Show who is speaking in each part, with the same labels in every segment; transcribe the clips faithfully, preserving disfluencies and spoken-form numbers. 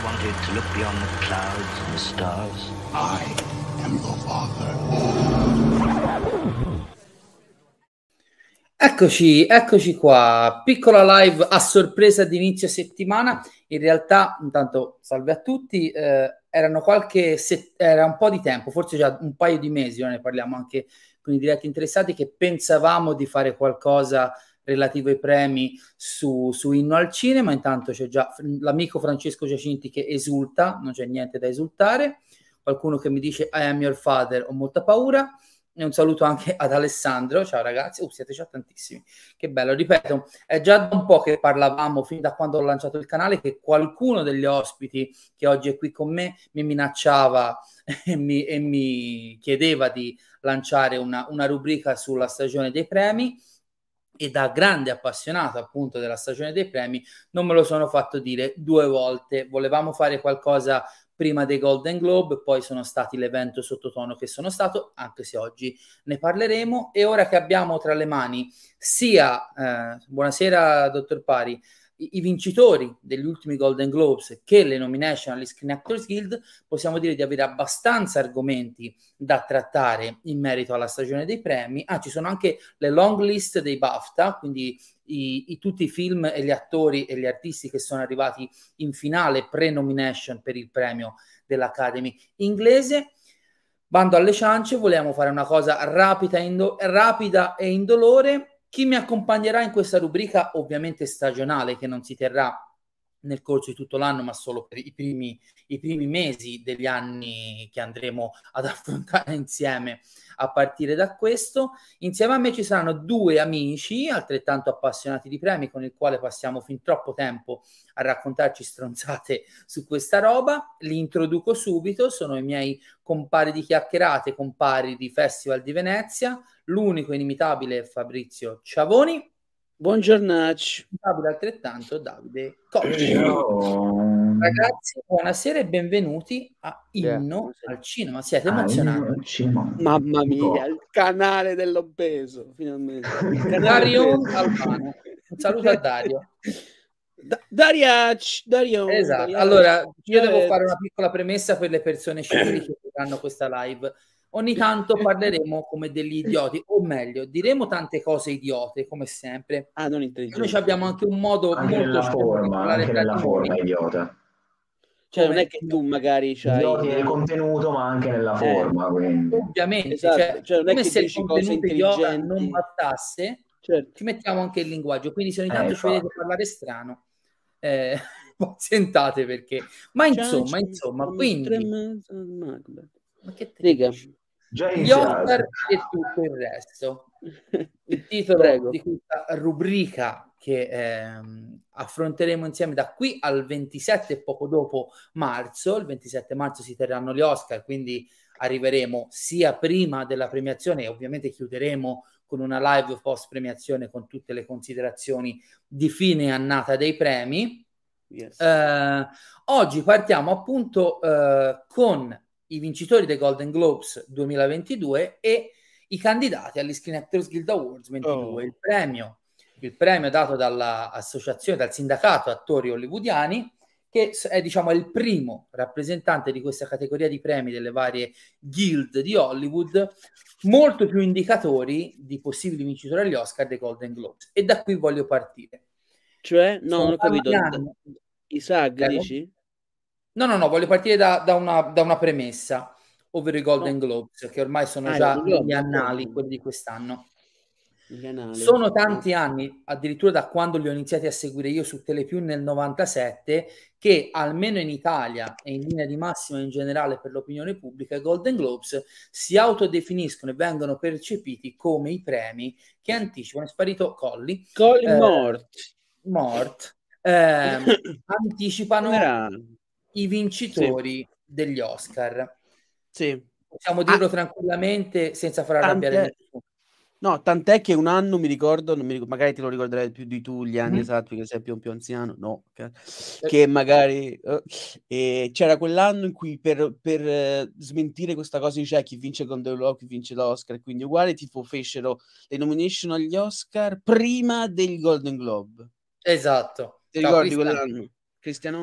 Speaker 1: wanted to look beyond the clouds and the stars.
Speaker 2: I am your father.
Speaker 3: Eccoci, eccoci qua. Piccola live a sorpresa di inizio settimana. In realtà, intanto, salve a tutti. Eh, erano qualche set- era un po' di tempo, forse già un paio di mesi, ne parliamo anche con i diretti interessati, che pensavamo di fare qualcosa relativo ai premi su, su Inno al Cinema. Intanto c'è già l'amico Francesco Giacinti che esulta, non c'è niente da esultare. Qualcuno che mi dice I am your father, ho molta paura. E un saluto anche ad Alessandro. Ciao ragazzi, uh, siete già tantissimi, che bello. Ripeto, è già da un po' che parlavamo, fin da quando ho lanciato il canale, che qualcuno degli ospiti che oggi è qui con me mi minacciava e mi, e mi chiedeva di lanciare una, una rubrica sulla stagione dei premi, e da grande appassionato appunto della stagione dei premi non me lo sono fatto dire due volte. Volevamo fare qualcosa prima dei Golden Globe, poi sono stati l'evento sottotono che sono stato, anche se oggi ne parleremo. E ora che abbiamo tra le mani sia, eh, buonasera dottor Pari, i, i vincitori degli ultimi Golden Globes che le nomination agli Screen Actors Guild, possiamo dire di avere abbastanza argomenti da trattare in merito alla stagione dei premi. Ah, ci sono anche le long list dei BAFTA, quindi I, i, tutti i film e gli attori e gli artisti che sono arrivati in finale pre-nomination per il premio dell'Academy inglese. Bando alle ciance, vogliamo fare una cosa rapida, indo- rapida e indolore. Chi mi accompagnerà in questa rubrica, ovviamente stagionale, che non si terrà nel corso di tutto l'anno, ma solo per i primi, i primi mesi degli anni che andremo ad affrontare insieme a partire da questo. Insieme a me ci saranno due amici altrettanto appassionati di premi, con il quale passiamo fin troppo tempo a raccontarci stronzate su questa roba. Li introduco subito, sono i miei compari di chiacchierate, compari di Festival di Venezia, l'unico inimitabile Fabrizio Ciavoni.
Speaker 4: Buongiornacci.
Speaker 3: Altrettanto Davide Cocci. Ragazzi, buonasera e benvenuti a Inno al Cinema. Siete emozionati?
Speaker 4: Ah, mamma mia, il canale dell'obeso, finalmente.
Speaker 3: Dario Albano. Un saluto a Dario.
Speaker 4: Da- Dariac, Dario.
Speaker 3: Esatto.
Speaker 4: Dariac.
Speaker 3: Allora, io devo fare una piccola premessa per le persone scivili che vedranno questa live. Ogni tanto parleremo come degli idioti, o meglio, diremo tante cose idiote, come sempre.
Speaker 4: Ah, non
Speaker 3: Noi abbiamo anche un modo
Speaker 5: anche
Speaker 3: molto
Speaker 5: nella forma, anche nella forma idiota.
Speaker 4: Cioè, non è che tu magari c'hai...
Speaker 5: Idioti nel contenuto, ma anche nella forma.
Speaker 3: Eh,
Speaker 5: quindi.
Speaker 3: ovviamente,
Speaker 4: Esatto.
Speaker 3: cioè,
Speaker 4: Cioè, non è
Speaker 3: come
Speaker 4: che
Speaker 3: se il
Speaker 4: dici cose
Speaker 3: contenuto idiota
Speaker 4: intelligenti.
Speaker 3: non bastasse,
Speaker 4: certo.
Speaker 3: ci mettiamo anche il linguaggio. Quindi se ogni tanto
Speaker 5: Eh,
Speaker 3: ci vedete
Speaker 5: infatti.
Speaker 3: parlare strano, eh, sentate perché. Ma insomma, insomma, quindi... Ma che te
Speaker 4: Dica.
Speaker 3: dici?
Speaker 5: Già
Speaker 3: Gli
Speaker 5: iniziato.
Speaker 3: Oscar e tutto il resto. Il titolo
Speaker 4: Prego.
Speaker 3: di questa rubrica che ehm, affronteremo insieme da qui al ventisette e poco dopo marzo. Il ventisette marzo si terranno gli Oscar, quindi arriveremo sia prima della premiazione e ovviamente chiuderemo con una live post premiazione con tutte le considerazioni di fine annata dei premi.
Speaker 4: Yes.
Speaker 3: Eh, oggi partiamo appunto eh, con i vincitori dei Golden Globes duemilaventidue e i candidati agli Screen Actors Guild Awards ventidue.
Speaker 4: Oh.
Speaker 3: Il premio, il premio dato dall'associazione, dal sindacato attori hollywoodiani, che è diciamo il primo rappresentante di questa categoria di premi delle varie guild di Hollywood, molto più indicatori di possibili vincitori agli Oscar dei Golden Globes. E da qui voglio partire.
Speaker 4: Cioè, no,
Speaker 3: Sono
Speaker 4: non ho capito.
Speaker 3: anni...
Speaker 4: I S A G,
Speaker 3: Prego?
Speaker 4: dici?
Speaker 3: No, no, no, voglio partire da, da, una, da una premessa, ovvero i Golden
Speaker 4: No.
Speaker 3: Globes, che ormai sono
Speaker 4: Ah,
Speaker 3: già
Speaker 4: i Golden
Speaker 3: negli
Speaker 4: Globe,
Speaker 3: annali,
Speaker 4: d'accordo.
Speaker 3: quelli di quest'anno.
Speaker 4: Gli anali.
Speaker 3: Sono tanti anni, addirittura da quando li ho iniziati a seguire io su Telepiù nel novantasette, che almeno in Italia e in linea di massima in generale per l'opinione pubblica, i Golden Globes si autodefiniscono e vengono percepiti come i premi che anticipano, è sparito Colli,
Speaker 4: Colin
Speaker 3: eh,
Speaker 4: Mort.
Speaker 3: Mort, eh, anticipano
Speaker 4: Era...
Speaker 3: i vincitori sì. degli Oscar.
Speaker 4: Sì.
Speaker 3: Possiamo dirlo
Speaker 4: ah,
Speaker 3: tranquillamente senza far arrabbiare nessuno.
Speaker 4: No, tant'è che un anno mi ricordo, non mi ricordo, magari te lo ricorderai più di tu gli anni mm. esatti, perché sei più, più anziano, no, che, che magari uh, e c'era quell'anno in cui per, per uh, smentire questa cosa dice chi vince Golden Globe, chi vince l'Oscar, quindi uguale tipo fecero le nomination agli Oscar prima del Golden Globe.
Speaker 3: Esatto.
Speaker 4: Ti
Speaker 3: Ciao,
Speaker 4: ricordi
Speaker 3: Cristiano.
Speaker 4: quell'anno? Cristiano?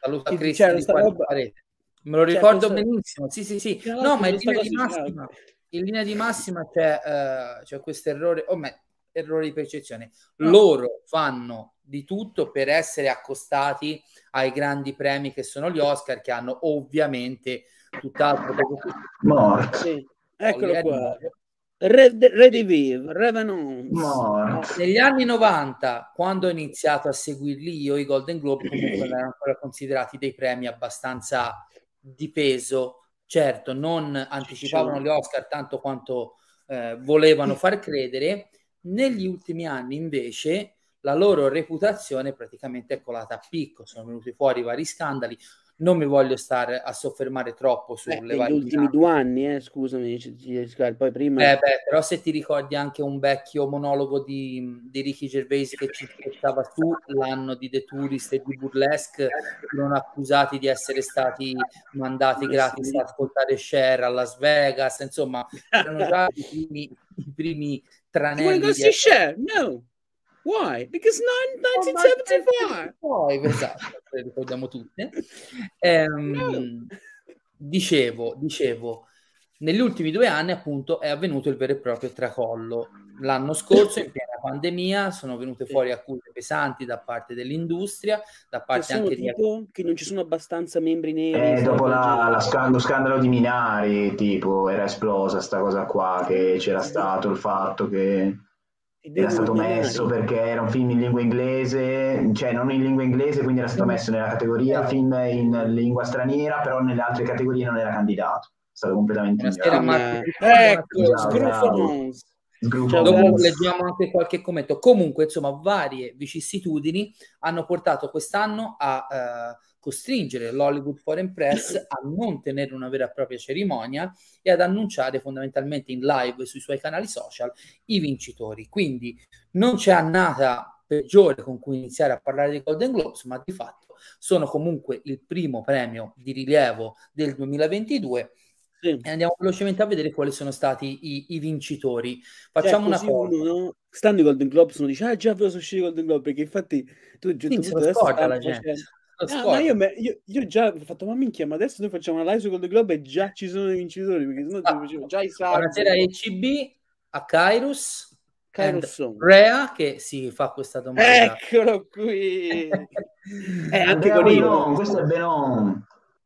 Speaker 3: Saluto a
Speaker 4: Che
Speaker 3: Cristian
Speaker 4: c'era
Speaker 3: di
Speaker 4: sta
Speaker 3: Quarta
Speaker 4: roba,
Speaker 3: Parete. Me lo
Speaker 4: cioè
Speaker 3: ricordo
Speaker 4: questa,
Speaker 3: benissimo, sì sì sì.
Speaker 4: tra
Speaker 3: No,
Speaker 4: l'altro
Speaker 3: ma in
Speaker 4: questa
Speaker 3: linea
Speaker 4: cosa
Speaker 3: di
Speaker 4: si
Speaker 3: massima,
Speaker 4: sa.
Speaker 3: in linea di massima c'è, eh, c'è questo errore, o me, errore di percezione.
Speaker 4: No,
Speaker 3: Loro fanno di tutto per essere accostati ai grandi premi che sono gli Oscar, che hanno ovviamente tutt'altro che
Speaker 5: Morto.
Speaker 4: sì,
Speaker 3: Folli,
Speaker 4: eccolo
Speaker 3: è di
Speaker 4: qua.
Speaker 3: nuovo.
Speaker 4: Re,
Speaker 3: Sì.
Speaker 4: Redivive, Revenants.
Speaker 5: Morto.
Speaker 3: Negli anni novanta, quando ho iniziato a seguirli io, i Golden Globe comunque erano ancora considerati dei premi abbastanza di peso. Certo, non anticipavano gli Oscar tanto quanto eh, volevano far credere. Negli ultimi anni, invece, la loro reputazione praticamente è colata a picco. Sono venuti fuori vari scandali. Non mi voglio stare a soffermare troppo
Speaker 4: Beh,
Speaker 3: sulle
Speaker 4: negli
Speaker 3: varie
Speaker 4: ultimi
Speaker 3: dinamiche.
Speaker 4: due anni, eh, scusami, c- c- poi prima...
Speaker 3: Beh, beh, però se ti ricordi anche un vecchio monologo di, di Ricky Gervais che ci scherzava su l'anno di The Tourist e di Burlesque, furono accusati di essere stati mandati
Speaker 4: Eh
Speaker 3: gratis
Speaker 4: sì.
Speaker 3: a ascoltare Cher a Las Vegas, insomma, erano già i primi, i primi
Speaker 4: Do you want to
Speaker 3: tranelli
Speaker 4: go
Speaker 3: di
Speaker 4: see
Speaker 3: essere...
Speaker 4: Cher? No. Why? Because nineteen seventy-five.
Speaker 3: Poi, esatto, le ricordiamo tutte.
Speaker 4: No.
Speaker 3: Ehm, dicevo, dicevo, negli ultimi due anni appunto è avvenuto il vero e proprio tracollo. L'anno scorso, in piena pandemia, sono venute
Speaker 4: Sì.
Speaker 3: fuori accuse pesanti da parte dell'industria, da
Speaker 4: Che
Speaker 3: parte
Speaker 4: sono
Speaker 3: anche di...
Speaker 4: tipo che non ci sono abbastanza membri neri,
Speaker 5: Eh,
Speaker 4: sta
Speaker 5: dopo
Speaker 4: roba del
Speaker 5: la,
Speaker 4: genere.
Speaker 5: la sca- lo scandalo di Minari, tipo, era esplosa sta cosa qua, che c'era stato il fatto che
Speaker 4: Ti
Speaker 5: era
Speaker 4: devono
Speaker 5: stato messo
Speaker 4: Minari?
Speaker 5: perché era un film in lingua inglese, cioè non in lingua inglese, quindi era stato messo nella categoria film in lingua straniera, però nelle altre categorie non era candidato. È stato completamente
Speaker 3: Buonasera
Speaker 5: ignorato.
Speaker 3: Marco,
Speaker 4: Eh,
Speaker 3: buonasera.
Speaker 4: ecco,
Speaker 5: Bravo, bravo.
Speaker 4: Scrufons. Ciao
Speaker 3: Dopo
Speaker 5: Sgruppo.
Speaker 4: Gabs.
Speaker 3: leggiamo anche qualche commento. Comunque, insomma, varie vicissitudini hanno portato quest'anno a eh, costringere l'Hollywood Foreign Press a non tenere una vera e propria cerimonia e ad annunciare fondamentalmente in live sui suoi canali social i vincitori. Quindi non c'è annata peggiore con cui iniziare a parlare dei Golden Globes, ma di fatto sono comunque il primo premio di rilievo del duemilaventidue.
Speaker 4: Sì.
Speaker 3: E andiamo velocemente a vedere quali sono stati i, i vincitori.
Speaker 4: Cioè,
Speaker 3: Facciamo una
Speaker 4: così
Speaker 3: cosa.
Speaker 4: uno, no? Stando i Golden Globes, uno dice, ah già vedo uscire i Golden Globe, perché infatti tu a un certo
Speaker 3: Quindi se
Speaker 4: punto
Speaker 3: lo
Speaker 4: adesso
Speaker 3: scorda
Speaker 4: stanno
Speaker 3: la gente.
Speaker 4: facendo...
Speaker 3: Lo
Speaker 4: Ah, ma
Speaker 3: scorda.
Speaker 4: io, me- io, io già ho fatto, ma minchia, ma adesso noi facciamo una live sui Golden Globe e già ci sono i vincitori, perché sennò ti
Speaker 3: Ah,
Speaker 4: facevo già i
Speaker 3: buonasera
Speaker 4: saggi.
Speaker 3: E C B, a Kairos,
Speaker 4: Kairos
Speaker 3: and
Speaker 4: Song.
Speaker 3: Rea che si fa questa domanda.
Speaker 4: Eccolo qui! Eh, anche
Speaker 5: Andrea
Speaker 4: con io,
Speaker 5: Benon,
Speaker 4: no?
Speaker 5: questo è Benon.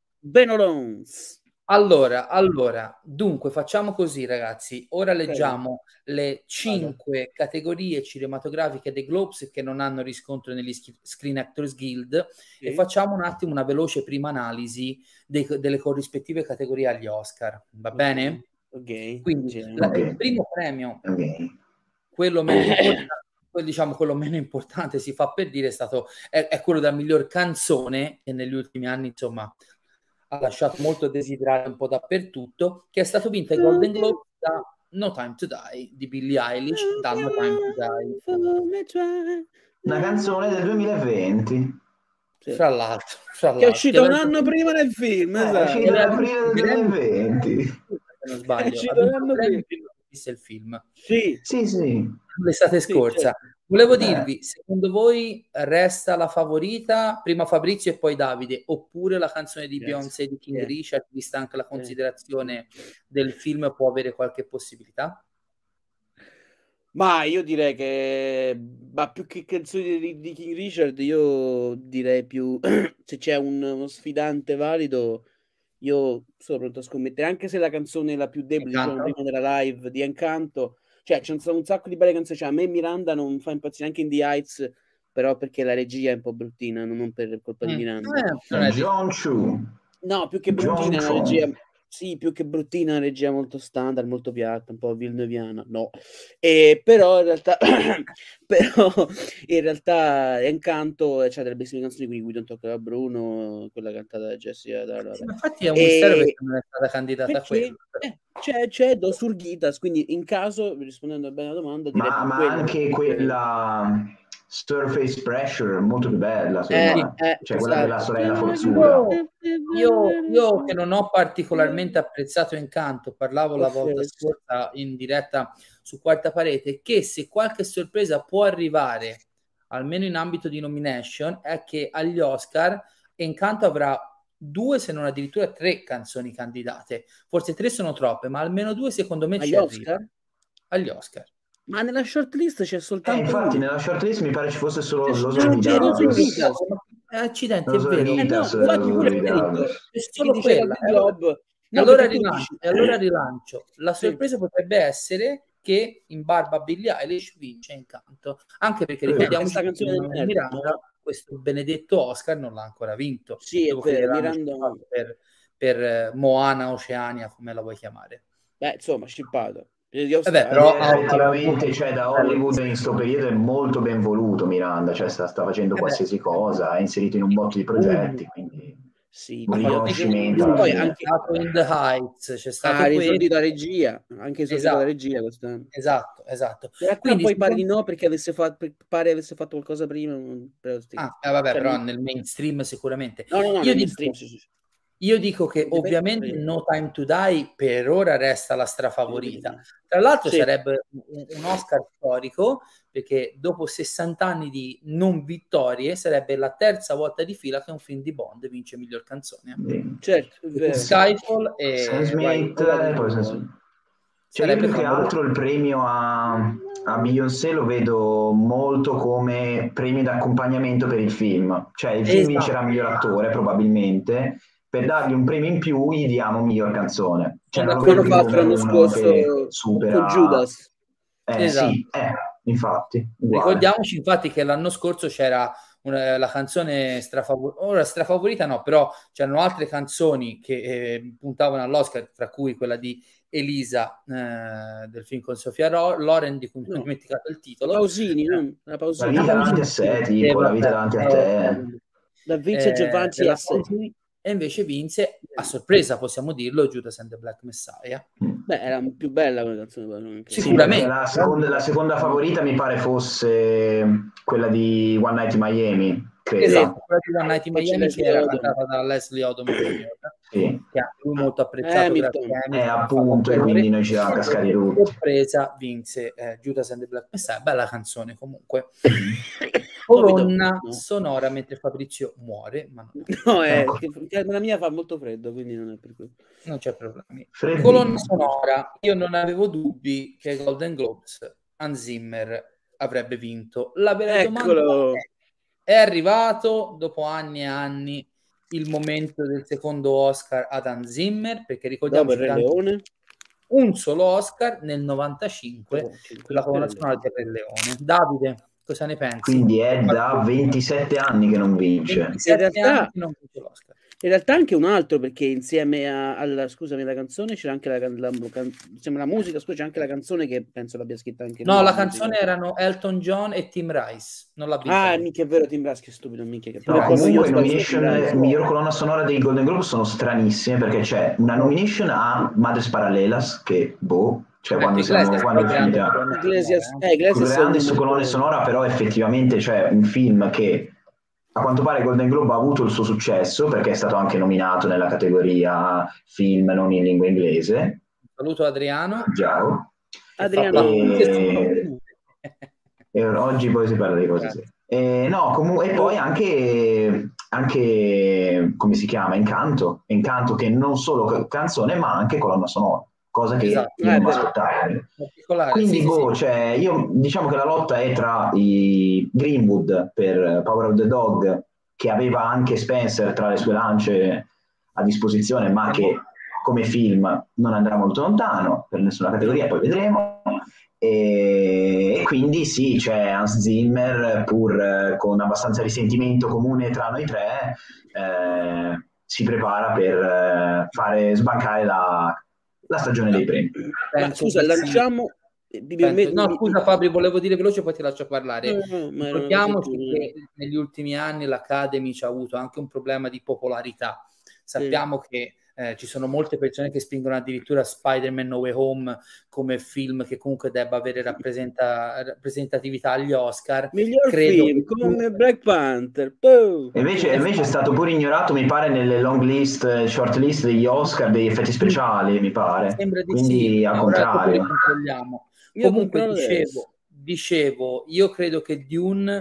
Speaker 4: Benolons.
Speaker 3: Allora, allora, dunque facciamo così ragazzi, ora
Speaker 4: Prego.
Speaker 3: leggiamo le cinque categorie cinematografiche dei Globes che non hanno riscontro negli Sch- Screen Actors Guild
Speaker 4: Sì.
Speaker 3: e facciamo un attimo una veloce prima analisi dei- delle corrispettive categorie agli Oscar, va
Speaker 4: Ok.
Speaker 3: bene?
Speaker 4: Ok.
Speaker 3: Quindi
Speaker 4: Sì.
Speaker 3: la-
Speaker 5: Ok.
Speaker 3: il primo premio,
Speaker 5: Ok.
Speaker 3: quello meno importante, quello, diciamo, quello meno importante si fa per dire è stato è, è quello della miglior canzone che negli ultimi anni insomma ha lasciato molto a desiderare un po' dappertutto, che è stato vinto ai Golden Globe da No Time to Die di Billie Eilish, da No Time to Die.
Speaker 5: Una canzone del duemilaventi.
Speaker 4: Sì.
Speaker 3: Fra l'altro, fra
Speaker 4: Che è
Speaker 3: l'altro,
Speaker 4: uscito un
Speaker 3: aveva
Speaker 4: anno
Speaker 3: vinto-
Speaker 4: prima del film,
Speaker 5: Eh, è
Speaker 4: esatto.
Speaker 5: uscito in
Speaker 3: aveva
Speaker 5: aprile
Speaker 3: vinto
Speaker 5: del
Speaker 3: il Grammy,
Speaker 5: duemilaventi.
Speaker 3: se non
Speaker 4: È
Speaker 3: sbaglio, ha
Speaker 4: uscito un
Speaker 3: vinto il
Speaker 4: anno
Speaker 3: Grammy
Speaker 4: prima.
Speaker 3: prima che uscisse il film.
Speaker 4: Sì,
Speaker 5: Sì, sì.
Speaker 3: L'estate
Speaker 4: sì,
Speaker 3: scorsa.
Speaker 4: certo.
Speaker 3: Volevo
Speaker 5: Eh.
Speaker 3: dirvi, secondo voi resta la favorita, prima Fabrizio e poi Davide, oppure la canzone di
Speaker 4: Yes.
Speaker 3: Beyoncé di King
Speaker 4: Yeah.
Speaker 3: Richard, vista anche la
Speaker 4: Eh,
Speaker 3: considerazione del film, può avere qualche possibilità?
Speaker 4: Ma io direi che, ma più che canzoni di, di King Richard, io direi più se c'è un, uno sfidante valido, io sono pronto a scommettere, anche se la canzone è la più debole, diciamo
Speaker 3: Incanto?
Speaker 4: prima della live di Encanto, cioè c'è un, un sacco di belle canzoni, cioè a me Miranda non fa impazzire, anche in The Heights, però perché la regia è un po' bruttina, non per colpa di
Speaker 3: Mm.
Speaker 4: Miranda.
Speaker 3: Eh, non è
Speaker 5: John Chu.
Speaker 4: No, più che
Speaker 5: John
Speaker 4: bruttina, è una
Speaker 5: Cho.
Speaker 4: regia. Sì, più che bruttina, è una regia molto standard, molto piatta, un po' villeneuviana. No, e però in realtà, però in realtà Encanto c'ha delle bellissime canzoni, quindi Guido Tocca Bruno, quella cantata da Jessica Darla.
Speaker 3: Sì, ma infatti è un mistero
Speaker 4: E
Speaker 3: perché non è stata candidata a quello.
Speaker 4: perché eh, c'è, c'è Do Surghitas, quindi in caso, rispondendo bene alla domanda, direi
Speaker 5: Ma,
Speaker 4: più
Speaker 5: ma
Speaker 4: quello.
Speaker 5: anche quella Surface Pressure, molto più bella, secondo
Speaker 4: Eh,
Speaker 5: me.
Speaker 4: eh,
Speaker 5: Cioè quella della
Speaker 4: esatto.
Speaker 5: sorella forzuta.
Speaker 3: Io, io che non ho particolarmente apprezzato Encanto, parlavo la
Speaker 4: Ok.
Speaker 3: volta scorsa in diretta su Quarta Parete, che se qualche sorpresa può arrivare, almeno in ambito di nomination, è che agli Oscar e Encanto avrà due, se non addirittura tre canzoni candidate. Forse tre sono troppe, ma almeno due secondo me
Speaker 4: Agli
Speaker 3: ci
Speaker 4: Oscar?
Speaker 3: arriva. Agli Oscar.
Speaker 4: Ma nella shortlist c'è
Speaker 5: Eh,
Speaker 4: soltanto
Speaker 5: infatti,
Speaker 4: uno.
Speaker 5: nella shortlist mi pare ci fosse solo
Speaker 4: C'è
Speaker 5: l'Oso
Speaker 4: solo
Speaker 5: Vidas.
Speaker 4: Vidas.
Speaker 3: Eh, accidenti, è
Speaker 5: L'Oso
Speaker 3: vero.
Speaker 4: Eh no,
Speaker 5: Vidas,
Speaker 4: infatti
Speaker 5: l'Oso
Speaker 4: pure ho
Speaker 5: Vidas.
Speaker 4: detto,
Speaker 3: È
Speaker 4: chi
Speaker 3: solo
Speaker 4: dice
Speaker 3: quella.
Speaker 4: Golden Globe.
Speaker 3: E
Speaker 4: No,
Speaker 3: allora,
Speaker 4: perché tu
Speaker 3: rilancio,
Speaker 4: dici...
Speaker 3: e allora rilancio. La
Speaker 4: Sì.
Speaker 3: sorpresa potrebbe essere che in barba a Billie Eilish vince Encanto, anche perché
Speaker 5: Eh,
Speaker 3: ricordiamoci
Speaker 4: questa
Speaker 3: che
Speaker 4: canzone del nerd,
Speaker 3: Miranda
Speaker 4: no?
Speaker 3: questo benedetto Oscar non l'ha ancora vinto.
Speaker 4: Sì, è
Speaker 3: dopo che
Speaker 4: vero,
Speaker 3: gliel'hanno
Speaker 4: Miranda...
Speaker 3: shippato per, per eh, Moana Oceania, come la vuoi chiamare.
Speaker 4: Beh, insomma, shippato. Io
Speaker 3: Vabbè,
Speaker 4: sta-
Speaker 3: però
Speaker 5: Eh,
Speaker 3: ha-
Speaker 5: effettivamente, cioè, da
Speaker 3: bello
Speaker 5: Hollywood
Speaker 3: questo.
Speaker 5: in sto periodo è molto ben voluto Miranda, cioè sta, sta facendo
Speaker 3: Eh
Speaker 5: qualsiasi cosa, è inserito in un botto di progetti, quindi
Speaker 4: Sì,
Speaker 5: un
Speaker 4: poi,
Speaker 5: riconoscimento alla
Speaker 4: poi
Speaker 5: fine.
Speaker 3: C'è
Speaker 4: anche
Speaker 3: stato In the Heights, c'è stato
Speaker 4: ha risolvito la
Speaker 3: questo.
Speaker 4: regia, anche risolvito
Speaker 3: Esatto.
Speaker 4: la regia quest'anno.
Speaker 3: Esatto, esatto.
Speaker 4: In realtà
Speaker 3: Quindi,
Speaker 4: poi pare
Speaker 3: secondo-
Speaker 4: di no perché avesse fatto, pare avesse fatto qualcosa prima. non- però sti-
Speaker 3: Ah, eh, vabbè,
Speaker 4: cioè,
Speaker 3: però
Speaker 4: non-
Speaker 3: nel mainstream sicuramente.
Speaker 4: No, no, no,
Speaker 3: Io
Speaker 4: nel
Speaker 3: dico,
Speaker 4: mainstream, sì, sì, sì.
Speaker 3: io dico che
Speaker 4: Indipendente,
Speaker 3: ovviamente
Speaker 4: sì.
Speaker 3: No Time to Die per ora resta la strafavorita.
Speaker 4: Indipendente.
Speaker 3: Tra l'altro
Speaker 4: Sì.
Speaker 3: sarebbe un, un Oscar storico, perché dopo sessanta anni di non vittorie sarebbe la terza volta di fila che un film di Bond vince miglior canzone.
Speaker 5: Sì.
Speaker 4: Certo, è vero.
Speaker 3: Skyfall e
Speaker 5: Sam
Speaker 3: Rise
Speaker 5: Smith,
Speaker 3: of the
Speaker 5: e poi Sam
Speaker 3: World.
Speaker 5: Smith. Cioè, io
Speaker 3: Sarebbe
Speaker 5: più che
Speaker 3: favoloso.
Speaker 5: altro il premio a, a Beyoncé lo vedo molto come premio d'accompagnamento per il film. Cioè, il film
Speaker 3: Esatto.
Speaker 5: vincerà miglior attore, probabilmente. Per dargli un premio in più, gli diamo miglior canzone. Cioè, non lo
Speaker 4: Come hanno
Speaker 5: vedo
Speaker 4: fatto
Speaker 5: come
Speaker 4: l'anno
Speaker 5: uno
Speaker 4: scorso
Speaker 5: che supera...
Speaker 4: con Judas.
Speaker 5: Eh,
Speaker 3: Esatto.
Speaker 5: sì, eh, infatti, uguale.
Speaker 3: Ricordiamoci infatti che l'anno scorso c'era una, la canzone strafavorita, ora strafavorita no, però c'erano altre canzoni che eh, puntavano all'Oscar, tra cui quella di Elisa eh, del film con Sofia Ro- Loren, di cui mi ho
Speaker 4: No.
Speaker 3: dimenticato il
Speaker 4: La
Speaker 3: titolo.
Speaker 4: Pausini, no? La
Speaker 5: La
Speaker 4: Pausini.
Speaker 5: vita
Speaker 3: La
Speaker 5: davanti a
Speaker 3: Pausini,
Speaker 5: sé, tipo,
Speaker 3: eh,
Speaker 5: la vita
Speaker 3: vabbè,
Speaker 5: davanti a
Speaker 3: eh,
Speaker 5: te.
Speaker 4: Da Vince
Speaker 3: eh,
Speaker 4: Giovanni
Speaker 3: della
Speaker 4: S.
Speaker 3: Pausini, e invece vinse, a sorpresa possiamo dirlo, Judas and the Black Messiah.
Speaker 4: Beh, era più bella quella canzone. però non
Speaker 5: Sì,
Speaker 3: Sicuramente.
Speaker 5: perché la seconda, la seconda favorita mi pare fosse quella di One Night in Miami, credo.
Speaker 3: Esatto, quella di One Night in
Speaker 4: Poi c'è
Speaker 3: Miami,
Speaker 4: Leslie
Speaker 3: che era
Speaker 4: Odom.
Speaker 3: cantata da Leslie Odom Junior,
Speaker 5: Sì.
Speaker 3: che ha lui molto apprezzato
Speaker 4: Hamilton.
Speaker 3: grazie a
Speaker 5: Eh,
Speaker 3: Hamilton, ha fatto
Speaker 5: appunto, e
Speaker 3: attore.
Speaker 5: quindi noi ci siamo cascati
Speaker 3: E
Speaker 5: tutti.
Speaker 3: sorpresa vinse eh, Judas and the Black Messiah, bella canzone comunque.
Speaker 4: Dove,
Speaker 3: Colonna
Speaker 4: dove? No.
Speaker 3: sonora mentre Fabrizio muore, ma non,
Speaker 4: No, è
Speaker 5: Ecco.
Speaker 4: che, che la mia fa molto freddo, quindi non è per quello.
Speaker 3: non c'è problemi.
Speaker 5: Freddino.
Speaker 3: Colonna sonora, io non avevo dubbi che Golden Globes Hans Zimmer avrebbe vinto. La vera
Speaker 4: Eccolo.
Speaker 3: domanda è, è arrivato dopo anni e anni il momento del secondo Oscar ad Hans Zimmer, perché
Speaker 4: Dopo
Speaker 3: ricordiamoci
Speaker 4: il Re
Speaker 3: che Hans
Speaker 4: Leone.
Speaker 3: un solo Oscar nel novantacinque
Speaker 4: Oh,
Speaker 3: per la colonna sonora del Re Leone. Davide, cosa ne pensi?
Speaker 5: Quindi è da ventisette anni che non vince.
Speaker 3: ventisette
Speaker 4: In realtà-
Speaker 3: anni che non vince l'Oscar.
Speaker 4: In realtà anche un altro, perché insieme a, alla, scusami, la canzone c'era anche la, la, la, insieme alla musica, scusa, c'è anche la canzone che penso l'abbia scritta anche
Speaker 3: No,
Speaker 4: lui,
Speaker 3: la
Speaker 4: musica.
Speaker 3: canzone erano Elton John e Tim Rice. Non l'ha vinta
Speaker 4: Ah,
Speaker 3: lui.
Speaker 4: minchia, è vero, Tim Rice, che stupido, minchia. Che
Speaker 5: No,
Speaker 4: pure proprio io
Speaker 5: comunque
Speaker 4: sbaglio,
Speaker 5: nomination
Speaker 4: Tim Rice.
Speaker 5: miglior colonna sonora dei Golden Globe sono stranissime perché c'è una nomination a Madres Paralelas che boh, cioè quando siamo
Speaker 3: Iglesias,
Speaker 5: quando
Speaker 3: poi
Speaker 5: è finita
Speaker 3: grande colonna
Speaker 4: Iglesias,
Speaker 3: sonora, eh.
Speaker 4: eh, Iglesias è
Speaker 5: grande
Speaker 4: uno
Speaker 5: su colonne
Speaker 4: molto-
Speaker 5: sonora, però effettivamente c'è un film che a quanto pare Golden Globe ha avuto il suo successo perché è stato anche nominato nella categoria film non in lingua inglese.
Speaker 3: Saluto Adriano.
Speaker 5: Ciao.
Speaker 4: Adriano.
Speaker 5: E- E oggi poi si parla di cose
Speaker 3: Grazie.
Speaker 5: serie. Eh, no, comunque, e poi anche, anche, come si chiama, Incanto, Incanto che non solo canzone ma anche colonna sonora, cosa che
Speaker 3: Esatto.
Speaker 5: io
Speaker 4: Eh,
Speaker 5: non mi
Speaker 4: vero.
Speaker 5: aspettavo.
Speaker 3: In particolare,
Speaker 5: Quindi,
Speaker 3: sì, sì,
Speaker 5: boh,
Speaker 3: sì.
Speaker 5: cioè, io diciamo che la lotta è tra i Greenwood per Power of the Dog, che aveva anche Spencer tra le sue lance a disposizione, ma che come film non andrà molto lontano per nessuna categoria, poi vedremo. E, e quindi sì, c'è Hans Zimmer, pur eh, con abbastanza risentimento comune tra noi tre, eh, si prepara per eh, fare sbancare la, la stagione dei premi.
Speaker 4: Ma
Speaker 3: Penso
Speaker 4: scusa,
Speaker 3: che sì.
Speaker 4: lanciamo... mi- mi-
Speaker 3: Penso-
Speaker 4: mi-
Speaker 3: No,
Speaker 4: mi-
Speaker 3: scusa Fabri, volevo dire veloce, poi ti lascio parlare.
Speaker 4: No, no, ma era una
Speaker 3: Ricordiamoci
Speaker 4: cosa in più,
Speaker 3: che negli ultimi anni l'Academy ci ha avuto anche un problema di popolarità. Sappiamo che eh, ci sono molte persone che spingono addirittura Spider-Man No Way Home come film che comunque debba avere rappresenta- rappresentatività agli Oscar.
Speaker 4: Miglior
Speaker 3: Credo
Speaker 4: film,
Speaker 3: che
Speaker 4: come Black Panther. Boh.
Speaker 5: E invece, invece è stato pure ignorato, mi pare, nelle long list, short list degli Oscar, degli effetti speciali, mi pare.
Speaker 3: Sembra di
Speaker 5: Quindi
Speaker 3: sì,
Speaker 5: al
Speaker 3: ora dopo
Speaker 5: contrario.
Speaker 3: ricontrolliamo.
Speaker 4: Io
Speaker 3: Comunque
Speaker 4: controllo adesso.
Speaker 3: dicevo, dicevo, io credo che Dune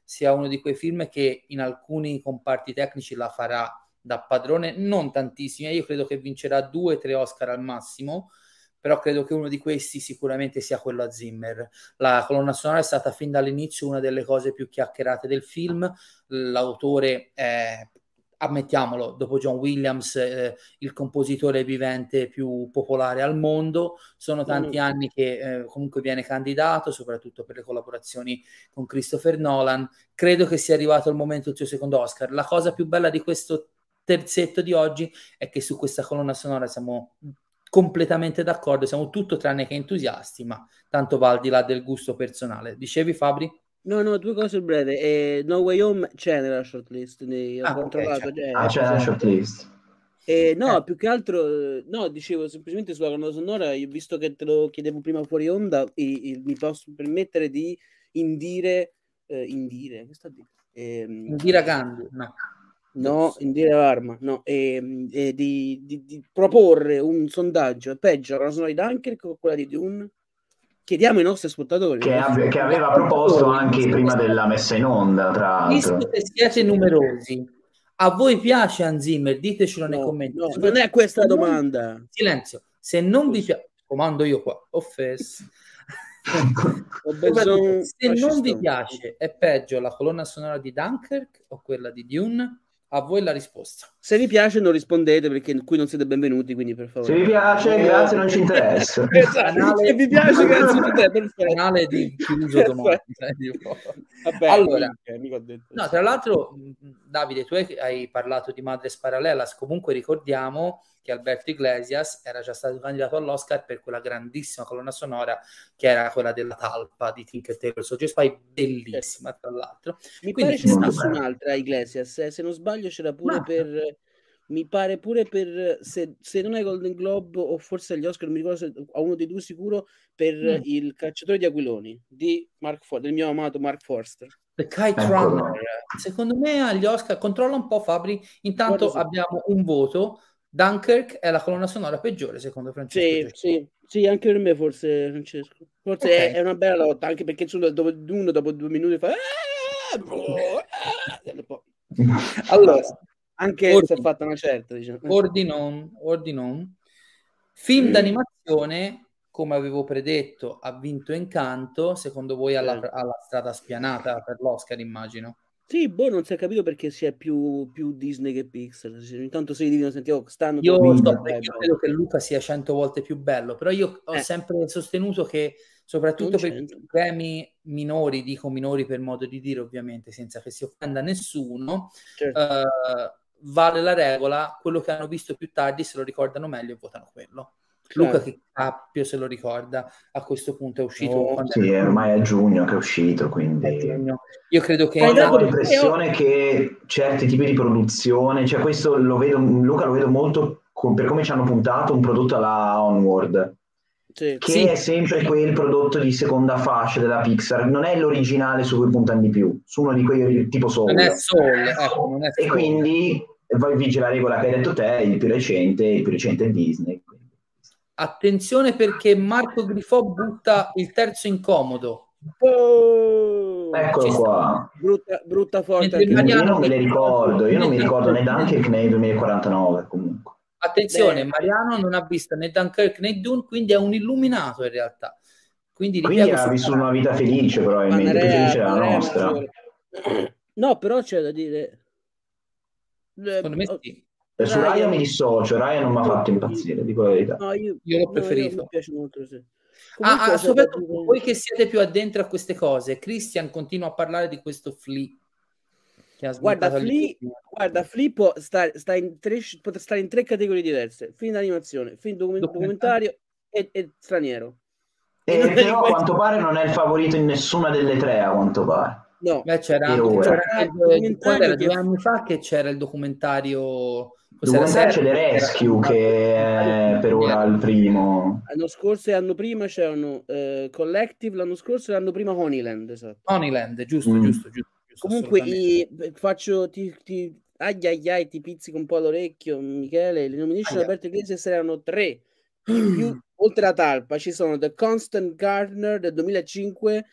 Speaker 3: sia uno di quei film che in alcuni comparti tecnici la farà da padrone, non tantissimi, io credo che vincerà due o tre Oscar al massimo, però credo che uno di questi sicuramente sia quello a Zimmer. La colonna sonora è stata fin dall'inizio una delle cose più chiacchierate del film, l'autore è, ammettiamolo, dopo John Williams, eh, il compositore vivente più popolare al mondo. Sono tanti mm. anni che eh, comunque viene candidato, soprattutto per le collaborazioni con Christopher Nolan. Credo che sia arrivato il momento del suo secondo Oscar. La cosa più bella di questo terzetto di oggi è che su questa colonna sonora siamo completamente d'accordo, siamo tutto tranne che entusiasti, ma tanto va al di là del gusto personale. Dicevi, Fabri?
Speaker 6: No, no, due cose breve. Eh, No Way Home c'è nella shortlist, ne ho
Speaker 3: Ah,
Speaker 6: controllato.
Speaker 3: okay,
Speaker 6: c'è,
Speaker 5: ah, c'è la shortlist.
Speaker 6: Eh, no, eh. più che altro, no, dicevo semplicemente sulla colonna sonora, io, visto che te lo chiedevo prima fuori onda, e, e mi posso permettere di indire, eh, indire, che sta a dire? Eh,
Speaker 3: Indira Gandhi, no.
Speaker 6: No, Indira Varma, no, e, e di, di, di proporre un sondaggio, peggio la colonna sonora di Dunkirk o quella di Dune? Chiediamo ai nostri ascoltatori.
Speaker 5: Che, ave, che aveva proposto anche prima della messa in onda, tra l'altro.
Speaker 3: Visto che siete numerosi, a voi piace Hans Zimmer? Ditecelo
Speaker 6: no,
Speaker 3: nei commenti.
Speaker 6: No, non è questa la domanda.
Speaker 3: Silenzio. Se non vi piace, comando io qua, offes. Se non vi piace, è peggio la colonna sonora di Dunkirk o quella di Dune? A voi la risposta.
Speaker 6: Se vi piace non rispondete, perché qui non siete benvenuti, quindi per favore.
Speaker 5: Se vi piace, oh, grazie, non ci interessa.
Speaker 6: Canale... Se vi piace, grazie a te, perfetto.
Speaker 3: Canale di chiuso domani.
Speaker 6: Vabbè,
Speaker 3: allora,
Speaker 6: mica, detto.
Speaker 3: No, tra l'altro, Davide, tu hai parlato di Madres Paralelas, comunque ricordiamo che Alberto Iglesias era già stato candidato all'Oscar per quella grandissima colonna sonora che era quella della talpa di Tinker Tailor Soldier Spy, bellissima tra l'altro.
Speaker 6: Mi Quindi, pare ce ne fosse un'altra Iglesias, eh, se non sbaglio c'era pure Ma... per... mi pare pure per se, se non è Golden Globe o forse agli Oscar, non mi ricordo se a uno dei due sicuro, per mm. il Cacciatore di Aquiloni di Mark For- del mio amato Mark Forster.
Speaker 3: The Kite ecco. Runner, secondo me agli Oscar, controlla un po' Fabri, intanto abbiamo un voto. Dunkirk è la colonna sonora peggiore secondo Francesco.
Speaker 6: Sì, sì, sì, anche per me forse, Francesco. Forse okay. è, è una bella lotta, anche perché dopo, uno dopo due minuti fa allora, anche Ordin. Si è fatta una certa, diciamo.
Speaker 3: Ordinon, Ordinon. Film mm. d'animazione, come avevo predetto, ha vinto Encanto. Secondo voi alla, eh. alla strada spianata per l'Oscar, immagino?
Speaker 6: Sì, boh, non si è capito perché sia più, più Disney che Pixar. Intanto si dicono, sentivo, stanno
Speaker 3: io, so, io credo che Luca sia cento volte più bello, però io ho eh. sempre sostenuto che soprattutto per i premi minori, dico minori per modo di dire ovviamente, senza che si offenda nessuno, certo. eh, vale la regola, quello che hanno visto più tardi se lo ricordano meglio e votano quello. Luca che cappio se lo ricorda, a questo punto è uscito
Speaker 5: oh, sì, è ormai a giugno che è uscito, quindi
Speaker 3: io credo che
Speaker 5: ho l'impressione che certi tipi di produzione, cioè questo lo vedo, Luca lo vedo molto com- per come ci hanno puntato un prodotto alla Onward, sì. che sì. è sempre quel prodotto di seconda fascia della Pixar, non è l'originale su cui puntano di più, su uno di quei tipo Soul,
Speaker 3: non è Soul, ecco, non è Soul.
Speaker 5: E quindi vige la regola che hai detto te, il più recente, il più recente è Disney.
Speaker 3: Attenzione perché Marco Grifò butta il terzo incomodo.
Speaker 6: Oh,
Speaker 5: eccolo qua.
Speaker 6: Brutta, brutta forte.
Speaker 5: Io non me le ricordo, io non mi ricordo né Dunkirk né duemilaquarantanove comunque.
Speaker 3: Attenzione, Beh. Mariano non ha visto né Dunkirk né Dune, quindi è un illuminato in realtà. Quindi,
Speaker 5: quindi ha vissuto una vita felice probabilmente, più felice della nostra.
Speaker 6: No, però c'è da dire...
Speaker 3: Secondo me sì.
Speaker 5: Su Raya mi dissocio, Raya non mi ha fatto impazzire, dico la verità.
Speaker 6: No, io,
Speaker 3: io l'ho preferito.
Speaker 6: No, mi piace molto, sì.
Speaker 3: Ah, ah, soprattutto voi che siete più addentro a queste cose, Christian continua a parlare di questo Flea. Che ha
Speaker 6: guarda, Flea, guarda, Flea può stare, sta in tre, può stare in tre categorie diverse: film d'animazione, film document- documentario e, e straniero.
Speaker 5: E e però a quanto pare non è il favorito in nessuna delle tre, a quanto pare.
Speaker 3: No, Beh, c'era, anche, c'era anche il, era due anni fa che c'era il documentario.
Speaker 5: Documentario c'è The Rescue che è per ora il primo.
Speaker 6: L'anno scorso e l'anno prima c'erano uh, Collective, l'anno scorso e l'anno prima Honeyland, esatto.
Speaker 3: Honeyland, giusto, mm. giusto, giusto, giusto.
Speaker 6: Comunque i, faccio ti, ti ai ai ai ti pizzico un po' l'orecchio, Michele. Le nomination di Alberto Iglesias erano tre. In più, oltre la talpa ci sono The Constant Gardener del duemilacinque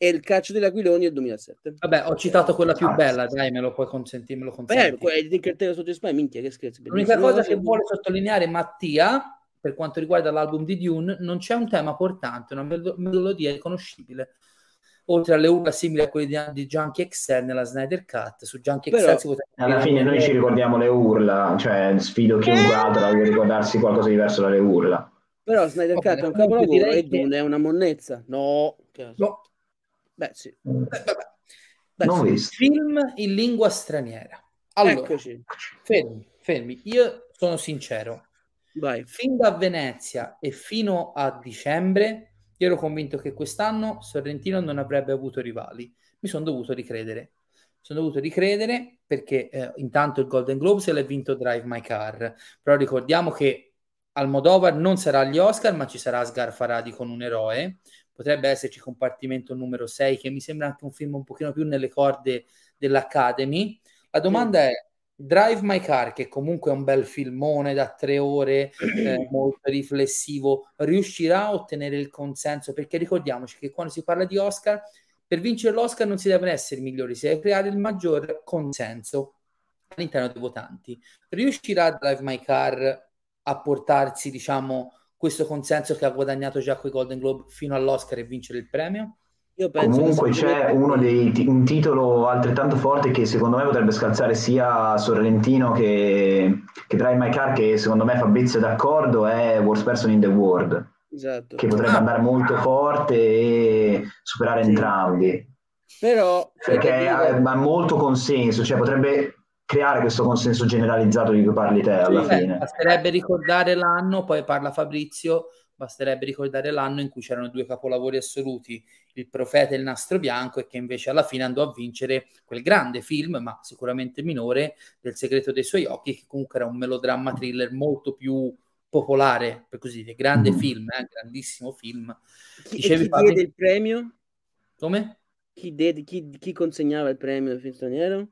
Speaker 6: e Il caccio degli aquiloni del duemilasette.
Speaker 3: Vabbè, ho citato quella più bella, dai, me lo puoi consentire, me lo
Speaker 6: Beh,
Speaker 3: consenti.
Speaker 6: il Tinker sotto Spy, minchia, che scherzi.
Speaker 3: L'unica cosa che vuole sottolineare Mattia, per quanto riguarda l'album di Dune, non c'è un tema portante, una mel- melodia riconoscibile. Oltre alle urla simili a quelle di, di Junkie X L nella Snyder Cut, su Junkie
Speaker 5: Però,
Speaker 3: X L si potrebbe
Speaker 5: alla fine noi ci ricordiamo le urla, cioè sfido chiunque altro a ricordarsi qualcosa di diverso dalle urla.
Speaker 6: Però Snyder Cut è un capolavoro e Dune che... è una monnezza. No,
Speaker 3: no.
Speaker 6: Beh sì.
Speaker 3: Eh, vabbè.
Speaker 5: Beh, non visto.
Speaker 3: Film in lingua straniera. Allora,
Speaker 6: eccoci.
Speaker 3: Fermi, fermi. Io sono sincero.
Speaker 6: Vai.
Speaker 3: Fin da Venezia e fino a dicembre io ero convinto che quest'anno Sorrentino non avrebbe avuto rivali. Mi sono dovuto ricredere. Sono dovuto ricredere perché eh, intanto il Golden Globe se l'ha vinto Drive My Car. Però ricordiamo che Almodovar non sarà agli Oscar, ma ci sarà Asghar Farhadi con Un eroe. Potrebbe esserci Compartimento numero sei, che mi sembra anche un film un pochino più nelle corde dell'Academy. La domanda mm. è: Drive My Car, che comunque è un bel filmone da tre ore, eh, molto riflessivo, riuscirà a ottenere il consenso? Perché ricordiamoci che quando si parla di Oscar, per vincere l'Oscar non si devono essere i migliori, si deve creare il maggior consenso all'interno dei votanti. Riuscirà Drive My Car a portarsi, diciamo, questo consenso che ha guadagnato già con i Golden Globe fino all'Oscar e vincere il premio?
Speaker 6: Io penso
Speaker 5: Comunque c'è uno dei, un titolo altrettanto forte che secondo me potrebbe scalzare sia Sorrentino che, che Drive My Car, che secondo me Fabrizio è d'accordo, è Worst Person in the World,
Speaker 6: esatto.
Speaker 5: che potrebbe ah. andare molto forte e superare sì. entrambi.
Speaker 6: Però
Speaker 5: perché ha, ha molto consenso, cioè potrebbe creare questo consenso generalizzato di cui parli te alla
Speaker 3: sì,
Speaker 5: fine.
Speaker 3: Beh, basterebbe ricordare l'anno, poi parla Fabrizio, basterebbe ricordare l'anno in cui c'erano due capolavori assoluti, Il Profeta e Il Nastro Bianco, e che invece alla fine andò a vincere quel grande film, ma sicuramente minore, del Segreto dei suoi occhi, che comunque era un melodramma thriller molto più popolare, per così dire, grande mm. film, eh, grandissimo film.
Speaker 6: Chi, Dicevi, chi Fabri... diede il premio?
Speaker 3: Come?
Speaker 6: Chi, de- chi, chi consegnava il premio al film straniero?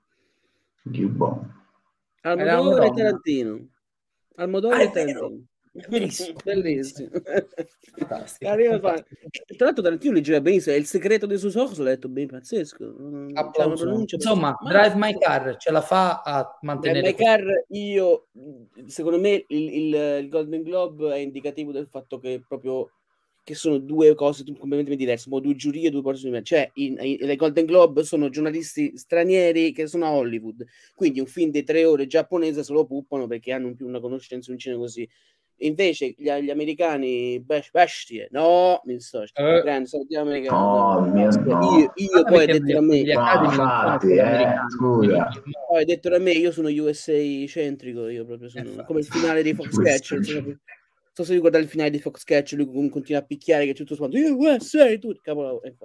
Speaker 5: Almodovar
Speaker 6: e Tarantino. Almodovar e Tarantino.
Speaker 3: Bellissimo,
Speaker 6: bellissimo. Tra l'altro Tarantino leggeva benissimo, è Il segreto dei suoi occhi, l'ho detto ben pazzesco.
Speaker 3: Cioè, insomma, ma... Drive My Car ce la fa a mantenere
Speaker 6: Drive My Car, io secondo me il, il, il Golden Globe è indicativo del fatto che proprio che sono due cose completamente diverse, sono due giurie, due persone diverse. Cioè in, in, le Golden Globe sono giornalisti stranieri che sono a Hollywood, quindi un film di tre ore giapponese se lo puppano perché hanno più una conoscenza un cinema così. Invece gli, gli americani bestie, no, mi sto
Speaker 5: eh.
Speaker 6: grande, gli americani,
Speaker 5: no, no, mio, no.
Speaker 6: io, io ah, poi ho detto a me,
Speaker 5: no, infatti, eh, scusa,
Speaker 6: poi ho detto a me, io sono U S A centrico, io proprio sono eh, come il finale di Fox Catcher. So se ricordate il finale di Fox Catch, lui continua a picchiare che tutto quanto io U S A tu cavolo e,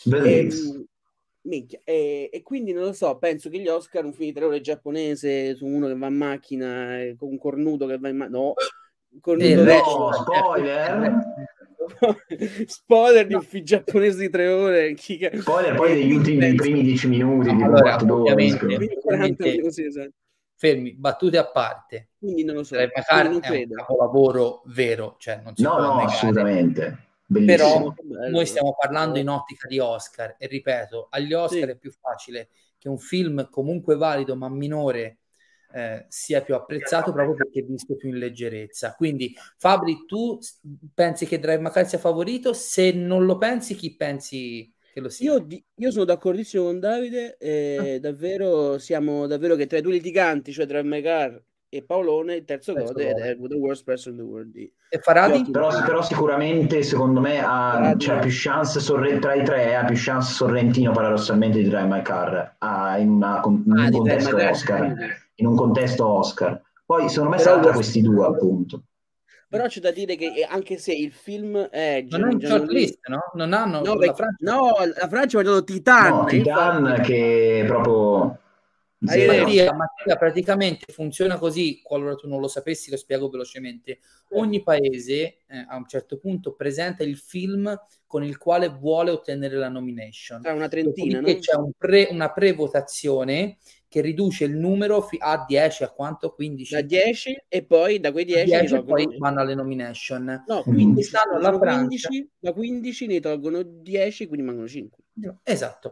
Speaker 6: minchia e, e quindi non lo so, penso che gli Oscar un film di tre ore giapponese su uno che va in macchina con un cornuto che va in macchina no cornuto
Speaker 5: eh, no, spoiler
Speaker 6: spoiler di un film giapponese di tre ore chi...
Speaker 5: spoiler poi degli ultimi penso... primi dieci minuti
Speaker 3: no,
Speaker 5: di
Speaker 3: allora,
Speaker 5: ovviamente,
Speaker 3: ovviamente, così, esatto. Fermi, battute a parte,
Speaker 6: quindi non lo so,
Speaker 3: non è un capolavoro vero, cioè non si
Speaker 5: no
Speaker 3: può
Speaker 5: no
Speaker 3: negare.
Speaker 5: Assolutamente bellissimo.
Speaker 3: Però noi stiamo parlando in ottica di Oscar e ripeto, agli Oscar sì. è più facile che un film comunque valido ma minore eh, sia più apprezzato proprio perché è visto più in leggerezza. Quindi Fabri, tu pensi che Drive My Car sia favorito? Se non lo pensi, chi pensi che lo sia?
Speaker 6: Io, io sono d'accordissimo con Davide, eh, ah. davvero siamo davvero che tra i due litiganti, cioè Drive My Car e Paolone, il terzo, terzo gode ed è The Worst Person in the World di...
Speaker 3: E Farhadi?
Speaker 5: Però, però sicuramente secondo me ha cioè, più chance Sorre- tra i tre ha più chance Sorrentino paradossalmente di Drive My Car ha in, una, in un ah, contesto Oscar in un contesto Oscar poi secondo me sarà tra questi due appunto.
Speaker 6: Però c'è da dire che anche se il film è
Speaker 3: non è un shortlist, no? Non hanno
Speaker 6: no, la Francia no, la Francia ha dato Titan
Speaker 5: no, Titan infatti... che proprio
Speaker 3: Mattia, Mattia, praticamente funziona così, qualora tu non lo sapessi, lo spiego velocemente. Ogni paese eh, a un certo punto presenta il film con il quale vuole ottenere la nomination.
Speaker 6: È una trentina, no?
Speaker 3: C'è un pre, una pre-votazione che riduce il numero fi- a dieci, a quanto? quindici?
Speaker 6: Da dieci e poi da quei dieci,
Speaker 3: dieci e poi vanno alle nomination.
Speaker 6: No, quindici, stanno alla Francia. quindici, da quindici ne tolgono dieci, quindi mancano cinque.
Speaker 3: Esatto.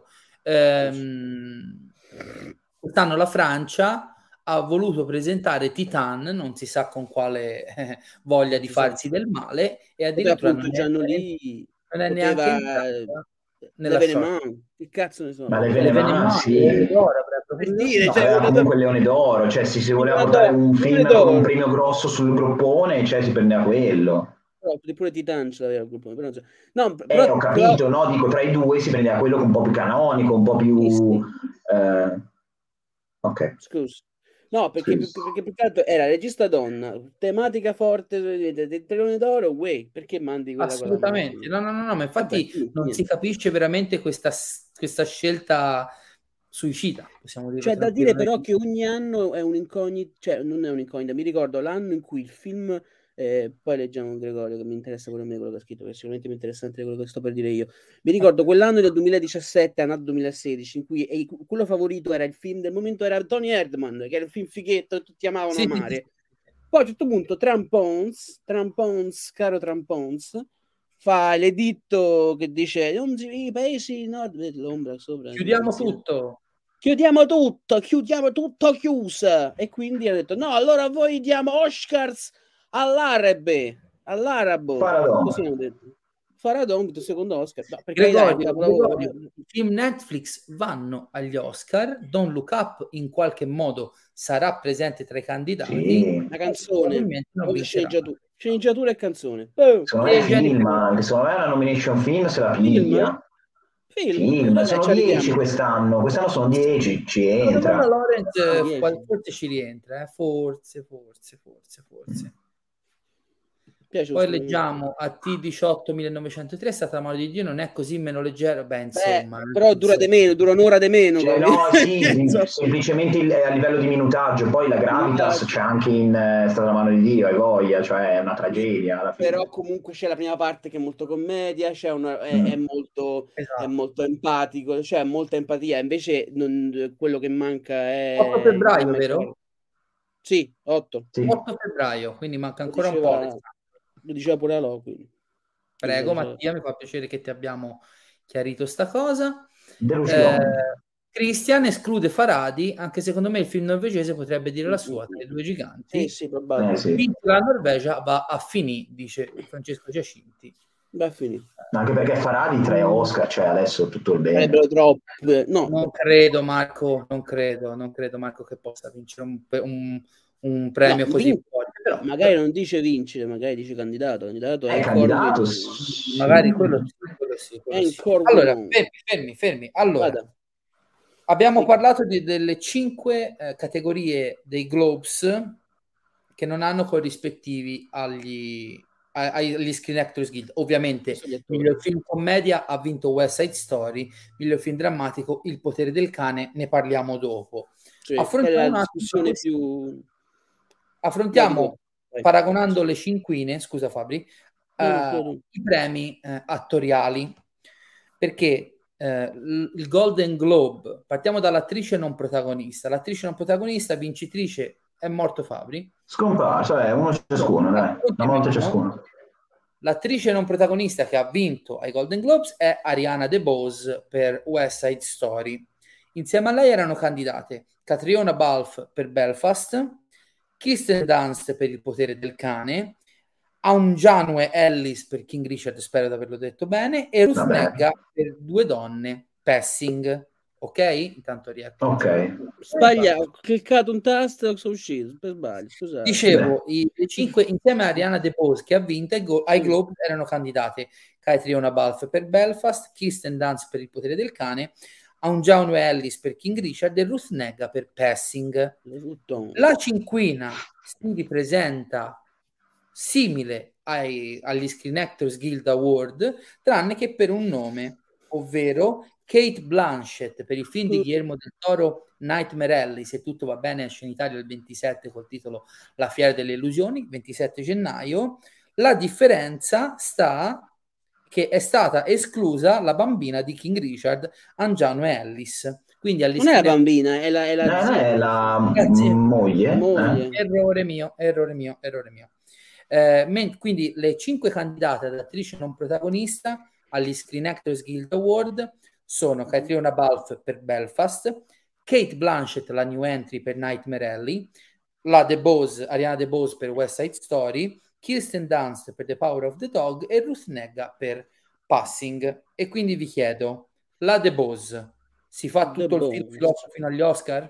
Speaker 3: Ehm, quest'anno la Francia ha voluto presentare Titan, non si sa con quale eh, voglia di farsi del male, e addirittura non è,
Speaker 6: lì
Speaker 3: non è
Speaker 6: poteva
Speaker 3: neanche entrata nella
Speaker 6: l'Evenement, che cazzo ne so.
Speaker 5: Ma l'Evenement, sì.
Speaker 6: Per dire, cioè,
Speaker 5: aveva comunque il Leone d'Oro, cioè se si voleva portare un film con un premio grosso sul groppone, cioè si prendeva quello.
Speaker 6: Pure Titan ce l'aveva il gruppo, però, cioè, no,
Speaker 5: eh,
Speaker 6: però,
Speaker 5: ho capito,
Speaker 6: però...
Speaker 5: no? Dico, tra i due si prendeva quello un po' più canonico, un po' più...
Speaker 6: Sì, sì.
Speaker 5: Eh... Ok.
Speaker 6: Scusa. No, perché, perché, perché più che altro era regista donna, tematica forte del Leone d'Oro, way, perché mandi quella
Speaker 3: assolutamente,
Speaker 6: cosa?
Speaker 3: no, no, no, no, ma infatti
Speaker 6: Vabbè,
Speaker 3: non si capisce veramente questa, questa scelta suicida, possiamo dire.
Speaker 6: C'è da dire però che ogni anno è un'incognita, cioè non è un'incognita, mi ricordo l'anno in cui il film, eh, poi leggiamo Gregorio che mi interessa pure a me quello che ha scritto, perché sicuramente mi interessa anche quello che sto per dire io. Mi ricordo quell'anno del duemiladiciassette, anno duemilasedici, in cui e, quello favorito era il film del momento, era Tony Erdmann, che era il film fighetto, tutti amavano
Speaker 3: sì,
Speaker 6: amare.
Speaker 3: sì, sì.
Speaker 6: Poi a un certo punto Trampons, Trampons, caro Trampons, fa l'editto che dice i paesi nord, l'ombra sopra.
Speaker 3: Chiudiamo tutto.
Speaker 6: Chiudiamo tutto, chiudiamo tutto chiuso. E quindi ha detto: no, allora voi diamo Oscars all'arabe, all'arabo.
Speaker 5: Faradon.
Speaker 6: Così hanno detto. Faradon, il secondo Oscar. No,
Speaker 3: Gregorio, Gregorio, i film Netflix vanno agli Oscar. Don't Look Up in qualche modo sarà presente tra i candidati.
Speaker 5: Sì.
Speaker 6: La canzone, sceneggiatura, sceneggiatura e canzone.
Speaker 5: Oh, secondo me film, secondo me la nomination film se la piglia. Film, film. sono dieci quest'anno, quest'anno sono dieci, ci entra.
Speaker 3: La Lawrence forse ci rientra, eh? forse, forse, forse, forse. Piace Poi leggiamo a T diciotto millenovecentotre, è stata la mano di Dio, non è così meno leggero, beh insomma.
Speaker 6: Beh, però dura di meno, dura un'ora di meno.
Speaker 5: Cioè, no, sì, semplicemente il, a livello di minutaggio, poi la Gravitas c'è anche in è stata la mano di Dio, hai voglia, cioè è una tragedia alla fine.
Speaker 6: Però comunque c'è la prima parte che è molto commedia, c'è una, è, mm. è, molto, esatto. è molto empatico, cioè molta empatia, invece non, quello che manca è...
Speaker 3: otto febbraio, vero?
Speaker 6: Sì, otto.
Speaker 3: Sì. otto febbraio, quindi manca ancora diceva, un po'.
Speaker 6: Lo diceva pure Alò, quindi.
Speaker 3: Prego quindi, Mattia, mi fa piacere che ti abbiamo chiarito sta cosa. Eh, Christian esclude Faradi, anche secondo me il film norvegese potrebbe dire la sua, tra i due giganti.
Speaker 6: Eh sì, probabilmente.
Speaker 5: Eh, sì.
Speaker 3: La Norvegia va a finì, dice Francesco Giacinti.
Speaker 6: Va a finire.
Speaker 5: Anche perché Faradi tre Oscar, cioè adesso tutto il bene.
Speaker 6: Troppo. No.
Speaker 3: Non credo Marco, non credo, non credo Marco che possa vincere un, un, un premio no, così forte. Però,
Speaker 6: magari non dice vincere, magari dice candidato. Candidato è,
Speaker 5: è candidato.
Speaker 3: Sì. Magari quello sì, quello sì. Quello sì. Allora, fermi, fermi, fermi. Allora, Vada. abbiamo sì. parlato di, delle cinque eh, categorie dei Globes che non hanno corrispettivi agli, agli Screen Actors Guild. Ovviamente miglior film commedia ha vinto West Side Story, miglior film drammatico Il potere del cane, ne parliamo dopo.
Speaker 6: Cioè, affrontiamo una discussione più
Speaker 3: affrontiamo paragonando le cinquine, scusa Fabri, uh, i premi uh, attoriali, perché uh, il Golden Globe, partiamo dall'attrice non protagonista, l'attrice non protagonista vincitrice è morto Fabri.
Speaker 5: Scomparso, cioè uno ciascuno, dai, una volta ciascuno.
Speaker 3: L'attrice non protagonista che ha vinto ai Golden Globes è Ariana DeBose per West Side Story. Insieme a lei erano candidate Catriona Balfe per Belfast, Kirsten Dunst per Il potere del cane, Aunjanue Ellis per King Richard, spero di averlo detto bene, e Ruth Negga per Due donne, Passing. Ok? Intanto riecco.
Speaker 5: Ok.
Speaker 6: Sbaglia, ho cliccato un tasto, sono uscito per sbaglio. Scusate.
Speaker 3: Dicevo, i, i cinque insieme a Ariana DeBose che ha vinto ai, go- ai Globe erano candidate Catriona Balfe per Belfast, Kirsten Dunst per Il potere del cane, Aunjanue Ellis per King Richard e Ruth Negga per Passing. La cinquina si ripresenta simile ai, agli Screen Actors Guild Award, tranne che per un nome, ovvero Kate Blanchett per il film di Guillermo del Toro Nightmare Alley, se tutto va bene esce in Italia il ventisette col titolo La fiera delle illusioni, ventisette gennaio. La differenza sta che è stata esclusa la bambina di King Richard, Aunjanue Ellis. Quindi
Speaker 6: non è la bambina, è la, è la,
Speaker 5: no, è la moglie.
Speaker 6: moglie.
Speaker 3: Eh? Errore mio, errore mio, errore mio. Eh, men- quindi le cinque candidate ad attrice non protagonista agli Screen Actors Guild Award sono Catriona Balfe per Belfast, Kate Blanchett, la new entry per Nightmare Alley, la DeBose, Ariana DeBose per West Side Story, Kirsten Dunst per The Power of the Dog e Ruth Negga per Passing. E quindi vi chiedo, la DeBose si fa tutto il film filosofo fino agli Oscar?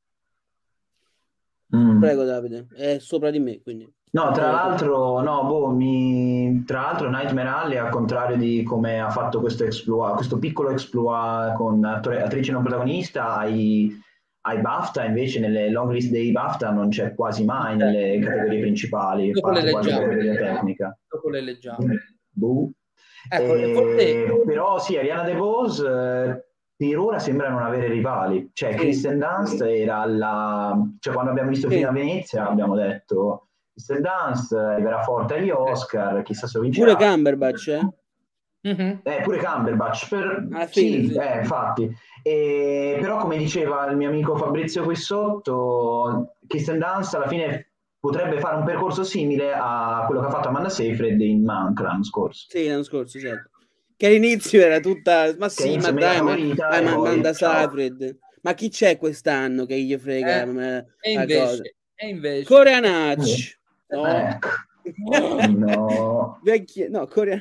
Speaker 6: Mm. Prego Davide, è sopra di me, quindi.
Speaker 5: No, tra l'altro, no, boh, mi... tra l'altro Nightmare Alley, al contrario di come ha fatto questo exploit, questo piccolo exploit con attore, attrice non protagonista, ai, ai BAFTA, invece nelle long list dei BAFTA non c'è quasi mai nelle categorie principali,
Speaker 3: dopo le leggiamo,
Speaker 5: tecnica.
Speaker 3: dopo le leggiamo.
Speaker 5: Boh.
Speaker 3: Ecco,
Speaker 5: e...
Speaker 3: forse...
Speaker 5: Però sì, Ariana DeBose eh, per ora sembra non avere rivali, cioè Kristen Dunst era alla... cioè quando abbiamo visto il film a Venezia abbiamo detto Kristen Dunst arriverà forte agli Oscar, chissà se lo vincerà.
Speaker 6: Pure Cumberbatch, eh?
Speaker 3: Mm-hmm.
Speaker 5: Eh, pure Cumberbatch, per...
Speaker 6: ah,
Speaker 5: sì,
Speaker 6: sì.
Speaker 5: Eh, infatti. E... però come diceva il mio amico Fabrizio qui sotto, Kristen Dunst alla fine potrebbe fare un percorso simile a quello che ha fatto Amanda Seyfried in Mank l'anno scorso.
Speaker 6: Sì, l'anno scorso, certo. Che all'inizio era tutta, ma sì, ma dai, ma, ma, ma Amanda Seyfried. Ma chi c'è quest'anno che gli frega?
Speaker 3: Eh,
Speaker 6: ma,
Speaker 3: e, invece, e invece
Speaker 6: Coreanacci. No.
Speaker 5: Ecco. No,
Speaker 6: Vecchie, no, Corea...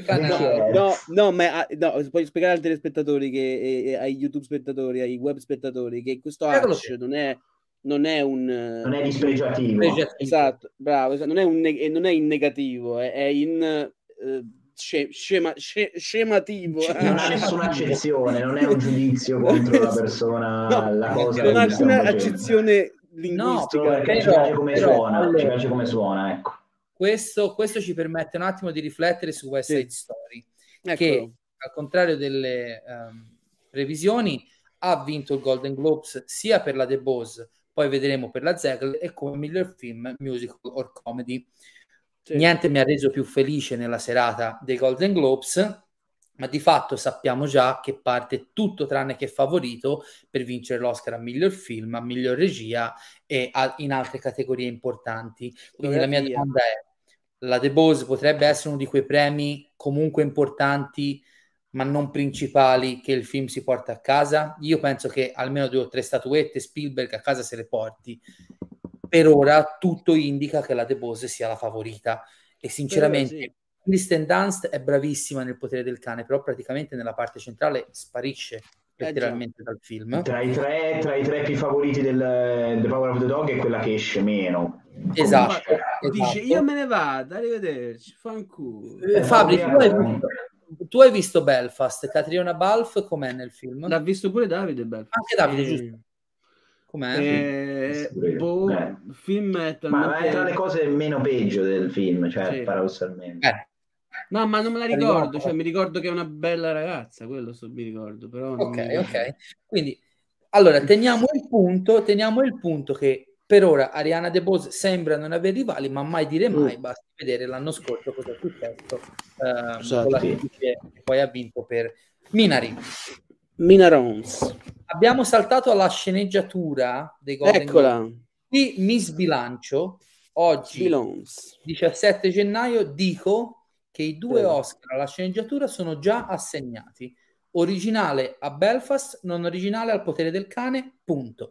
Speaker 3: il
Speaker 6: no, no, ma no, puoi spiegare ai telespettatori che e, e, ai YouTube spettatori, ai web spettatori che questo Hatch non è non è un
Speaker 5: non è dispregiativo.
Speaker 6: Esatto, bravo, esatto, non è un ne- non è in negativo, è, è in uh, sce- scema, sce- scemativo.
Speaker 5: Non ha nessuna accezione, non è un giudizio contro la persona,
Speaker 6: no,
Speaker 5: la cosa.
Speaker 6: Non ha alcuna accezione linguistica.
Speaker 5: No, perché ci piace come però, suona, allora, ci piace come suona, ecco.
Speaker 3: Questo, questo ci permette un attimo di riflettere su West Side
Speaker 6: sì.
Speaker 3: Story,
Speaker 6: Eccolo.
Speaker 3: che al contrario delle um, previsioni ha vinto il Golden Globes sia per la DeBose, poi vedremo per la Zegel, e come miglior film, musical or comedy. Sì. Niente mi ha reso più felice nella serata dei Golden Globes, ma di fatto sappiamo già che parte tutto tranne che favorito per vincere l'Oscar a miglior film, a miglior regia e a, in altre categorie importanti. Quindi la mia domanda è: la DeBose potrebbe essere uno di quei premi comunque importanti ma non principali che il film si porta a casa? Io penso che almeno due o tre statuette Spielberg a casa se le porti. Per ora tutto indica che la DeBose sia la favorita e sinceramente sì. Kristen Dunst è bravissima nel Potere del cane, però praticamente nella parte centrale sparisce letteralmente eh dal film.
Speaker 5: Tra i tre, tra i tre più favoriti del The Power of the Dog è quella che esce meno.
Speaker 3: Esatto,
Speaker 6: esatto. Dice io me ne vado, arrivederci, fanculo.
Speaker 3: Eh, Fabri, tu hai, visto, tu hai visto Belfast, Catriona Balfe com'è nel film?
Speaker 6: L'ha visto pure Davide Belfast.
Speaker 3: Anche Davide, eh... giusto? Com'è?
Speaker 6: Eh, boh,
Speaker 5: eh.
Speaker 6: film è talmente...
Speaker 5: Ma è tra le cose meno peggio del film, cioè sì. paradossalmente.
Speaker 3: Eh.
Speaker 6: No, ma non me la ricordo, cioè mi ricordo che è una bella ragazza, quello so, mi ricordo, però non
Speaker 3: ok, ok. Quindi, allora, teniamo il punto, teniamo il punto che per ora Ariana DeBose sembra non avere rivali, ma mai dire mai, mm. basta vedere l'anno scorso cosa è successo eh, esatto. con la che poi ha vinto per Minari.
Speaker 6: Minarons.
Speaker 3: Abbiamo saltato alla sceneggiatura dei Golden
Speaker 6: Eccola.
Speaker 3: Globe. Qui mi sbilancio, oggi
Speaker 6: Bilons.
Speaker 3: diciassette gennaio dico che i due Oscar alla sceneggiatura sono già assegnati. Originale a Belfast, non originale al Potere del cane, punto.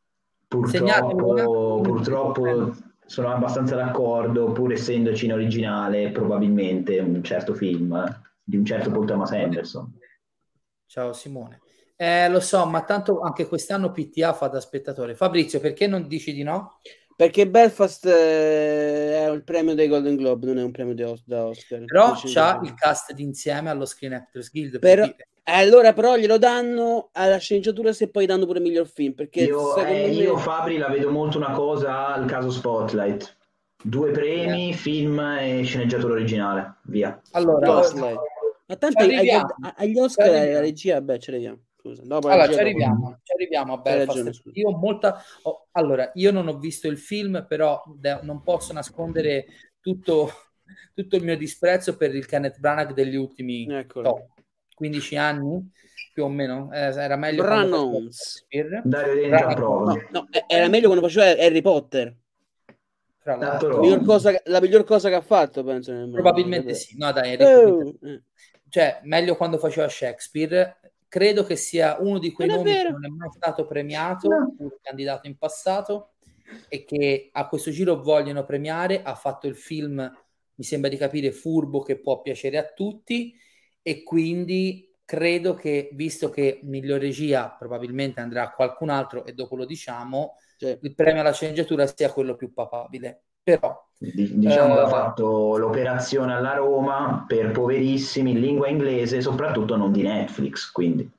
Speaker 5: Purtroppo, purtroppo sono abbastanza d'accordo, pur essendoci in originale probabilmente un certo film di un certo Paul Thomas Anderson.
Speaker 3: Ciao Simone. Eh, lo so, ma tanto anche quest'anno P T A fa da spettatore. Fabrizio, perché non dici di no?
Speaker 6: Perché Belfast eh, è il premio dei Golden Globe, non è un premio os- da Oscar.
Speaker 3: Però c'ha il cast d'insieme allo Screen Actors Guild.
Speaker 6: Però, per allora però glielo danno alla sceneggiatura se poi danno pure miglior film. Perché
Speaker 5: io, eh,
Speaker 6: me...
Speaker 5: io Fabri la vedo molto una cosa al caso Spotlight. Due premi, yeah. film e sceneggiatura originale. Via.
Speaker 3: Allora,
Speaker 6: ma tanto agli, agli Oscar e alla regia, beh, ce l'abbiamo. Scusa, dopo
Speaker 3: allora ci arriviamo, ci arriviamo a Belfast.
Speaker 6: Ragione,
Speaker 3: io molta oh, allora io non ho visto il film, però de- non posso nascondere tutto, tutto il mio disprezzo per il Kenneth Branagh degli ultimi top, quindici anni più o meno. Eh, era meglio
Speaker 6: quando
Speaker 5: Branagh,
Speaker 6: no, no, era meglio quando faceva Harry Potter.
Speaker 3: Tra l'altro,
Speaker 6: la miglior cosa, la miglior cosa che ha fatto, penso.
Speaker 3: Probabilmente sì. No, dai, Harry oh. Potter. Cioè, meglio quando faceva Shakespeare, credo che sia uno di quei
Speaker 6: Non è
Speaker 3: nomi che
Speaker 6: vero.
Speaker 3: non è mai stato premiato,
Speaker 5: No.
Speaker 3: pur candidato in passato, e che a questo giro vogliono premiare. Ha fatto il film, mi sembra di capire, furbo, che può piacere a tutti, e quindi credo che, visto che miglior regia probabilmente andrà a qualcun altro, e dopo lo diciamo,
Speaker 6: Cioè,
Speaker 3: il premio alla sceneggiatura sia quello più papabile. Però
Speaker 5: Di- diciamo che ha
Speaker 3: eh,
Speaker 5: fatto l'operazione alla Roma per poverissimi in lingua inglese, soprattutto non di Netflix, quindi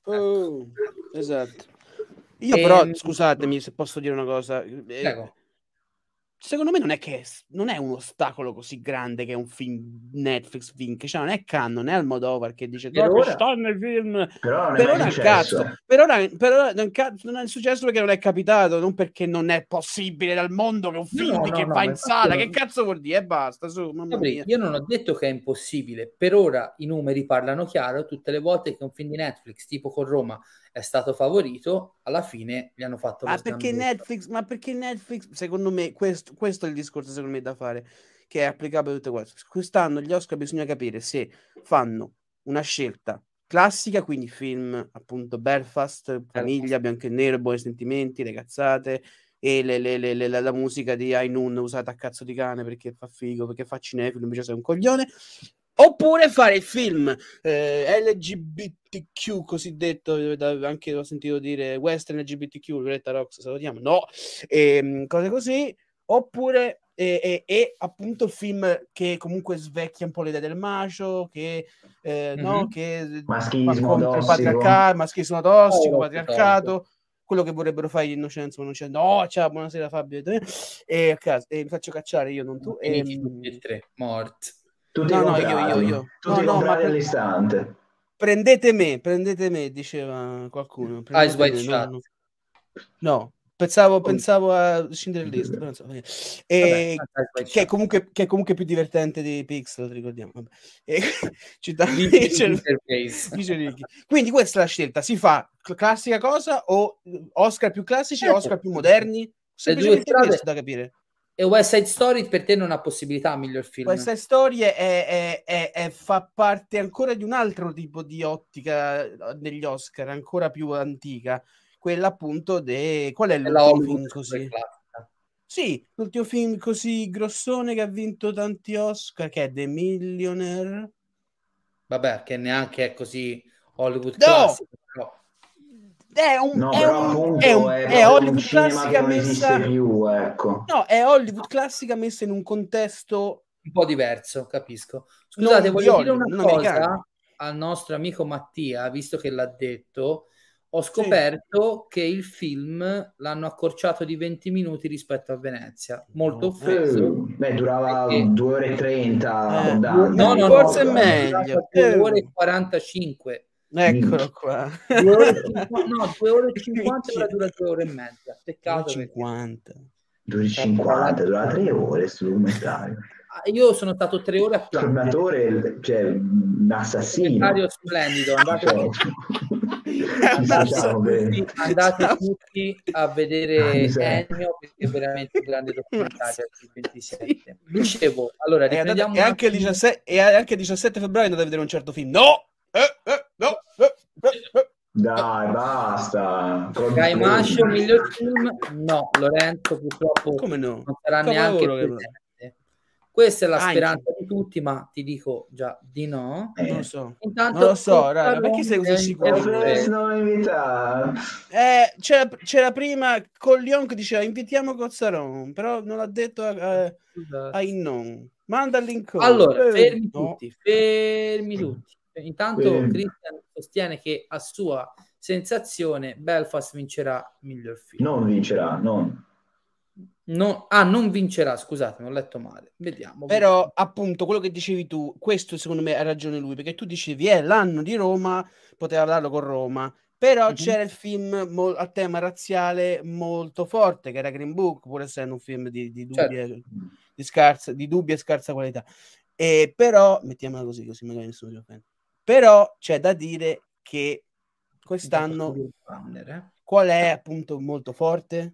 Speaker 6: oh, esatto. Io però,
Speaker 3: ehm,
Speaker 6: scusatemi se posso dire una cosa, eh,
Speaker 3: prego.
Speaker 6: secondo me non è che non è un ostacolo così grande che un film Netflix vinca, cioè non è Cannon, non è Almodovar che dice
Speaker 3: Per
Speaker 6: "Oh, che
Speaker 3: ora.
Speaker 6: sta nel film".
Speaker 5: però non è
Speaker 6: Per
Speaker 5: mai
Speaker 6: ora è un
Speaker 5: successo.
Speaker 6: cazzo,
Speaker 5: eh.
Speaker 6: per ora, per ora non, ca- non è successo perché non è capitato, non perché non è possibile dal mondo che un
Speaker 3: No,
Speaker 6: film
Speaker 3: no,
Speaker 6: di
Speaker 3: no,
Speaker 6: che
Speaker 3: no,
Speaker 6: va
Speaker 3: ma
Speaker 6: in
Speaker 3: infatti
Speaker 6: sala,
Speaker 3: io
Speaker 6: che
Speaker 3: non-
Speaker 6: cazzo vuol dire? E basta, su, mamma
Speaker 3: Gabri,
Speaker 6: mia.
Speaker 3: io non ho detto che è impossibile. Per ora i numeri parlano chiaro. Tutte le volte che un film di Netflix, tipo con Roma, è stato favorito, alla fine gli hanno fatto
Speaker 6: Ma
Speaker 3: lo
Speaker 6: perché
Speaker 3: sgambetto.
Speaker 6: Netflix, ma perché Netflix, secondo me, questo, questo è il discorso secondo me da fare, che è applicabile a tutte queste. Quest'anno gli Oscar bisogna capire se fanno una scelta classica, quindi film, appunto, Belfast, famiglia, bianco e nero, buoni sentimenti, le cazzate, e le, le, le, le- la, la musica di High Noon usata a cazzo di cane perché fa figo, perché fa cinefilo, invece sei un coglione. Oppure fare il film eh, L G B T Q cosiddetto, eh, da- anche ho sentito dire Western L G B T Q, Loretta Rox, salutiamo, no, ehm, cose così, oppure e, e- e appunto il film che comunque svecchia un po' l'idea del macio, che eh, no,
Speaker 3: Mhm.
Speaker 6: che
Speaker 5: Maschismo
Speaker 6: fa contro il
Speaker 5: tossico.
Speaker 6: patriarcato, maschismo tossico,
Speaker 3: Oh,
Speaker 6: patriarcato, quello che vorrebbero fare gli Innocenzo, ma non c'è. No, ciao, buonasera Fabio. E a casa, e mi faccio cacciare io, non tu.
Speaker 3: Finiti
Speaker 6: Ehm,
Speaker 3: tutti e tre, morti.
Speaker 5: Tutti
Speaker 6: No, no, io,
Speaker 5: comprati,
Speaker 6: io, io.
Speaker 5: tutti
Speaker 6: No, no, ma
Speaker 5: comprati
Speaker 6: pre-
Speaker 5: all'istante.
Speaker 6: prendete me, prendete me, diceva qualcuno.
Speaker 3: Eyes
Speaker 6: Prendete
Speaker 3: Wide
Speaker 6: me, no,
Speaker 3: Shut.
Speaker 6: no. No, pensavo,
Speaker 5: Oh.
Speaker 6: pensavo a Schindler List, però insomma,
Speaker 3: Vabbè,
Speaker 6: e,
Speaker 3: Eyes Wide
Speaker 6: che, è
Speaker 3: Shut.
Speaker 6: comunque, che è comunque più divertente di Pixel, ricordiamo. Vabbè. E, ci dà-
Speaker 3: Di- di
Speaker 6: dice-
Speaker 3: Interface.
Speaker 6: dice Ricky. Quindi questa è la scelta, si fa cl- classica cosa o Oscar più classici,
Speaker 3: Certo.
Speaker 6: Oscar più moderni?
Speaker 3: Le due
Speaker 6: Semplicemente
Speaker 3: strade.
Speaker 6: questo da capire.
Speaker 3: E West Side Story per te non ha possibilità a miglior film.
Speaker 6: Questa storia è, è- è- è- fa parte ancora di un altro tipo di ottica eh, degli Oscar, ancora più antica, quella appunto de... Qual è
Speaker 3: È la
Speaker 6: l'ultimo
Speaker 3: Hollywood
Speaker 6: film così?
Speaker 3: super classica.
Speaker 6: Sì, l'ultimo film così grossone che ha vinto tanti Oscar, che è The Millionaire.
Speaker 3: Vabbè, che neanche è così Hollywood
Speaker 6: No!
Speaker 3: classico, però.
Speaker 6: È, un,
Speaker 5: No,
Speaker 6: è,
Speaker 5: però
Speaker 6: un,
Speaker 5: appunto
Speaker 6: è, un,
Speaker 5: è
Speaker 6: è
Speaker 5: proprio un
Speaker 6: Hollywood
Speaker 5: cinema
Speaker 6: classica
Speaker 5: che non esiste
Speaker 6: messa...
Speaker 5: più, ecco.
Speaker 6: No, è Hollywood classica messa in un contesto
Speaker 3: Un po' diverso, capisco. Scusate,
Speaker 6: non di
Speaker 3: voglio dire
Speaker 6: Hollywood,
Speaker 3: una
Speaker 6: non americano.
Speaker 3: cosa al nostro amico Mattia, visto che l'ha detto. Ho
Speaker 6: Sì.
Speaker 3: scoperto che il film l'hanno accorciato di venti minuti rispetto a Venezia. Molto
Speaker 6: No.
Speaker 3: offeso.
Speaker 5: Eh, beh, durava
Speaker 3: Perché-
Speaker 5: due ore e trenta
Speaker 6: Eh,
Speaker 5: abbondante.
Speaker 3: No,
Speaker 6: no,
Speaker 3: no,
Speaker 6: forse
Speaker 3: no,
Speaker 6: è meglio.
Speaker 3: due
Speaker 6: Eh.
Speaker 3: ore e quarantacinque.
Speaker 6: Eccolo qua.
Speaker 3: Due ore e cinquanta, no, due ore e cinquanta, ora dura due ore e mezza. Peccato perché
Speaker 6: cinquanta.
Speaker 5: due ore e cinquanta, dura tre ore sul documentario.
Speaker 3: Ah, io sono stato tre ore a piangere.
Speaker 5: Tornatore, cioè, un assassino.
Speaker 3: Documentario splendido, andate,
Speaker 5: Cioè,
Speaker 3: andate,
Speaker 5: diciamo che-
Speaker 3: tutti, andate tutti a vedere
Speaker 5: Sì.
Speaker 3: Ennio, perché è veramente un grande documentario del ventisette. Dicevo, allora
Speaker 6: E, andate,
Speaker 3: riprendiamo
Speaker 6: e,
Speaker 3: un
Speaker 6: anche il
Speaker 3: attimo.
Speaker 6: diciassette, e anche il diciassette febbraio andate a vedere un certo film. No! Eh, eh, no! Eh, eh, eh.
Speaker 5: Dai, basta.
Speaker 3: Guy Mascio, miglior film? No, Lorenzo purtroppo
Speaker 6: Come no?
Speaker 3: non sarà
Speaker 6: Capolavoro
Speaker 3: neanche
Speaker 6: che-
Speaker 3: presente. Questa è la
Speaker 6: Anche.
Speaker 3: speranza di tutti, ma ti dico già di no.
Speaker 5: Eh,
Speaker 6: Non lo so.
Speaker 3: Intanto
Speaker 6: Non lo so,
Speaker 3: Costa
Speaker 6: raga, perché sei così
Speaker 3: è
Speaker 6: sicuro?
Speaker 5: E
Speaker 3: in-
Speaker 5: Fres non invita.
Speaker 6: Eh, c'era, c'era prima Collion che diceva invitiamo Cozzaron, però non l'ha detto a, a,
Speaker 3: Scusate.
Speaker 6: a Innon. Manda il link.
Speaker 3: Allora,
Speaker 6: Eh,
Speaker 3: fermi
Speaker 6: no.
Speaker 3: tutti, fermi tutti. Intanto
Speaker 5: Fermi.
Speaker 3: Christian sostiene che a sua sensazione Belfast vincerà miglior film.
Speaker 5: Non vincerà, non.
Speaker 3: No, ah, non vincerà, scusate, ho letto male. Vediamo.
Speaker 6: Però appunto quello che dicevi tu, questo secondo me ha ragione lui, perché tu dicevi è l'anno di Roma, poteva darlo con Roma, però
Speaker 3: Mhm.
Speaker 6: c'era il film mo- a tema razziale molto forte, che era Green Book, pur essendo un film di, di, dubbia,
Speaker 3: Certo.
Speaker 6: di, scarsa, di dubbia e scarsa qualità. E però, mettiamola così, così magari nessuno si offende, però c'è da dire che quest'anno
Speaker 3: Intanto, banner, eh.
Speaker 6: qual è appunto molto forte?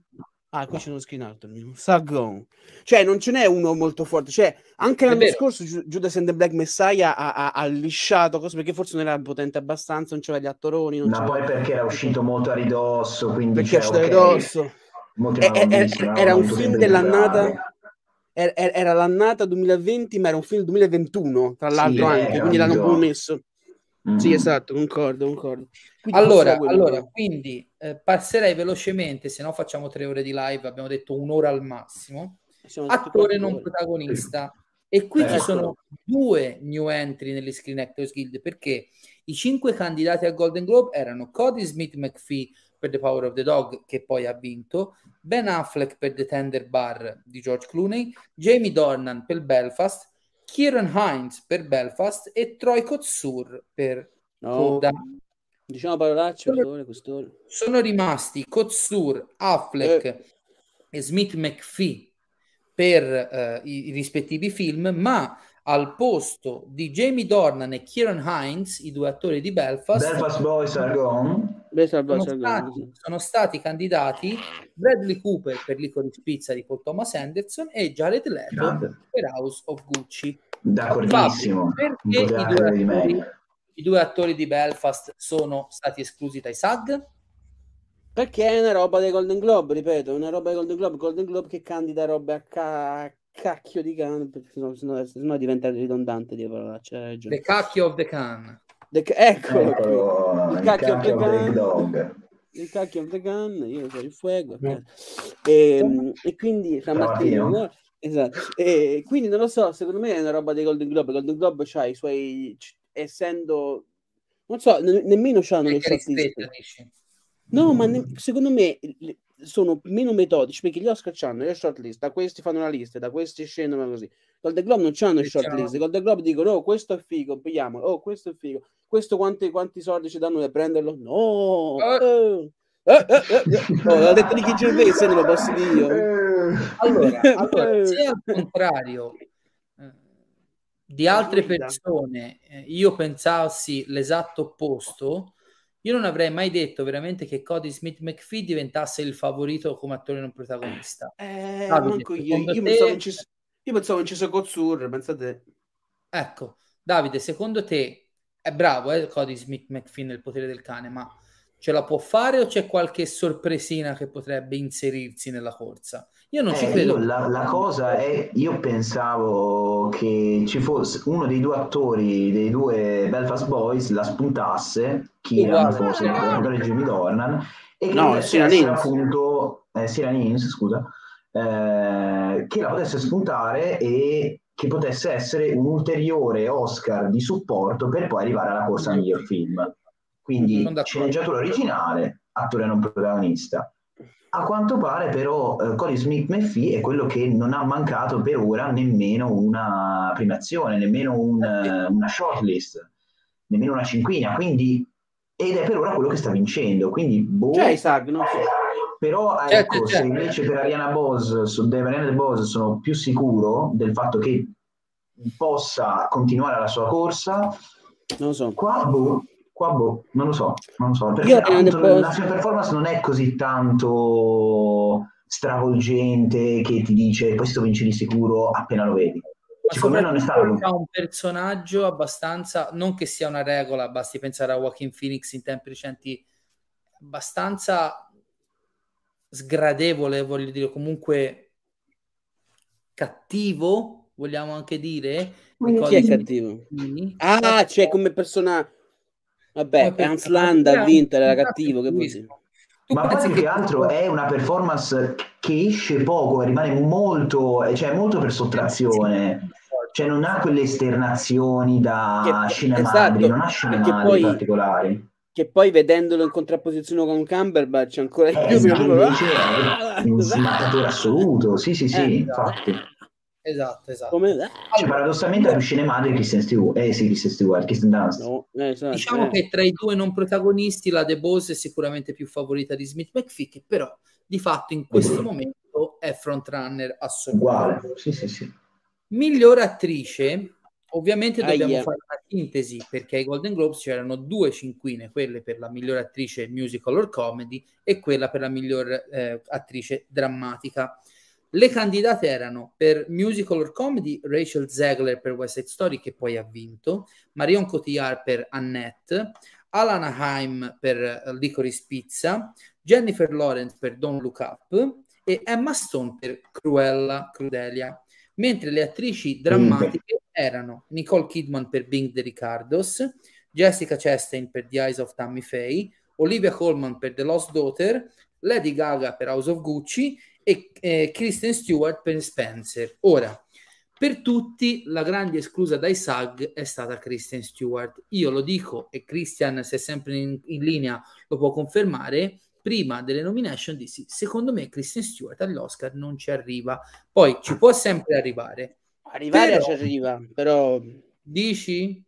Speaker 6: Ah, qui c'è uno screen out. Sargon. Cioè, non ce n'è uno molto forte. Cioè, anche l'anno scorso Ju- Judas and the Black Messiah ha, ha, ha lisciato cose perché forse non era potente abbastanza, non c'aveva gli attoroni. Non
Speaker 5: Ma
Speaker 6: c'aveva...
Speaker 5: poi perché era uscito molto a ridosso, quindi
Speaker 6: perché è
Speaker 5: c'è,
Speaker 6: uscito a
Speaker 5: ok,
Speaker 6: ridosso.
Speaker 5: molti
Speaker 6: E-
Speaker 5: l'hanno
Speaker 6: e-
Speaker 5: visto,
Speaker 6: e-
Speaker 5: non
Speaker 6: era
Speaker 5: avevano
Speaker 6: un
Speaker 5: avuto
Speaker 6: film
Speaker 5: tempo di
Speaker 6: dell'annata.
Speaker 5: recuperare.
Speaker 6: er- er- Era l'annata duemilaventi, ma era un film duemilaventuno, tra
Speaker 5: Sì,
Speaker 6: l'altro,
Speaker 5: eh,
Speaker 6: anche, quindi l'hanno
Speaker 5: capito.
Speaker 6: pure messo.
Speaker 5: Mm.
Speaker 6: Sì, esatto, concordo, concordo. Quindi
Speaker 3: Allora,
Speaker 6: forse quello
Speaker 3: allora
Speaker 6: però.
Speaker 3: quindi eh, passerei velocemente, se no facciamo tre ore di live, abbiamo detto un'ora al massimo.
Speaker 6: Siamo tutti
Speaker 3: Attore
Speaker 6: quattro
Speaker 3: non
Speaker 6: ore.
Speaker 3: protagonista. E qui ci
Speaker 5: Ecco.
Speaker 3: sono due new entry negli Screen Actors Guild, perché i cinque candidati al Golden Globe erano Cody Smith McPhee per The Power of the Dog, che poi ha vinto, Ben Affleck per The Tender Bar di George Clooney, Jamie Dornan per Belfast, Kieran Hines per Belfast e Troy Kotsur per
Speaker 6: No,
Speaker 3: Coda.
Speaker 6: diciamo parolacce, per favore, quest'ora.
Speaker 3: Sono rimasti Kotsur, Affleck
Speaker 6: Eh.
Speaker 3: e Smith McPhee per eh, i, i rispettivi film, ma al posto di Jamie Dornan e Kieran Hines, i due attori di Belfast,
Speaker 5: Belfast Boys are gone.
Speaker 6: Beh, salva,
Speaker 3: sono,
Speaker 6: salva,
Speaker 3: stati,
Speaker 6: sì.
Speaker 3: sono stati candidati Bradley Cooper per Licorice Pizza di Paul Thomas Anderson e Jared Leto
Speaker 5: Grande.
Speaker 3: per House of Gucci.
Speaker 5: D'accordissimo,
Speaker 3: Fabio,
Speaker 5: non
Speaker 3: perché
Speaker 5: poteva
Speaker 3: i due,
Speaker 5: credere di
Speaker 3: attori,
Speaker 5: meglio.
Speaker 3: i due attori di Belfast sono stati esclusi dai SAG?
Speaker 6: Perché è una roba dei Golden Globe, ripeto, una roba dei Golden Globe, Golden Globe che candida robe a ca- cacchio di cane, perché sennò, sennò, sennò diventa ridondante di parolacce, hai ragione.
Speaker 3: The Cacchio of the Can.
Speaker 6: The ca- eccolo
Speaker 5: Eccolo,
Speaker 6: qui,
Speaker 5: il
Speaker 6: il cacchio of the
Speaker 5: cacchio of the
Speaker 6: can,
Speaker 5: dog.
Speaker 6: il cacchio of the can, io sono il fuego, ok. e, e quindi San Martino,
Speaker 5: Tramatino?
Speaker 6: no? Esatto, e quindi non lo so, secondo me è una roba dei Golden Globe, Golden Globe c'ha i suoi, c- essendo, non so, ne- nemmeno c'hanno le
Speaker 3: Perché
Speaker 6: shortlist.
Speaker 3: ristretta, dici?
Speaker 6: No, ma ne- secondo me le- sono meno metodici perché gli Oscar hanno le shortlist, da questi fanno una lista, da questi scendono così. Golden Globe non c'hanno le shortlist, Golden Globe dicono oh questo è figo, pigliamolo, oh questo è figo, questo quanti, quanti soldi ci danno per prenderlo? No! Eh. Eh, eh, eh, eh. Oh, l'ha detto Ricky Gervais, se non lo posso dire io.
Speaker 3: Allora, allora se al contrario eh, di altre persone eh, io pensassi l'esatto opposto, io non avrei mai detto veramente che Cody Smith McPhee diventasse il favorito come attore non protagonista.
Speaker 6: Eh,
Speaker 3: Davide,
Speaker 6: manco io,
Speaker 3: secondo
Speaker 6: io
Speaker 3: te-
Speaker 6: pensavo vincesse, io pensavo vincesse Kotsur, pensate.
Speaker 3: Ecco, Davide, secondo te è bravo eh, Cody Smith McPhee nel Potere del Cane, ma ce la può fare o c'è qualche sorpresina che potrebbe inserirsi nella corsa? Io non ci
Speaker 5: Eh,
Speaker 3: credo.
Speaker 5: io la, la cosa è, io pensavo che ci fosse uno dei due attori dei due Belfast Boys la spuntasse, Kieran
Speaker 3: Uguale.
Speaker 5: forse, l'interpretore di Jamie Dornan, e che
Speaker 6: No,
Speaker 5: potesse
Speaker 6: Ciaran
Speaker 5: essere
Speaker 6: Hinds.
Speaker 5: appunto eh, Ciaran Hinds, scusa, eh, che la potesse spuntare e che potesse essere un ulteriore Oscar di supporto per poi arrivare alla corsa al miglior film. Quindi
Speaker 3: Sono d'accordo.
Speaker 5: sceneggiatura originale, attore non protagonista. A quanto pare però eh, Cody Smith McPhee è quello che non ha mancato per ora nemmeno una premiazione, nemmeno un, eh, una shortlist, nemmeno una cinquina, quindi ed è per ora quello che sta vincendo, quindi boh.
Speaker 6: C'è Isaac, no?
Speaker 5: Però
Speaker 3: C'è,
Speaker 5: ecco,
Speaker 3: c'è, c'è.
Speaker 5: se invece per Ariana Bose, su per Ariana Bose sono più sicuro del fatto che possa continuare la sua corsa,
Speaker 6: Non lo so.
Speaker 5: qua boh, qua boh, non lo so, non lo so, perché
Speaker 6: Io Ariana
Speaker 5: appunto
Speaker 6: Bose-
Speaker 5: la sua performance non è così tanto stravolgente che ti dice questo vince di sicuro appena lo vedi.
Speaker 3: Ma
Speaker 5: Secondo me non è
Speaker 3: soprattutto
Speaker 5: stato
Speaker 3: ha un personaggio abbastanza, non che sia una regola, basti pensare a Joaquin Phoenix in tempi recenti, abbastanza sgradevole, voglio dire, comunque cattivo, vogliamo anche dire.
Speaker 5: Chi
Speaker 6: Chi è cattivo? Ah, c'è come persona. Vabbè,
Speaker 3: Come
Speaker 6: Hans
Speaker 3: personaggio.
Speaker 6: Land ha
Speaker 3: Eh,
Speaker 6: vinto, era
Speaker 3: infatti,
Speaker 6: cattivo, che vuol
Speaker 3: capisco.
Speaker 6: dire?
Speaker 3: Tu
Speaker 5: Ma poi
Speaker 3: pensi
Speaker 5: più
Speaker 3: che
Speaker 5: che altro è una performance che esce poco e rimane molto, cioè molto per sottrazione, cioè non ha quelle esternazioni da
Speaker 6: Che-
Speaker 5: scene
Speaker 6: esatto,
Speaker 5: madri, non ha scene
Speaker 6: perché
Speaker 5: madri
Speaker 6: poi-
Speaker 5: particolari.
Speaker 6: Che poi vedendolo in contrapposizione con Cumberbatch ancora di
Speaker 5: Eh,
Speaker 6: più, perché proprio-
Speaker 5: invece è un smattatore assoluto, sì sì sì,
Speaker 6: Eh,
Speaker 5: infatti.
Speaker 3: Esatto, esatto.
Speaker 6: Come...
Speaker 5: Cioè, paradossalmente ha più scene madri Kristen Stewart, eh sì, Kristen Stewart, Kristen Dunst.
Speaker 6: No, eh, esatto,
Speaker 3: Diciamo
Speaker 6: eh.
Speaker 3: che tra i due non protagonisti la The Bose è sicuramente più favorita di Smith McPhee, che però di fatto in questo momento è frontrunner assoluto.
Speaker 5: Uguale, sì sì sì.
Speaker 3: Miglior attrice, ovviamente dobbiamo
Speaker 6: Aia.
Speaker 3: fare una sintesi, perché ai Golden Globes c'erano due cinquine, quelle per la miglior attrice musical or comedy e quella per la miglior eh, attrice drammatica. Le candidate erano per musical or comedy Rachel Zegler per West Side Story, che poi ha vinto, Marion Cotillard per Annette, Alana Haim per uh, Licorice Pizza, Jennifer Lawrence per Don't Look Up e Emma Stone per Cruella, Crudelia. Mentre le attrici drammatiche erano Nicole Kidman per Being the Ricardos, Jessica Chastain per The Eyes of Tammy Faye, Olivia Colman per The Lost Daughter, Lady Gaga per House of Gucci e eh, Kristen Stewart per Spencer. Ora, per tutti la grande esclusa dai S A G è stata Kristen Stewart. Io lo dico, e Christian, se è sempre in, in linea, lo può confermare. Prima delle nomination dissi, secondo me Kristen Stewart agli Oscar non ci arriva. Poi ci può sempre arrivare.
Speaker 6: Arrivare
Speaker 3: Però-
Speaker 6: ci arriva, però
Speaker 3: Dici?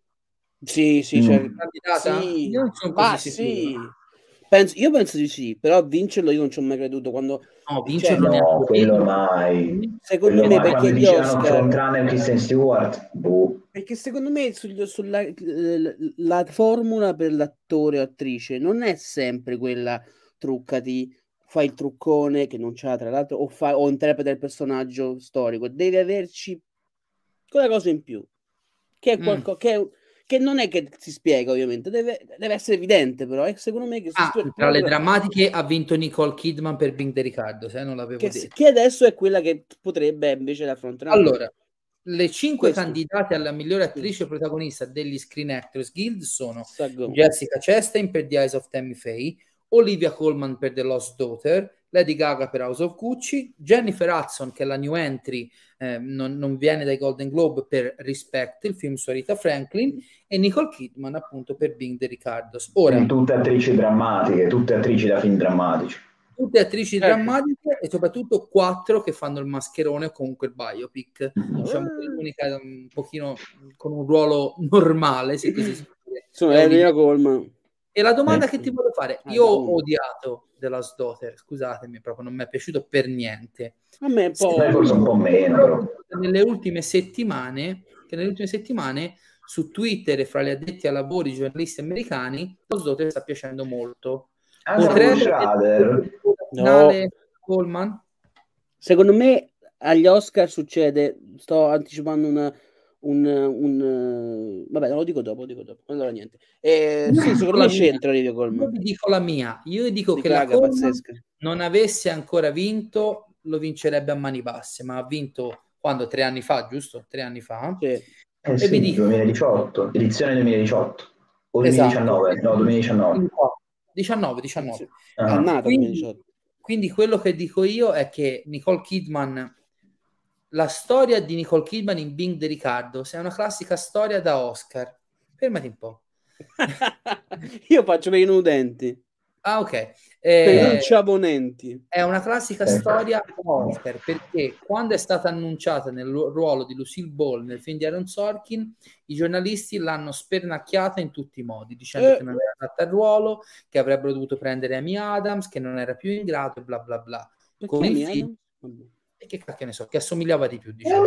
Speaker 6: sì, sì,
Speaker 5: Mm.
Speaker 6: cioè,
Speaker 3: Candidata?
Speaker 6: sì.
Speaker 3: Io non sono
Speaker 6: Ma
Speaker 3: così
Speaker 6: sì.
Speaker 3: sicuro.
Speaker 6: Penso, io penso di sì, però a vincerlo io non ci ho mai creduto. Quando,
Speaker 3: No, vincerlo
Speaker 6: cioè,
Speaker 3: neanche
Speaker 5: No, quello
Speaker 3: io.
Speaker 5: ormai.
Speaker 6: secondo
Speaker 5: Quello
Speaker 6: me,
Speaker 5: ormai,
Speaker 6: perché
Speaker 5: quando
Speaker 6: gli
Speaker 5: dicevano
Speaker 6: Oscar,
Speaker 5: frontrunner Kristen Stewart, boh.
Speaker 6: perché secondo me sul- sulla eh, la formula per l'attore o attrice non è sempre quella truccati, fai il truccone che non c'ha tra l'altro, o, fa, o interpreta il personaggio storico, deve averci quella cosa in più, che è
Speaker 3: Mm.
Speaker 6: qualcosa che, è- che non è che si spiega ovviamente, deve, deve essere evidente, però è secondo me che, si
Speaker 3: Ah,
Speaker 6: spiega
Speaker 3: tra le
Speaker 6: proprio-
Speaker 3: drammatiche ha vinto Nicole Kidman per Being the Ricardo, se non l'avevo
Speaker 6: che,
Speaker 3: detto.
Speaker 6: che adesso è quella che potrebbe invece la frontrunner.
Speaker 3: Allora, le cinque
Speaker 6: Questo.
Speaker 3: candidate alla migliore attrice protagonista degli Screen Actors Guild sono
Speaker 6: Saggo.
Speaker 3: Jessica Chastain per The Eyes of Tammy Faye, Olivia Colman per The Lost Daughter, Lady Gaga per House of Gucci, Jennifer Hudson, che è la new entry, eh, non, non viene dai Golden Globe, per Respect, il film su Aretha Franklin, e Nicole Kidman appunto per Being the Ricardos. Ora,
Speaker 5: Quindi tutte attrici drammatiche, tutte attrici da film drammatici.
Speaker 3: tutte attrici
Speaker 6: Certo.
Speaker 3: drammatiche e soprattutto quattro che fanno il mascherone o comunque il biopic. Diciamo che l'unica un pochino con un ruolo normale, se così si può dire.
Speaker 6: Sono
Speaker 3: è Olivia.
Speaker 6: Olivia Colman.
Speaker 3: E la domanda
Speaker 5: Eh.
Speaker 3: che ti voglio fare,
Speaker 6: Ah,
Speaker 3: io
Speaker 6: da
Speaker 3: ho
Speaker 6: uno.
Speaker 3: odiato The Last Daughter, scusatemi, proprio non mi è piaciuto per niente.
Speaker 6: A me un
Speaker 3: Se-
Speaker 6: po'...
Speaker 5: A me forse un po' meno, però.
Speaker 3: Nelle ultime settimane, che nelle ultime settimane su Twitter e fra gli addetti ai lavori, i giornalisti americani, The Last Daughter sta piacendo molto.
Speaker 5: Anche
Speaker 3: Potrebbe
Speaker 5: con Schrader.
Speaker 3: finale Coleman?
Speaker 6: Secondo me agli Oscar succede, sto anticipando una, un, un vabbè, lo dico dopo, lo dico dopo. Allora niente. Eh,
Speaker 3: Io
Speaker 6: sì,
Speaker 3: dico
Speaker 6: secondo
Speaker 3: la
Speaker 6: me
Speaker 3: mia.
Speaker 6: c'entra Olivia
Speaker 3: Io
Speaker 6: Colman.
Speaker 3: vi dico la mia, io dico
Speaker 6: Di
Speaker 3: che la
Speaker 6: caga,
Speaker 3: Coleman
Speaker 6: pazzesca.
Speaker 3: non avesse ancora vinto, lo vincerebbe a mani basse, ma ha vinto quando? Tre anni fa, giusto? Tre anni fa.
Speaker 6: Sì.
Speaker 5: Eh
Speaker 3: E
Speaker 5: sì,
Speaker 3: vi dico,
Speaker 5: duemiladiciotto, edizione duemiladiciotto. O
Speaker 3: esatto.
Speaker 5: duemiladiciannove, no, duemiladiciannove.
Speaker 3: diciannove, diciannove.
Speaker 6: Sì.
Speaker 5: Ah.
Speaker 6: È nata
Speaker 3: Quindi,
Speaker 6: duemiladiciotto.
Speaker 3: quindi quello che dico io è che Nicole Kidman, la storia di Nicole Kidman in Being the Ricardos è una classica storia da Oscar. Fermati un po'.
Speaker 6: Io faccio per i nudenti,
Speaker 3: Ah, ok.
Speaker 6: per i
Speaker 3: Eh,
Speaker 6: non ciabonenti.
Speaker 3: È una classica
Speaker 5: Ecco.
Speaker 3: storia Oscar, perché quando è stata annunciata nel ru- ruolo di Lucille Ball nel film di Aaron Sorkin, i giornalisti l'hanno spernacchiata in tutti i modi, dicendo
Speaker 6: Eh.
Speaker 3: che non era adatta al ruolo, che avrebbero dovuto prendere Amy Adams, che non era più in grado, e bla bla bla.
Speaker 6: Perché
Speaker 3: Con il
Speaker 6: mi
Speaker 3: film,
Speaker 6: hanno- Vabbè.
Speaker 3: e che cacchio ne so, che assomigliava di più, diciamo.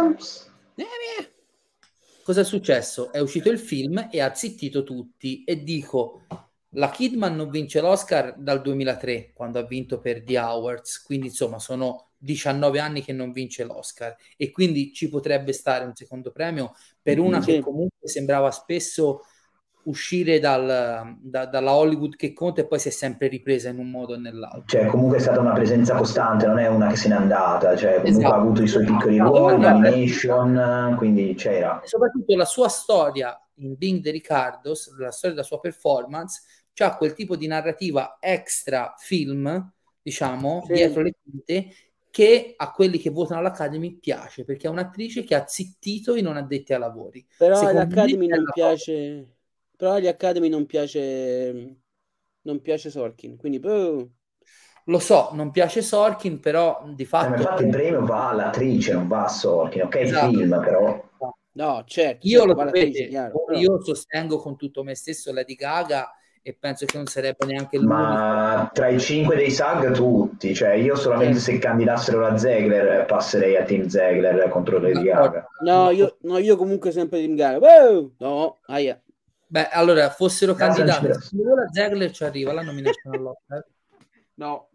Speaker 3: Cosa è successo? È uscito il film e ha zittito tutti, e dico, la Kidman non vince l'Oscar dal duemilatré, quando ha vinto per The Awards, quindi insomma sono diciannove anni che non vince l'Oscar, e quindi ci potrebbe stare un secondo premio per una
Speaker 6: Sì.
Speaker 3: che comunque sembrava spesso uscire dal, da- dalla Hollywood che conta e poi si è sempre ripresa in un modo o nell'altro.
Speaker 5: Cioè, comunque è stata una presenza costante, non è una che se n'è andata, cioè comunque
Speaker 3: Esatto.
Speaker 5: ha avuto i suoi piccoli
Speaker 3: Esatto.
Speaker 5: ruoli,
Speaker 3: Esatto.
Speaker 5: animation, quindi c'era.
Speaker 3: E soprattutto la sua storia in Being the Ricardos, la storia della sua performance, c'ha quel tipo di narrativa extra film, diciamo,
Speaker 6: Sì.
Speaker 3: dietro le quinte, che a quelli che votano all'Academy piace, perché è un'attrice che ha zittito i non addetti ai lavori.
Speaker 6: Però
Speaker 3: Secondo
Speaker 6: all'Academy
Speaker 3: me è
Speaker 6: non
Speaker 3: la
Speaker 6: piace. Però agli Academy non piace. Non piace Sorkin. Quindi. oh,
Speaker 3: Lo so, non piace Sorkin, però di
Speaker 5: Eh, ma
Speaker 3: fatto...
Speaker 5: infatti il premio va all'attrice, non va a Sorkin, ok, il
Speaker 3: Esatto.
Speaker 5: film però.
Speaker 6: No, certo.
Speaker 3: Io
Speaker 6: certo,
Speaker 3: lo
Speaker 6: va l'attrice,
Speaker 3: sapete,
Speaker 6: chiaro, però-
Speaker 3: io sostengo con tutto me stesso Lady Gaga, e penso che non sarebbe neanche l'unico.
Speaker 5: Ma tra i cinque dei S A G tutti, cioè io solamente se candidassero la Ziggler passerei a Team Ziggler contro Lady Gaga.
Speaker 6: No, io, no, io comunque sempre Team Gaga. Oh, no, aia.
Speaker 3: Beh, allora, fossero
Speaker 5: Grazie,
Speaker 3: candidati, se la Ziggler ci arriva la nomination all'Oscar. Eh?
Speaker 6: No.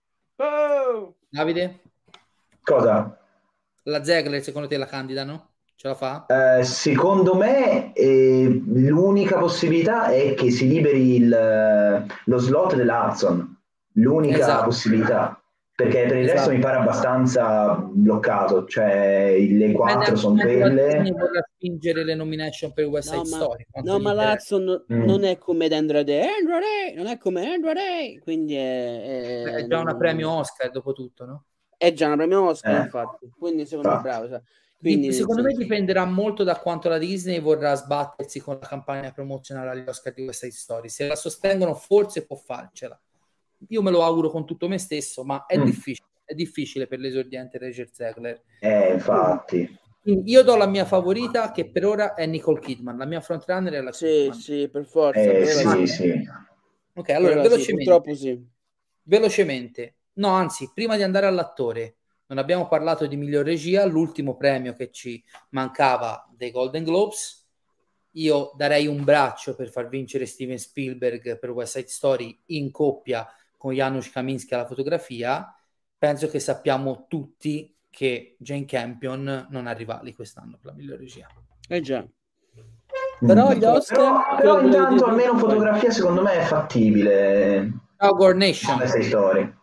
Speaker 6: Oh!
Speaker 3: Davide?
Speaker 5: Cosa?
Speaker 3: La Ziggler secondo te la candidano? Ce la fa?
Speaker 5: Eh, secondo me eh, l'unica possibilità è che si liberi il, lo slot della Hudson, l'unica
Speaker 3: Esatto.
Speaker 5: possibilità, perché per il
Speaker 3: Esatto.
Speaker 5: resto mi pare abbastanza bloccato, cioè le quattro sono quelle.
Speaker 3: Vorrà spingere le nomination per West Side
Speaker 6: No, ma,
Speaker 3: Story.
Speaker 6: no, ma
Speaker 3: libera.
Speaker 6: Hudson
Speaker 5: Mm.
Speaker 6: non è come Andrade, Andrade, non è come Andrade, quindi è,
Speaker 3: Beh, è già una premio Oscar dopo tutto, no?
Speaker 6: È già una premio Oscar,
Speaker 5: Eh.
Speaker 6: infatti. Quindi secondo me è
Speaker 5: Infatti.
Speaker 6: bravo. Cioè. Quindi,
Speaker 3: Dip- secondo me
Speaker 6: senso...
Speaker 3: dipenderà molto da quanto la Disney vorrà sbattersi con la campagna promozionale agli Oscar di West Side Story. Se la sostengono, forse può farcela. Io me lo auguro con tutto me stesso, ma è
Speaker 5: Mm.
Speaker 3: difficile. È difficile per l'esordiente Roger Zegler.
Speaker 5: Eh, infatti.
Speaker 3: Quindi io do la mia favorita, che per ora è Nicole Kidman. La mia frontrunner è la
Speaker 6: Sì,
Speaker 3: Kidman.
Speaker 6: sì, per forza.
Speaker 5: Eh,
Speaker 6: per
Speaker 5: sì,
Speaker 6: ora
Speaker 5: sì.
Speaker 3: Ok, allora,
Speaker 6: Per ora sì,
Speaker 3: velocemente.
Speaker 6: purtroppo sì.
Speaker 3: Velocemente. No, anzi, prima di andare all'attore, non abbiamo parlato di miglior regia, l'ultimo premio che ci mancava dei Golden Globes. Io darei un braccio per far vincere Steven Spielberg per West Side Story in coppia con Janusz Kaminski alla fotografia. Penso che sappiamo tutti che Jane Campion non ha rivali quest'anno per la miglior regia.
Speaker 6: Eh già. Però gli Oscar...
Speaker 5: Però, però
Speaker 6: quello
Speaker 5: intanto
Speaker 6: di-
Speaker 5: almeno fotografia secondo me è fattibile.
Speaker 3: Ciao Gore Nation.
Speaker 5: Questa storia.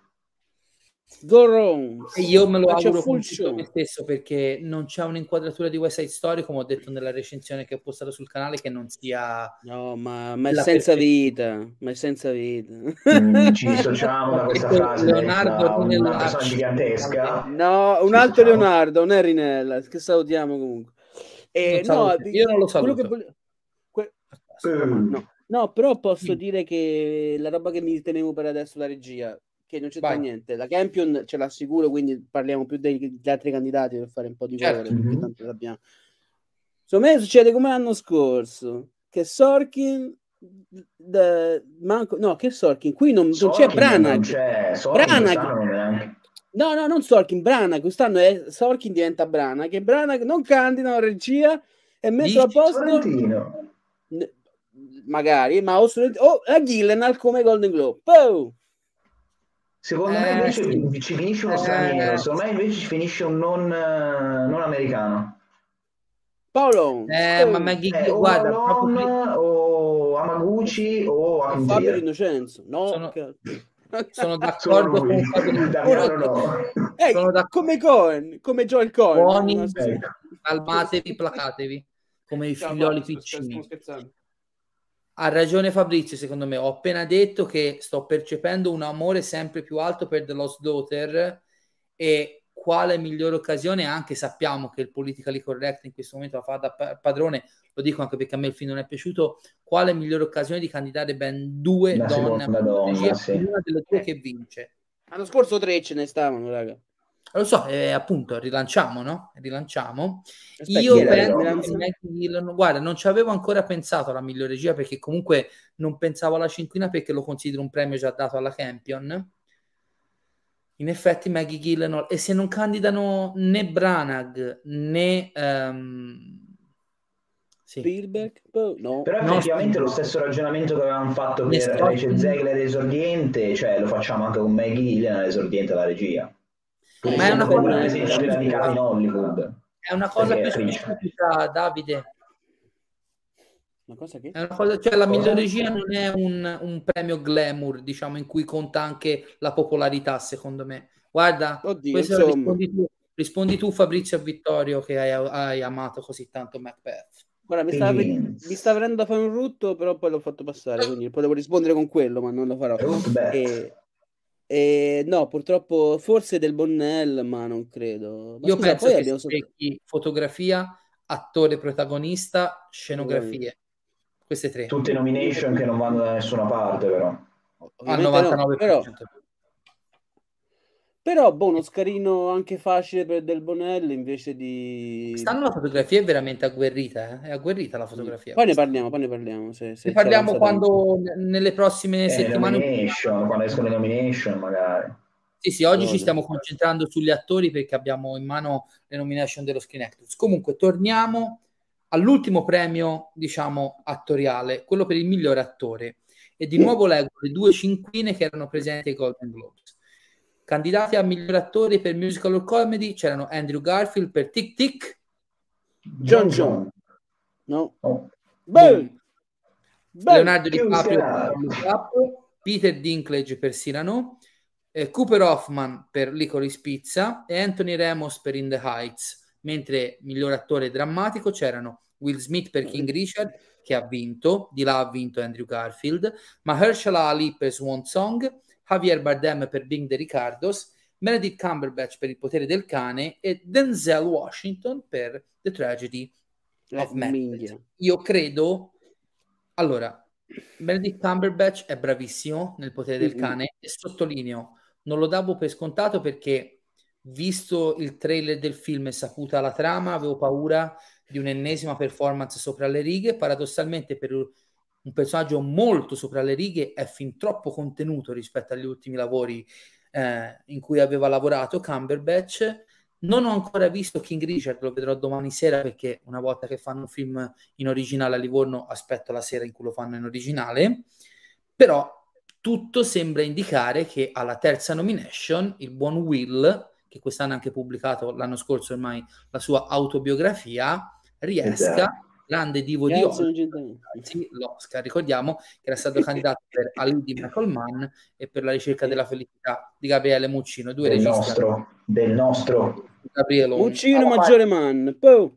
Speaker 6: Go wrong.
Speaker 3: E io me lo
Speaker 6: Ma c'è
Speaker 3: auguro
Speaker 6: full
Speaker 3: con tutto
Speaker 6: show.
Speaker 3: me stesso, perché non c'è un'inquadratura di West Side Story, come ho detto nella recensione che ho postato sul canale, che non sia
Speaker 6: No, ma, ma è
Speaker 3: la
Speaker 6: senza
Speaker 3: perfezione.
Speaker 6: vita. Ma è senza vita.
Speaker 5: Mm, ci dissociamo da questa
Speaker 3: Perché
Speaker 5: frase.
Speaker 3: Leonardo
Speaker 5: da una
Speaker 3: Rinella-
Speaker 5: persona gigantesca.
Speaker 6: No, un
Speaker 5: Ci
Speaker 6: altro
Speaker 5: dissociamo.
Speaker 6: Leonardo, non è Rinella, che salutiamo comunque. Eh,
Speaker 3: Non
Speaker 6: no,
Speaker 3: saluto. Io non lo
Speaker 6: quello
Speaker 3: saluto.
Speaker 6: che vole- que-
Speaker 5: Mm.
Speaker 6: no. No, però posso
Speaker 3: Mm.
Speaker 6: dire che la roba che mi tenevo per adesso la regia, che non c'entra
Speaker 3: Vai.
Speaker 6: niente, la Campion ce l'assicuro, quindi parliamo più degli, degli altri candidati per fare un po' di
Speaker 3: Certo.
Speaker 6: colore, perché
Speaker 5: Mhm.
Speaker 6: tanto l'abbiamo. Secondo me succede come l'anno scorso, che Sorkin d- manco, no, che Sorkin, qui non, non c'è
Speaker 5: Sorkin
Speaker 6: Branagh.
Speaker 5: non c'è. Sorkin
Speaker 6: Branagh.
Speaker 5: quest'anno non è neanche.
Speaker 6: No, no, non Sorkin, Branagh. Quest'anno è Sorkin diventa Branagh, che Branagh non candida la regia, è messo a
Speaker 3: Dici,
Speaker 6: posto.
Speaker 5: Sorrentino.
Speaker 6: N- magari, ma o Sorrent- oh, la Gyllenhaal come Golden Globe. Oh!
Speaker 5: Secondo
Speaker 3: Eh,
Speaker 5: me invece
Speaker 3: sì.
Speaker 5: ci finisce uno
Speaker 3: Eh,
Speaker 5: straniero, secondo me invece ci finisce un non, eh, non americano.
Speaker 6: Paolo,
Speaker 3: Eh,
Speaker 6: oh,
Speaker 3: ma Maggie,
Speaker 5: Eh, o
Speaker 3: guarda,
Speaker 5: Malone,
Speaker 3: proprio
Speaker 5: o Hamaguchi o
Speaker 6: o
Speaker 5: Joachim
Speaker 6: Fabio
Speaker 5: Trier.
Speaker 6: D'Innocenzo. No,
Speaker 3: Sono-
Speaker 6: che-
Speaker 3: sono
Speaker 5: Solo
Speaker 3: d'accordo
Speaker 5: lui.
Speaker 3: con Fabrizio.
Speaker 5: Damiano no.
Speaker 6: Eh,
Speaker 3: sono d'accordo.
Speaker 6: come Cohen, come Joel Cohen.
Speaker 3: Buoni,
Speaker 6: No, scusa.
Speaker 5: Ecco.
Speaker 3: calmatevi, placatevi, come i
Speaker 6: Ciao,
Speaker 3: figlioli
Speaker 6: Fabio, sto- sto
Speaker 3: piccini.
Speaker 6: scherzando.
Speaker 3: Ha ragione Fabrizio, secondo me. Ho appena detto che sto percependo un amore sempre più alto per The Lost Daughter, e quale migliore occasione, anche sappiamo che il politically correct in questo momento la fa da pa- padrone, lo dico anche perché a me il film non è piaciuto, quale migliore occasione di candidare ben due
Speaker 5: La
Speaker 3: donne
Speaker 5: seconda
Speaker 3: a
Speaker 5: donna,
Speaker 3: regia,
Speaker 5: sì.
Speaker 3: una delle due che vince.
Speaker 6: L'anno scorso tre ce ne stavano, raga.
Speaker 3: Lo so, eh, appunto, rilanciamo, no? Rilanciamo.
Speaker 6: Aspetta,
Speaker 3: Io
Speaker 6: chi era?
Speaker 3: penso
Speaker 5: Speranza?
Speaker 3: che Maggie Gyllenhaal, guarda, non ci avevo ancora pensato alla migliore regia, perché comunque non pensavo alla cinquina, perché lo considero un premio già dato alla Campion. In effetti Maggie Gyllenhaal, e se non candidano né Branagh né ehm, sì.
Speaker 6: Spielberg? Oh, no.
Speaker 5: Però
Speaker 3: No,
Speaker 5: effettivamente
Speaker 3: sì.
Speaker 5: lo stesso ragionamento che avevamo fatto
Speaker 3: Ne
Speaker 5: per
Speaker 3: sto-
Speaker 5: Rachel Zegler esordiente, cioè lo facciamo anche con Maggie Gyllenhaal esordiente alla regia. Pur
Speaker 3: Ma è una
Speaker 5: essendo comunque
Speaker 3: cosa
Speaker 5: una
Speaker 3: più
Speaker 5: presenza radicata in
Speaker 3: specifica.
Speaker 5: Hollywood.
Speaker 3: È una cosa
Speaker 5: Perché
Speaker 3: più
Speaker 5: è attrice.
Speaker 3: specifica, Davide.
Speaker 6: Una cosa che?
Speaker 3: È una cosa, cioè la
Speaker 5: Cosa?
Speaker 3: miglior regia non è un, un premio glamour, diciamo, in cui conta anche la popolarità, secondo me. Guarda,
Speaker 6: Oddio,
Speaker 3: questo
Speaker 6: insomma.
Speaker 3: rispondi tu, rispondi tu Fabrizio e Vittorio, che hai, hai amato così tanto Macbeth.
Speaker 6: Guarda, mi stava,
Speaker 5: Begins.
Speaker 6: mi stava venendo da fare un rutto, però poi l'ho fatto passare, quindi potevo rispondere con quello, ma non lo farò.
Speaker 5: Ruth Beth.
Speaker 6: E, e no, purtroppo forse del Bonnell, ma non credo. Ma
Speaker 3: Io
Speaker 6: scusa,
Speaker 3: penso
Speaker 6: poi
Speaker 3: che
Speaker 6: abbiamo
Speaker 3: specchi fotografia, attore protagonista, scenografie. Queste tre.
Speaker 5: Tutte nomination che non vanno da nessuna parte, però.
Speaker 3: Al
Speaker 6: ovviamente no,
Speaker 3: novantanove per
Speaker 6: però,
Speaker 3: cento.
Speaker 6: Però, boh, uno scarino anche facile per Del Bonello invece di...
Speaker 3: Quest'anno la fotografia è veramente agguerrita, eh? È agguerrita la fotografia.
Speaker 6: Poi ne
Speaker 3: quest'anno.
Speaker 6: parliamo, poi ne parliamo. Se, se
Speaker 3: Ne parliamo
Speaker 6: c'è
Speaker 3: quando n- nelle prossime
Speaker 5: Eh, le
Speaker 3: settimane.
Speaker 5: nomination, quando escono le nomination magari.
Speaker 3: Sì, sì, oggi
Speaker 6: Voglia.
Speaker 3: ci stiamo concentrando sugli attori perché abbiamo in mano le nomination dello Screen Actors. Comunque, torniamo all'ultimo premio, diciamo, attoriale, quello per il migliore attore. E di nuovo leggo le due cinquine che erano presenti ai Golden Globes. Candidati a miglior attore per musical or comedy c'erano Andrew Garfield per Tic Tic,
Speaker 6: John John. No.
Speaker 5: Oh.
Speaker 6: Beh, beh,
Speaker 3: Leonardo
Speaker 5: chiusa.
Speaker 3: DiCaprio per Look Up, Peter Dinklage per Cyrano, eh, Cooper Hoffman per Licorice Pizza e Anthony Ramos per In the Heights, mentre miglior attore drammatico c'erano Will Smith per King Richard, che ha vinto, di là ha vinto Andrew Garfield, Mahershala Ali per Swan Song, Javier Bardem per Being the Ricardos, Benedict Cumberbatch per Il potere del cane e Denzel Washington per The Tragedy of Macbeth. Io credo, allora, Benedict Cumberbatch è bravissimo nel potere del cane e sottolineo, non lo davo per scontato perché visto il trailer del film e saputa la trama avevo paura di un'ennesima performance sopra le righe. Paradossalmente per un personaggio molto sopra le righe è fin troppo contenuto rispetto agli ultimi lavori eh, in cui aveva lavorato Cumberbatch. Non ho ancora visto King Richard, lo vedrò domani sera perché una volta che fanno un film in originale a Livorno aspetto la sera in cui lo fanno in originale, però tutto sembra indicare che alla terza nomination il buon Will, che quest'anno ha anche pubblicato l'anno scorso ormai la sua autobiografia, riesca,
Speaker 5: Esatto.
Speaker 3: grande divo di Hollywood, sì, l'Oscar, ricordiamo che era stato candidato per Ali di Michael Mann e per La ricerca della felicità di Gabriele Muccino, due
Speaker 5: Del
Speaker 3: registi
Speaker 5: nostro, del nostro
Speaker 3: Gabriele
Speaker 6: Muccino Maggiore Mann. Oh,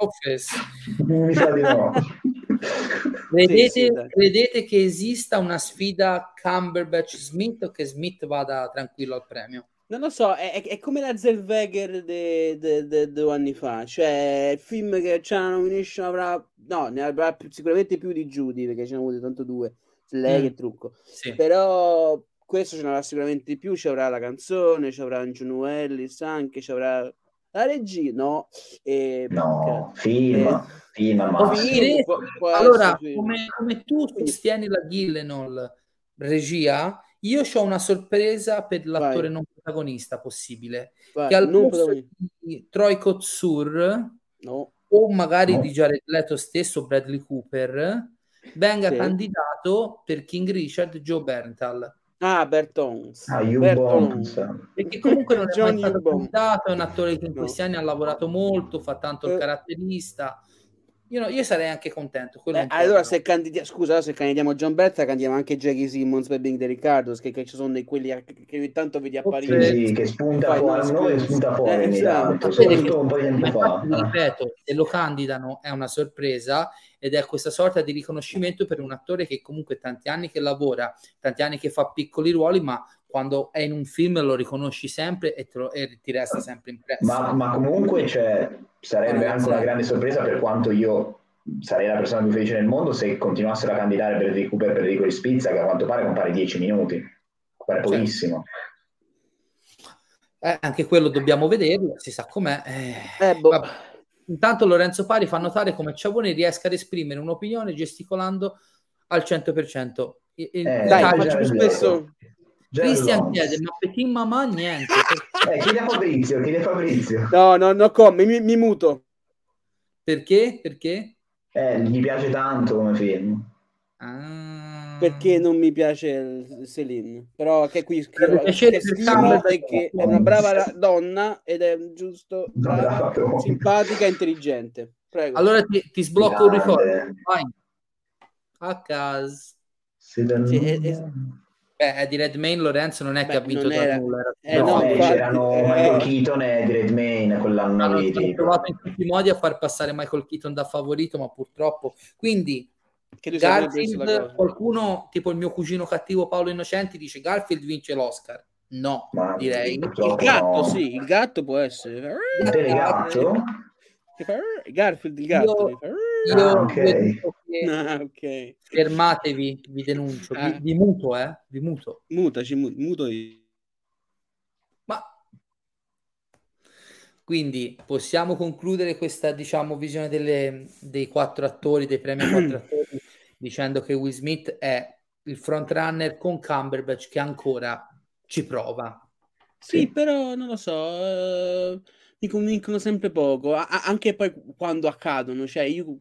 Speaker 5: mi sa di no.
Speaker 3: Credete,
Speaker 6: Sì, sì,
Speaker 3: credete che esista una sfida Cumberbatch-Smith o che Smith vada tranquillo al premio?
Speaker 6: Non lo so, è, è come la Zellweger di due anni fa, cioè il film che c'ha una nomination avrà, no, ne avrà più, sicuramente più di Judy perché ce ne avuto tanto due, lei
Speaker 3: Mm,
Speaker 6: che trucco,
Speaker 3: sì.
Speaker 6: però questo ce ne avrà sicuramente di più, ci avrà la canzone, ci avrà Angelou Ellis anche, ci avrà la regia, no, e,
Speaker 5: No, film,
Speaker 6: eh,
Speaker 5: film al
Speaker 3: Può
Speaker 5: massimo.
Speaker 3: dire-
Speaker 6: può- può
Speaker 3: allora,
Speaker 6: essere film.
Speaker 3: come, come tu sostieni la Gyllenhaal regia, io ho una sorpresa per l'attore
Speaker 6: Vai.
Speaker 3: non protagonista possibile,
Speaker 6: Vai,
Speaker 3: che al
Speaker 6: non
Speaker 3: posto
Speaker 6: protagonista.
Speaker 3: di Troy Kotsur
Speaker 6: No.
Speaker 3: o magari
Speaker 5: No.
Speaker 3: di Jared Leto stesso, Bradley Cooper, venga
Speaker 6: Sì.
Speaker 3: candidato per King Richard Joe Bernthal.
Speaker 6: Ah, Bertons.
Speaker 5: Ah, you
Speaker 6: Bertolone.
Speaker 5: bomb.
Speaker 3: Perché comunque non è
Speaker 6: John
Speaker 3: mai stato
Speaker 6: Newbomb.
Speaker 3: candidato, è un attore che in
Speaker 6: No.
Speaker 3: questi anni ha lavorato molto, fa tanto il
Speaker 6: Eh.
Speaker 3: caratterista. Io, no, io sarei anche contento. quello
Speaker 6: Beh,
Speaker 3: un po',
Speaker 6: allora,
Speaker 3: però.
Speaker 6: se candidiamo, scusa, se candidiamo John Berta, candidiamo anche Jackie Simmons per Being the Ricardos, che, che ci sono dei quelli che, che ogni tanto vedi apparire.
Speaker 5: Sì, sì, che spunta
Speaker 6: Fai
Speaker 5: fuori,
Speaker 6: no
Speaker 5: un nome che
Speaker 6: scusa.
Speaker 5: spunta fuori
Speaker 6: Eh,
Speaker 5: ogni
Speaker 6: esatto.
Speaker 5: tanto,
Speaker 3: Sapete che-
Speaker 5: soprattutto un po' di tempo
Speaker 3: ma
Speaker 5: fa.
Speaker 3: infatti vi ripeto, se lo candidano è una sorpresa ed è questa sorta di riconoscimento per un attore che comunque tanti anni che lavora, tanti anni che fa piccoli ruoli, ma quando è in un film lo riconosci sempre e, te lo, e ti resta sempre impresso.
Speaker 5: Ma, ma comunque cioè, sarebbe anche una grande sorpresa, per quanto io sarei la persona più felice del mondo se continuassero a candidare per Bradley Cooper per Licorice Pizza, che a quanto pare compare dieci minuti, compare
Speaker 3: Certo.
Speaker 5: pochissimo.
Speaker 3: Eh, anche quello dobbiamo vederlo, si sa com'è. Eh,
Speaker 6: Eh, boh.
Speaker 3: vabbè. Intanto Lorenzo Pari fa notare come Ciavone riesca ad esprimere un'opinione gesticolando al cento per cento. Il, il,
Speaker 5: Eh,
Speaker 6: Dai,
Speaker 3: Italia-
Speaker 6: faccio più spesso.
Speaker 3: Christian chiede, ma Petit Mamà niente.
Speaker 5: Eh, chiede a Fabrizio, chiede a Fabrizio.
Speaker 6: No, no, no, come, mi, mi muto.
Speaker 3: Perché? Perché?
Speaker 5: Eh, gli piace tanto come film.
Speaker 3: Ah.
Speaker 6: Perché non mi piace Céline, però che qui
Speaker 3: Deve piacere
Speaker 6: che
Speaker 3: per
Speaker 6: stimo
Speaker 3: Cumberbatch.
Speaker 6: è che è una brava ra- donna ed è giusto, brava,
Speaker 5: Bravo.
Speaker 6: simpatica e intelligente. Prego.
Speaker 3: Allora ti, ti sblocco un ricordo.
Speaker 5: Grande.
Speaker 3: Vai. A caso.
Speaker 6: Sì, è- è-
Speaker 3: Beh, di Redmayne Lorenzo non è
Speaker 6: Beh,
Speaker 3: che ha vinto
Speaker 6: non
Speaker 3: da
Speaker 6: era-
Speaker 3: nulla. Era
Speaker 6: eh,
Speaker 5: no,
Speaker 6: no,
Speaker 5: beh,
Speaker 6: infatti,
Speaker 5: c'erano
Speaker 6: eh.
Speaker 5: Michael Keaton e Redmayne quell'anno
Speaker 3: Hanno
Speaker 5: lì,
Speaker 3: hanno
Speaker 5: tipo.
Speaker 3: provato in tutti i modi a far passare Michael Keaton da favorito, ma purtroppo. Quindi
Speaker 6: che tu sai preso la
Speaker 3: Garfield,
Speaker 6: cosa.
Speaker 3: qualcuno, tipo il mio cugino cattivo Paolo Innocenti, dice Garfield vince l'Oscar. No,
Speaker 5: Ma
Speaker 3: direi.
Speaker 6: Il
Speaker 5: purtroppo
Speaker 6: gatto,
Speaker 5: no.
Speaker 6: sì, il gatto può essere.
Speaker 5: Il telegatto?
Speaker 6: Che fa, Garfield, il gatto.
Speaker 3: Io,
Speaker 6: che fa,
Speaker 3: io,
Speaker 5: Ah, ok.
Speaker 3: io dico che
Speaker 6: Ah, ok.
Speaker 3: fermatevi, vi denuncio, vi,
Speaker 6: Ah.
Speaker 3: vi muto, eh, vi muto.
Speaker 6: Mutaci, mu- muto io.
Speaker 3: Ma Quindi possiamo concludere questa, diciamo, visione delle, dei quattro attori, dei premi ai quattro attori, dicendo che Will Smith è il frontrunner con Cumberbatch che ancora ci prova.
Speaker 6: Sì, sì, però non lo so, eh, mi convincono sempre poco, a- anche poi quando accadono, cioè io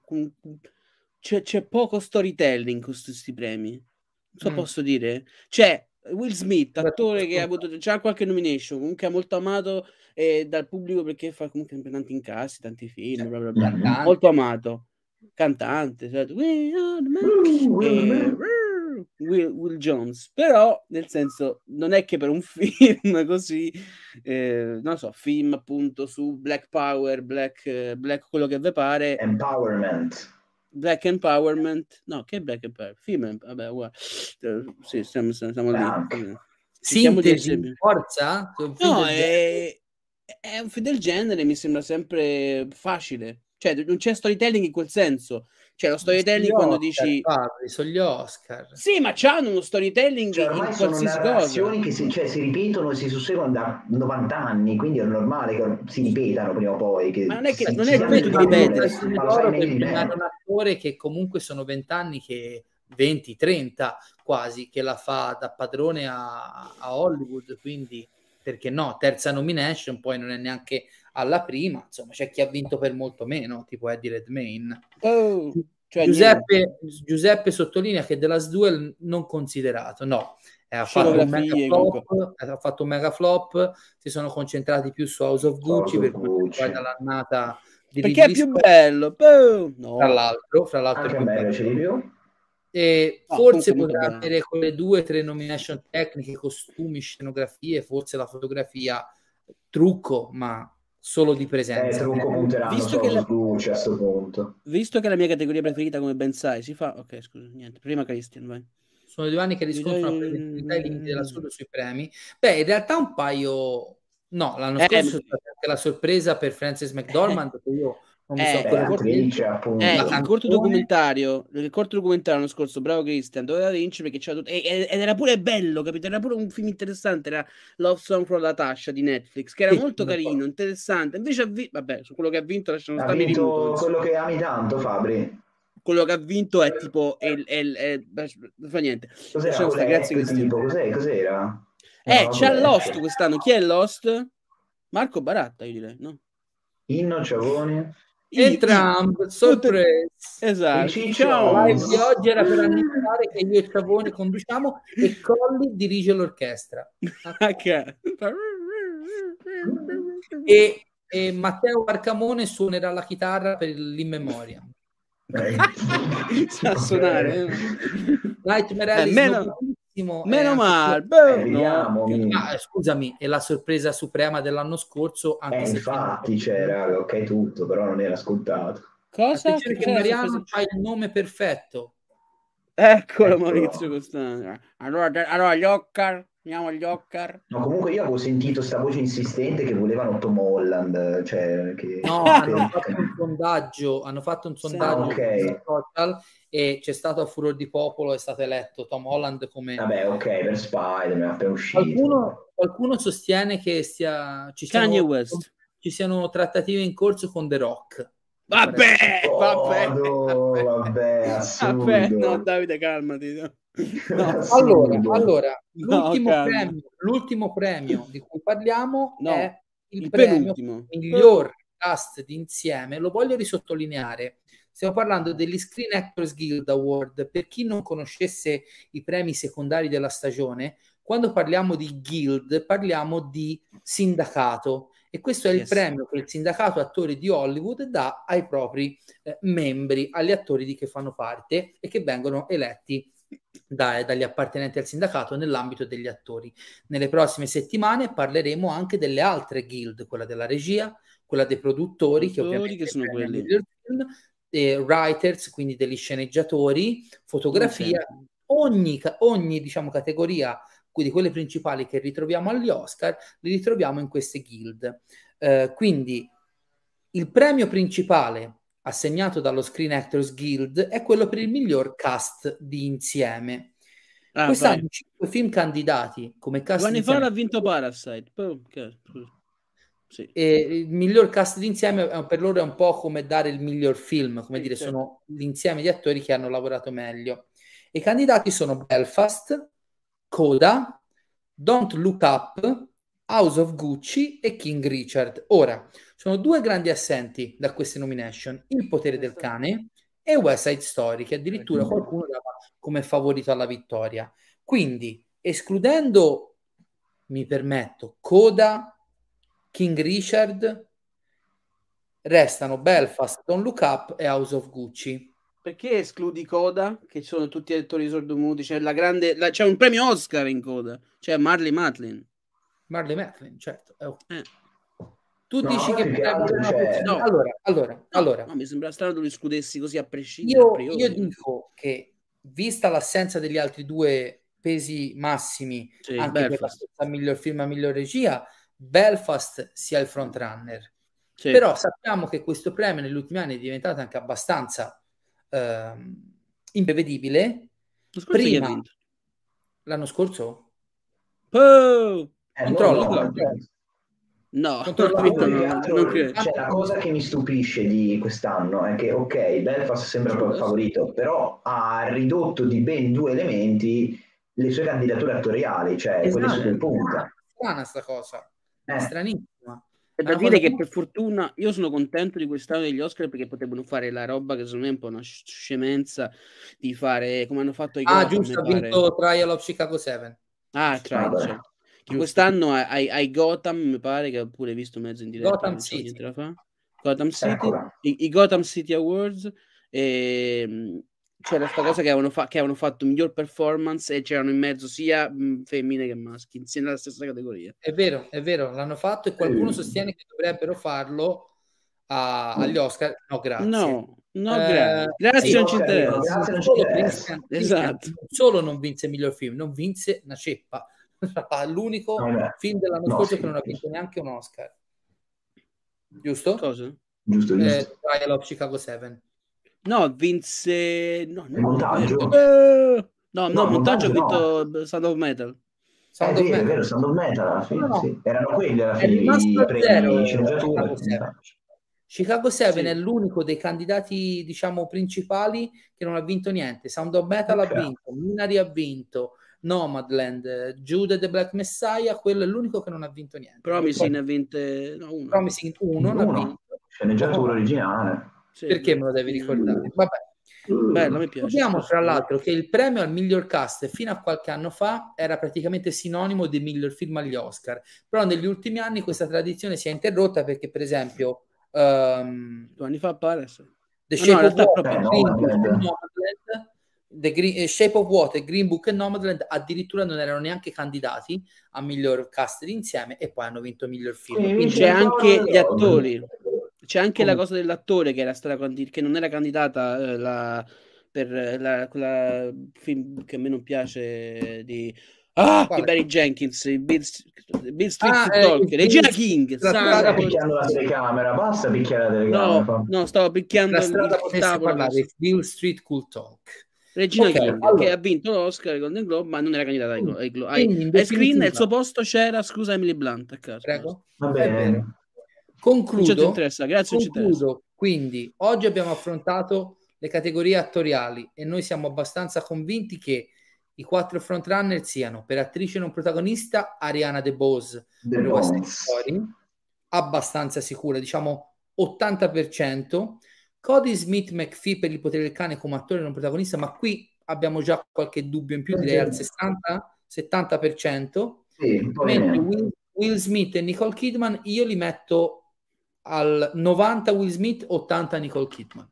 Speaker 6: c'è, c'è poco storytelling con questi premi, non so, mm. posso dire, cioè Will Smith, attore che ha avuto già qualche nomination, comunque è molto amato eh, dal pubblico perché fa comunque tanti incassi, tanti film, bla bla bla, mm-hmm. molto amato, cantante, cioè, We are the man. e, Will, Will Jones, però nel senso non è che per un film così eh, non so, film appunto su Black Power, Black, eh, Black quello che vi pare,
Speaker 5: Empowerment,
Speaker 6: Black Empowerment, no, che Black Empowerment, film, vabbè, guarda, uh, sì, stiamo, stiamo lì.
Speaker 3: Sintesi di forza?
Speaker 6: No, è, è un film del genere, mi sembra sempre facile, cioè non c'è storytelling in quel senso. Cioè lo storytelling quando
Speaker 3: Oscar,
Speaker 6: dici
Speaker 3: parli, sugli Oscar.
Speaker 6: Sì, ma c'hanno uno storytelling
Speaker 5: cioè, ormai
Speaker 6: in
Speaker 5: sono
Speaker 6: qualsiasi
Speaker 5: narrazioni
Speaker 6: cosa.
Speaker 5: che si, cioè, si ripetono e si susseguono da novanta anni, quindi è normale che si ripetano prima o poi. Che
Speaker 6: ma non è che
Speaker 5: si,
Speaker 6: non
Speaker 5: si
Speaker 6: è il punto di ripetersi.
Speaker 3: Ma loro per premiare un attore che comunque sono vent'anni, che venti trenta quasi, che la fa da padrone a, a Hollywood, quindi perché no, terza nomination, poi non è neanche alla prima, insomma c'è chi ha vinto per molto meno, tipo Eddie Redmayne.
Speaker 6: Oh, cioè
Speaker 3: Giuseppe, Giuseppe sottolinea che della Duel non considerato, no, eh, ha, fatto un mega flop, ha fatto un mega flop, si sono concentrati più su House of Gucci, per cui dall'annata di
Speaker 6: perché è più bello, no.
Speaker 3: fra l'altro, fra l'altro
Speaker 5: anche a me piace di più.
Speaker 3: E no, forse potrà avere quelle due o tre nomination tecniche, costumi, scenografie, forse la fotografia, trucco, ma solo di presenza.
Speaker 5: Eh, trucco punteranno
Speaker 6: visto
Speaker 5: solo
Speaker 6: che la...
Speaker 5: Gucci a sto punto.
Speaker 6: Visto che la mia categoria preferita, come ben sai, si fa... Ok, scusa, niente. Prima Christian, vai.
Speaker 3: Sono due anni che riscontrano la preventività e i limiti dell'assurdo sui premi. Beh, in realtà un paio... No, l'anno
Speaker 6: eh,
Speaker 3: scorso c'è stata anche la sorpresa per Frances McDormand, che io... Non mi
Speaker 6: eh,
Speaker 3: so ancora
Speaker 5: attrice, appunto.
Speaker 6: Eh, il corto documentario, il corto documentario l'anno scorso, bravo Christian, doveva vincere perché c'era tutto, ed era pure bello, capito? Era pure un film interessante, era Love Song from Natasha di Netflix, che era sì, molto carino, so. interessante. Invece ha vinto, vabbè, su quello che ha vinto lasciamo
Speaker 5: stare minuto, quello che ami tanto, Fabri.
Speaker 6: Quello che ha vinto è tipo è, è, è, è, non fa niente.
Speaker 5: Cos'era? Sta, grazie Christian. Tipo, cos'è? Cos'era?
Speaker 6: Eh, no, c'è Lost quest'anno. Chi è Lost? Marco Baratta, io direi, no?
Speaker 5: Inno Ciavoni.
Speaker 3: Entrambi, sorpresa.
Speaker 6: Esatto.
Speaker 3: Ciao. Live di oggi era per annunciare che io e Ciavoni conduciamo e Colli dirige l'orchestra.
Speaker 6: Okay.
Speaker 3: e, e Matteo Arcamone suonerà la chitarra per l'immemoria.
Speaker 6: Sa suonare.
Speaker 3: Nightmare Alley
Speaker 6: eh, meno, meno male.
Speaker 5: Eh, no.
Speaker 3: ah, scusami, è la sorpresa suprema dell'anno scorso. Anche
Speaker 5: eh,
Speaker 3: se
Speaker 5: infatti c'era, ok, tutto, però non era ascoltato.
Speaker 6: Cosa?
Speaker 3: Che che Mariano ha il nome perfetto.
Speaker 6: Eccolo, ecco. Maurizio Costante. Allora, allora gli Oscar, andiamo agli Oscar.
Speaker 5: No, comunque io avevo sentito sta voce insistente che volevano Tom Holland, cioè che...
Speaker 3: no, hanno fatto un sondaggio, hanno fatto un sondaggio
Speaker 5: okay.
Speaker 3: social e c'è stato a furor di popolo, è stato eletto Tom Holland come...
Speaker 5: Vabbè, ok, per Spider-Man appena uscito.
Speaker 3: Qualcuno, qualcuno sostiene che stia, ci,
Speaker 6: Kanye
Speaker 3: siano,
Speaker 6: West.
Speaker 3: ci siano trattative in corso con The Rock.
Speaker 6: Vabbè,
Speaker 5: oh,
Speaker 6: vabbè,
Speaker 5: no, vabbè, assurdo.
Speaker 6: Vabbè, no, Davide, calmati. No.
Speaker 3: No, allora, allora l'ultimo, no, premio, l'ultimo premio di cui parliamo no, è il, il premio miglior cast d'insieme. Lo voglio risottolineare. Stiamo parlando degli Screen Actors Guild Award. Per chi non conoscesse i premi secondari della stagione, quando parliamo di guild parliamo di sindacato. E questo è il yes. premio che il sindacato attori di Hollywood dà ai propri eh, membri, agli attori di che fanno parte e che vengono eletti da, dagli appartenenti al sindacato nell'ambito degli attori. Nelle prossime settimane parleremo anche delle altre guild, quella della regia, quella dei produttori, che ovviamente
Speaker 6: che sono quelli.
Speaker 3: Film, eh, writers, quindi degli sceneggiatori, fotografia, ogni, ogni diciamo, categoria di quelle principali che ritroviamo agli Oscar, li ritroviamo in queste guild. Uh, quindi il premio principale assegnato dallo Screen Actors Guild è quello per il miglior cast di insieme. Ah, quest'anno cinque film candidati come cast
Speaker 6: Due anni
Speaker 3: insieme.
Speaker 6: fa ha vinto Parasite. Oh, okay. Sì.
Speaker 3: E il miglior cast d'insieme per loro è un po' come dare il miglior film, come
Speaker 6: Sì,
Speaker 3: dire,
Speaker 6: certo.
Speaker 3: sono l'insieme di attori che hanno lavorato meglio. I candidati sono Belfast, Coda, Don't Look Up, House of Gucci e King Richard. Ora, sono due grandi assenti da queste nomination, Il potere del cane e West Side Story, che addirittura qualcuno dava come favorito alla vittoria. Quindi, escludendo, mi permetto, Coda, King Richard, restano Belfast, Don't Look Up e House of Gucci.
Speaker 6: Perché escludi Coda, che sono tutti attori sordomuti? C'è la grande, la, c'è un premio Oscar in Coda, c'è Marley Matlin.
Speaker 3: Marley Matlin, certo. Oh.
Speaker 6: Eh.
Speaker 3: Tu
Speaker 5: No,
Speaker 3: dici che
Speaker 5: più che
Speaker 3: potrebbe
Speaker 5: altro
Speaker 3: avere una
Speaker 5: c'è-
Speaker 3: possibilità-
Speaker 6: no.
Speaker 3: Allora, allora,
Speaker 6: No,
Speaker 3: allora.
Speaker 6: no, mi sembra strano che lo escludessi così a prescindere. a
Speaker 3: Io,
Speaker 6: priori.
Speaker 3: io dico che, vista l'assenza degli altri due pesi massimi,
Speaker 6: Sì,
Speaker 3: anche
Speaker 6: Belfast.
Speaker 3: per la miglior film e miglior regia, Belfast sia il frontrunner.
Speaker 6: Sì.
Speaker 3: Però sappiamo che questo premio negli ultimi anni è diventato anche abbastanza ehm, imprevedibile.
Speaker 6: Lo scorso chi ha
Speaker 3: Prima,
Speaker 6: vinto?
Speaker 3: l'anno scorso,
Speaker 6: Oh!
Speaker 5: Eh,
Speaker 3: Controllo.
Speaker 5: no, no,
Speaker 6: No,
Speaker 3: Controllo.
Speaker 5: Ma poi più che
Speaker 6: no,
Speaker 5: altro,
Speaker 6: non credo.
Speaker 5: cioè, la cosa che mi stupisce di quest'anno è che, ok, Belfast sembra
Speaker 6: Sì,
Speaker 5: il favorito, però ha ridotto di ben due elementi le sue candidature attoriali, cioè quelle su cui punta.
Speaker 3: Strana sta cosa,
Speaker 5: Eh.
Speaker 3: stranissima.
Speaker 6: È
Speaker 3: È
Speaker 6: da
Speaker 3: una
Speaker 6: dire
Speaker 3: cosa
Speaker 6: che
Speaker 3: molto-
Speaker 6: per fortuna io sono contento di quest'anno degli Oscar perché potevano fare la roba che secondo me è un po' una sc- scemenza di fare come hanno fatto i
Speaker 3: Ah,
Speaker 6: Gotham,
Speaker 3: giusto, ha
Speaker 6: mi pare.
Speaker 3: vinto Trial of Chicago sette.
Speaker 6: Ah, Trial,
Speaker 5: Vabbè.
Speaker 6: certo. Che
Speaker 3: Giusto.
Speaker 6: quest'anno ai, ai Gotham, mi pare che ho pure visto mezzo in diretta,
Speaker 3: Gotham
Speaker 6: non c'ho
Speaker 3: City.
Speaker 6: niente da fare. Gotham City,
Speaker 5: Eccola.
Speaker 6: i, i Gotham City Awards, e mh, c'era sta cosa che avevano, fa- che avevano fatto miglior performance e c'erano in mezzo sia mh, femmine che maschi, insieme alla stessa categoria.
Speaker 3: È vero, è vero, l'hanno fatto e qualcuno
Speaker 5: Mm.
Speaker 3: sostiene che dovrebbero farlo a- agli Oscar. No, grazie.
Speaker 6: No, no,
Speaker 3: Eh,
Speaker 6: grazie. Grazie,
Speaker 3: sì,
Speaker 6: non ci
Speaker 5: Oscar dicono,
Speaker 6: interessa.
Speaker 5: grazie, non ci
Speaker 3: Solo
Speaker 5: interessa.
Speaker 3: Christian- Christian
Speaker 6: Esatto.
Speaker 3: non solo non vinse miglior film, non vinse una ceppa. L'unico
Speaker 5: Vabbè.
Speaker 3: film dell'anno
Speaker 5: No,
Speaker 3: scorso
Speaker 5: sì.
Speaker 3: che non ha vinto neanche un Oscar. Giusto?
Speaker 6: Cosa?
Speaker 5: Giusto,
Speaker 3: Eh,
Speaker 5: giusto.
Speaker 3: Trial of Chicago sette.
Speaker 6: No, vinse... No,
Speaker 5: Il
Speaker 6: no,
Speaker 5: montaggio?
Speaker 6: eh, no, no,
Speaker 5: No,
Speaker 6: montaggio ha
Speaker 5: montaggio
Speaker 6: vinto Sound of Metal.
Speaker 3: Sound
Speaker 5: Eh,
Speaker 3: of
Speaker 5: sì, è
Speaker 3: Metal.
Speaker 5: vero, Sound of Metal alla fine,
Speaker 3: No, no.
Speaker 5: sì. Erano quelli alla
Speaker 3: È
Speaker 5: fine
Speaker 3: rimasto
Speaker 5: i
Speaker 3: a
Speaker 5: premi
Speaker 3: zero
Speaker 5: di sceneggiatura.
Speaker 3: Chicago sette. Chicago sette
Speaker 6: Sì.
Speaker 3: è l'unico dei candidati, diciamo, principali che non ha vinto niente. Sound of Metal
Speaker 5: Ok.
Speaker 3: ha vinto, Minari ha vinto, Nomadland, Jude the Black Messiah, quello è l'unico che non ha vinto niente.
Speaker 6: Promising ne ha vinte... No, uno.
Speaker 3: Promising uno non ha
Speaker 5: Uno,
Speaker 3: vinto.
Speaker 5: sceneggiatura
Speaker 3: Oh,
Speaker 5: originale.
Speaker 6: Sì,
Speaker 3: perché me lo
Speaker 6: esatto.
Speaker 3: devi ricordare? Vabbè.
Speaker 6: Bello, mi piace.
Speaker 3: Ricordiamo
Speaker 6: sì,
Speaker 3: tra
Speaker 6: sì.
Speaker 3: l'altro che il premio al miglior cast fino a qualche anno fa era praticamente sinonimo di miglior film agli Oscar, però negli ultimi anni questa tradizione si è interrotta perché per esempio um,
Speaker 6: Due anni fa pare. Sì.
Speaker 3: The
Speaker 6: Ma no,
Speaker 3: Shape
Speaker 6: in
Speaker 3: of
Speaker 6: realtà
Speaker 3: Water,
Speaker 6: proprio-
Speaker 5: Eh, no,
Speaker 3: Green Book e
Speaker 5: Nomadland.
Speaker 3: Nomadland, The Green- eh, Shape of Water, Green Book e Nomadland addirittura non erano neanche candidati a miglior cast d'insieme e poi hanno vinto miglior film.
Speaker 5: Sì,
Speaker 3: Quindi
Speaker 6: C'è anche gli attori. C'è anche la
Speaker 3: Come?
Speaker 6: cosa dell'attore che era stata candi- che non era candidata eh, la, per eh, la, quella film che a me non piace di ah,
Speaker 3: Quale?
Speaker 6: di Barry Jenkins, il Bill, Bill Street
Speaker 3: Ah,
Speaker 6: to
Speaker 3: eh,
Speaker 6: Talk,
Speaker 3: il
Speaker 6: Regina
Speaker 3: Bill-
Speaker 6: King,
Speaker 3: la
Speaker 5: Basta
Speaker 3: strada
Speaker 6: santo-
Speaker 5: picchiando la telecamera, basta picchiare la telecamera.
Speaker 6: no,
Speaker 5: fa.
Speaker 6: no, stavo picchiando
Speaker 3: La
Speaker 6: il,
Speaker 3: strada
Speaker 6: il
Speaker 3: potesse
Speaker 6: tavolo.
Speaker 3: parlare, if Bill Street Could Talk.
Speaker 6: Regina
Speaker 3: Ok,
Speaker 6: King,
Speaker 3: allora.
Speaker 6: che ha vinto l'Oscar ai Golden Globe, ma non era candidata ai,
Speaker 3: Quindi-
Speaker 6: ai, Glo- ai,
Speaker 3: quindi in
Speaker 6: ai screen, e
Speaker 3: definitiva-
Speaker 6: al suo posto c'era, scusa, Emily Blunt. A caso,
Speaker 3: Prego.
Speaker 5: Va
Speaker 3: È
Speaker 5: bene.
Speaker 3: vero.
Speaker 6: Non ci
Speaker 3: Concludo,
Speaker 6: interessa, grazie, non ci interessa.
Speaker 3: concludo. Quindi oggi abbiamo affrontato le categorie attoriali e noi siamo abbastanza convinti che i quattro frontrunner siano per attrice non protagonista Ariana DeBose
Speaker 5: The
Speaker 3: per West Side
Speaker 5: Bones.
Speaker 3: Story, abbastanza sicura, diciamo ottanta per cento. Cody Smith McPhee per Il potere del cane come attore non protagonista, ma qui abbiamo già qualche dubbio in più, direi al sessanta settanta per cento.
Speaker 5: Sì, un po' di
Speaker 3: Mentre
Speaker 5: meno.
Speaker 3: Will, Will Smith e Nicole Kidman io li metto al novanta Will Smith, ottanta Nicole Kidman.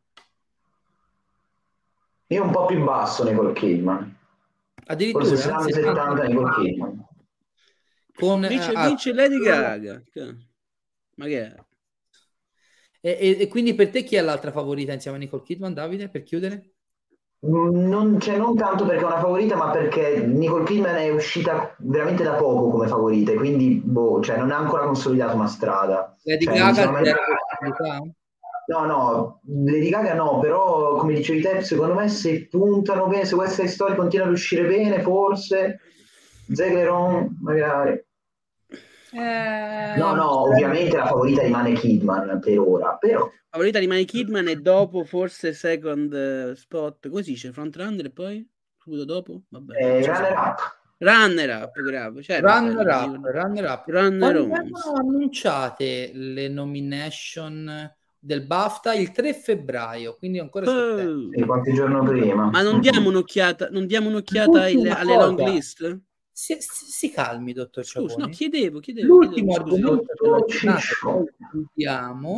Speaker 5: Io un po' più basso Nicole Kidman.
Speaker 3: Addirittura
Speaker 5: Forse settanta
Speaker 3: eh,
Speaker 5: settanta Nicole Kidman.
Speaker 3: con,
Speaker 6: Vince,
Speaker 3: eh, ah,
Speaker 6: vince Lady Gaga. Ma che è?
Speaker 3: e, e- e quindi per te chi è l'altra favorita insieme a Nicole Kidman, Davide, per chiudere?
Speaker 5: Mm, Non, cioè, non tanto perché è una favorita, ma perché Nicole Kidman è uscita veramente da poco come favorita, e quindi boh, cioè, non ha ancora consolidato una strada.
Speaker 3: Lady
Speaker 5: Cioè, non sono
Speaker 3: Gaga
Speaker 5: mai-
Speaker 3: zero possibilità?
Speaker 5: No, no, Lady Gaga no, però come dicevi te, secondo me se puntano bene, se West Side Story continua ad uscire bene, forse Zegleron magari.
Speaker 3: Eh,
Speaker 5: No, no, ovviamente la favorita rimane Kidman per ora, però...
Speaker 6: La favorita rimane Kidman e dopo forse second eh, spot, come si dice? Front runner e poi? Subito dopo? Vabbè.
Speaker 5: Eh,
Speaker 6: non ci
Speaker 5: runner
Speaker 6: so.
Speaker 5: up.
Speaker 6: Runner up, grave. Cioè,
Speaker 3: runner
Speaker 6: aspetta,
Speaker 3: up,
Speaker 6: dico-
Speaker 3: runner up.
Speaker 6: Runner
Speaker 3: Quando
Speaker 6: up.
Speaker 3: vengono annunciate le nomination del BAFTA? Il tre febbraio, quindi ancora c'è tempo.
Speaker 5: Sì, qualche giorno prima.
Speaker 6: Ma non diamo un'occhiata, non diamo un'occhiata alle,
Speaker 3: L'ultima
Speaker 6: alle
Speaker 3: cosa.
Speaker 6: long list?
Speaker 3: Si, si- si calmi, dottor
Speaker 6: Scusa,
Speaker 3: Ciapponi.
Speaker 6: no, chiedevo, chiedevo.
Speaker 3: L'ultimo
Speaker 6: chiedevo, scusi.
Speaker 3: argomento della
Speaker 5: Dottor
Speaker 3: giornata che
Speaker 5: Ciccio.
Speaker 3: poi chiudiamo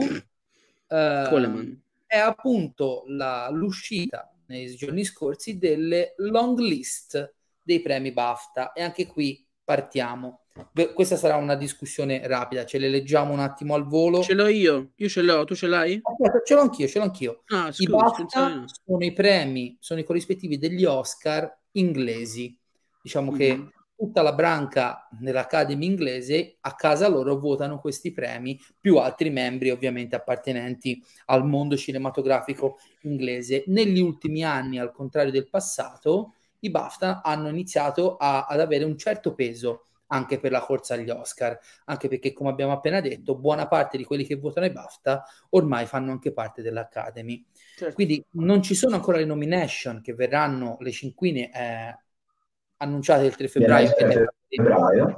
Speaker 3: eh,
Speaker 6: Coleman.
Speaker 3: è appunto la- l'uscita nei giorni scorsi delle long list dei premi BAFTA, e anche qui partiamo. Beh, questa sarà una discussione rapida, ce le leggiamo un attimo al volo.
Speaker 6: Ce l'ho io, io ce l'ho, tu ce l'hai?
Speaker 3: Aspetta, ce l'ho anch'io, ce l'ho anch'io.
Speaker 6: Ah,
Speaker 3: I
Speaker 6: scusi,
Speaker 3: BAFTA
Speaker 6: pensavo di no.
Speaker 3: sono i premi, sono i corrispettivi degli Oscar inglesi. Diciamo che
Speaker 6: Mhm.
Speaker 3: tutta la branca dell'Academy inglese a casa loro votano questi premi, più altri membri ovviamente appartenenti al mondo cinematografico inglese. Negli ultimi anni, al contrario del passato, i BAFTA hanno iniziato a- ad avere un certo peso anche per la corsa agli Oscar, anche perché, come abbiamo appena detto, buona parte di quelli che votano i BAFTA ormai fanno anche parte dell'Academy.
Speaker 6: Certo.
Speaker 3: Quindi non ci sono ancora le nomination, che verranno, le cinquine eh, annunciate il tre febbraio,
Speaker 5: Viene
Speaker 3: e
Speaker 5: febbraio.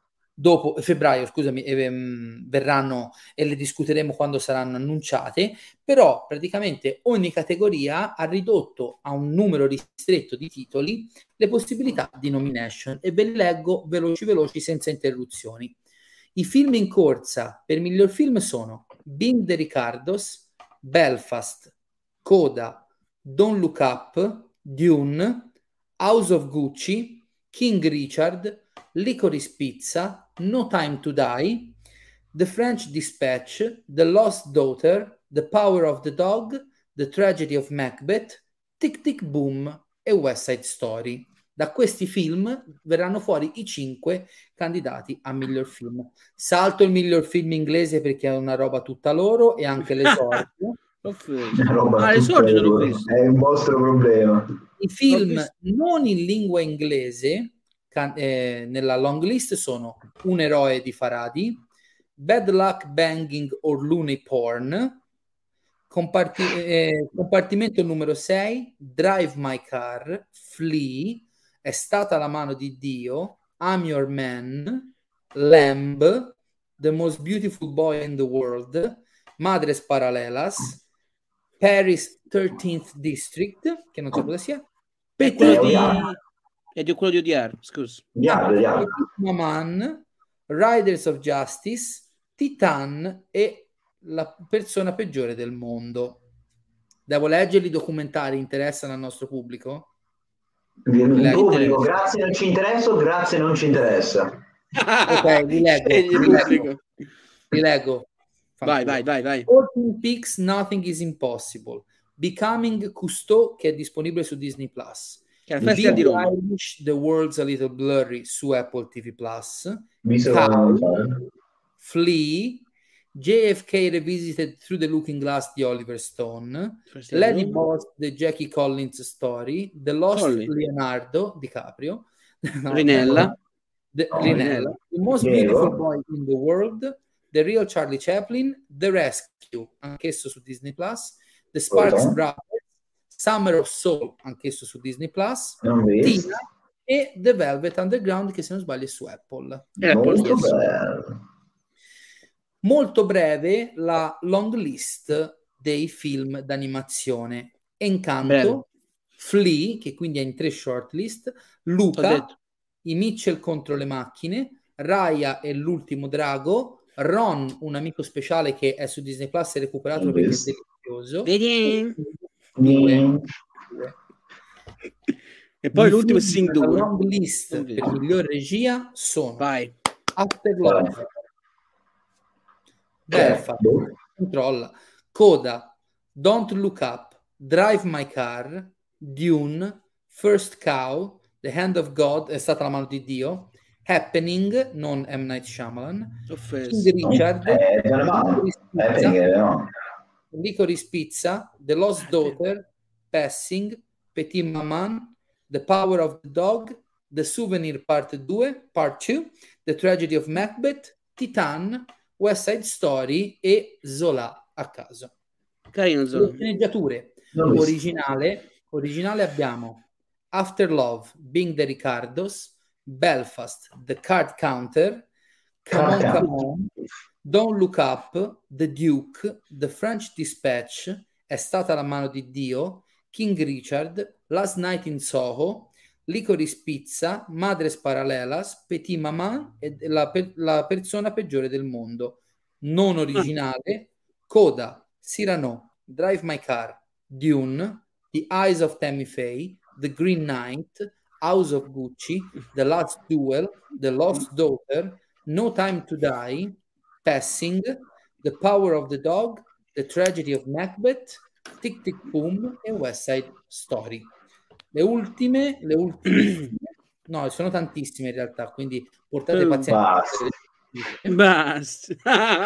Speaker 3: dopo febbraio, scusami, ehm, verranno e le discuteremo quando saranno annunciate. Però praticamente ogni categoria ha ridotto a un numero ristretto di titoli le possibilità di nomination, e ve le leggo veloci veloci senza interruzioni. I film in corsa per miglior film sono Being the Ricardos, Belfast, Coda, Don't Look Up, Dune, House of Gucci, King Richard, Licorice Pizza, No Time to Die, The French Dispatch, The Lost Daughter, The Power of the Dog, The Tragedy of Macbeth, Tic Tic Boom e West Side Story. Da questi film verranno fuori i cinque candidati a miglior film. Salto il miglior film inglese perché è una roba tutta loro, e anche l'esordio.
Speaker 5: Una roba
Speaker 6: Ah, l'esordio
Speaker 5: tutta
Speaker 6: non l'ho
Speaker 5: loro.
Speaker 6: visto.
Speaker 5: È un vostro problema.
Speaker 3: I film
Speaker 6: visto.
Speaker 3: non in lingua inglese can- eh, nella long list sono Un eroe di Faradi, Bad Luck Banging or Looney Porn, comparti- eh, compartimento numero sei, Drive My Car, Flea, È stata la mano di Dio, I'm Your Man, Lamb, The Most Beautiful Boy in the World, Madres Paralelas, Paris thirteenth District, che non so cosa sia,
Speaker 6: È quello
Speaker 5: Eh,
Speaker 6: di...
Speaker 5: odiato.
Speaker 6: È di quello di odiare, scusa.
Speaker 5: Diavolo, diavolo.
Speaker 3: Man, Riders of Justice, Titan e La persona peggiore del mondo. Devo leggerli i documentari, interessano al nostro pubblico?
Speaker 5: Il
Speaker 3: Leggo.
Speaker 5: pubblico, grazie non ci interessa, grazie non ci interessa.
Speaker 3: Ok, vi leggo,
Speaker 6: Scegli
Speaker 3: vi
Speaker 6: pubblico.
Speaker 3: leggo, vi leggo.
Speaker 6: Vai,
Speaker 3: Fanculo.
Speaker 6: vai, vai, vai.
Speaker 3: All Twin Peaks, Nothing is Impossible, Becoming Cousteau, che è disponibile su Disney Plus,
Speaker 6: Che è la
Speaker 3: The
Speaker 6: festa di Roma.
Speaker 3: Irish, The World's a Little Blurry su Apple T V Plus,
Speaker 5: Visto
Speaker 3: Cow,
Speaker 5: che-
Speaker 3: Flea, J F K Revisited Through the Looking Glass di Oliver Stone,
Speaker 6: Festa di
Speaker 3: Lady
Speaker 6: Roma.
Speaker 3: Boss, The Jackie Collins Story, The Lost
Speaker 6: Colli.
Speaker 3: Leonardo DiCaprio, No,
Speaker 6: Rinella.
Speaker 3: The,
Speaker 5: No,
Speaker 3: Rinella,
Speaker 6: Rinella.
Speaker 3: The Most
Speaker 5: Diego.
Speaker 3: Beautiful Boy in the World, The Real Charlie Chaplin, The Rescue, anch'esso su Disney Plus, The Sparks
Speaker 5: Poi,
Speaker 3: Brothers, Summer of Soul, anch'esso su Disney Plus,
Speaker 5: non visto.
Speaker 3: Tina e The Velvet Underground, che se non sbaglio è su Apple.
Speaker 6: È Apple,
Speaker 5: Molto
Speaker 6: yes.
Speaker 5: bello.
Speaker 3: Molto breve la long list dei film d'animazione. Encanto,
Speaker 6: Breve.
Speaker 3: Flea, che quindi è in tre shortlist,
Speaker 6: Ho
Speaker 3: Luca,
Speaker 6: detto.
Speaker 3: I Mitchell contro le macchine, Raya e l'ultimo drago, Ron, un amico speciale che è su Disney Plus e recuperatelo perché è
Speaker 5: Visto.
Speaker 3: delizioso.
Speaker 6: Vedi?
Speaker 3: Due.
Speaker 5: Mm.
Speaker 3: Due.
Speaker 6: E poi
Speaker 3: I
Speaker 6: l'ultimo è
Speaker 3: film
Speaker 6: Sing
Speaker 3: della
Speaker 6: due.
Speaker 3: long list
Speaker 6: Long
Speaker 3: per
Speaker 6: list.
Speaker 3: miglior regia sono
Speaker 6: Vai.
Speaker 3: After Love,
Speaker 5: Che è?
Speaker 3: Belfast,
Speaker 5: Boh.
Speaker 3: Controlla, Coda, Don't Look Up, Drive My Car, Dune, First Cow, The Hand of God, È stata la mano di Dio, Happening, non M. Night Shyamalan,
Speaker 6: Offeso.
Speaker 3: King Richard,
Speaker 5: Eh, te ne mando.
Speaker 3: Licorice
Speaker 5: Eh,
Speaker 3: Pizza,
Speaker 5: perché no.
Speaker 3: Licorice Pizza, The Lost Daughter, Passing, Petit Maman, The Power of the Dog, The Souvenir Part due, Part two, The Tragedy of Macbeth, Titan, West Side Story e Zola a caso.
Speaker 6: Carino Zola.
Speaker 3: Le sceneggiature originale, originale abbiamo After Love, Being the Ricardos, Belfast, The Card Counter, Come On Come On, Don't Look Up, The Duke, The French Dispatch, È stata la mano di Dio, King Richard, Last Night in Soho, Licorice Pizza, Madres Paralelas, Petit Maman e la, pe- la persona peggiore del mondo. Non originale, Coda, Cyrano, Drive My Car, Dune, The Eyes of Tammy Faye, The Green Knight, House of Gucci, The Last Duel, The Lost Daughter, No Time to Die, Passing, The Power of the Dog, The Tragedy of Macbeth, Tic Tic Boom e West Side Story. Le ultime, le ultime, no, sono tantissime in realtà, quindi portate pazienza.
Speaker 6: Basta.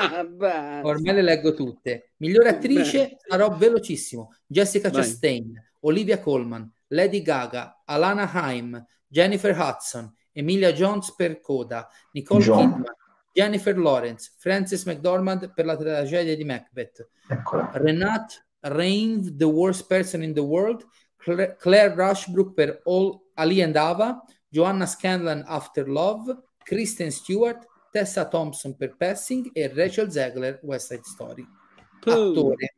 Speaker 6: Basta.
Speaker 3: Ormai le leggo tutte. Migliore attrice,
Speaker 6: Beh.
Speaker 3: sarò velocissimo. Jessica
Speaker 6: Vai.
Speaker 3: Chastain, Olivia Colman, Lady Gaga, Alana Haim, Jennifer Hudson, Emilia Jones per Coda, Nicole
Speaker 5: John.
Speaker 3: Kidman, Jennifer Lawrence, Frances McDormand per la tragedia di Macbeth,
Speaker 5: Eccola.
Speaker 3: Renate Reinsve, The Worst Person in the World, Cla- Claire Rushbrook per All, Ali and Ava, Joanna Scanlon After Love, Kristen Stewart, Tessa Thompson per Passing e Rachel Zegler West Side Story.
Speaker 6: Puh.
Speaker 3: Attore: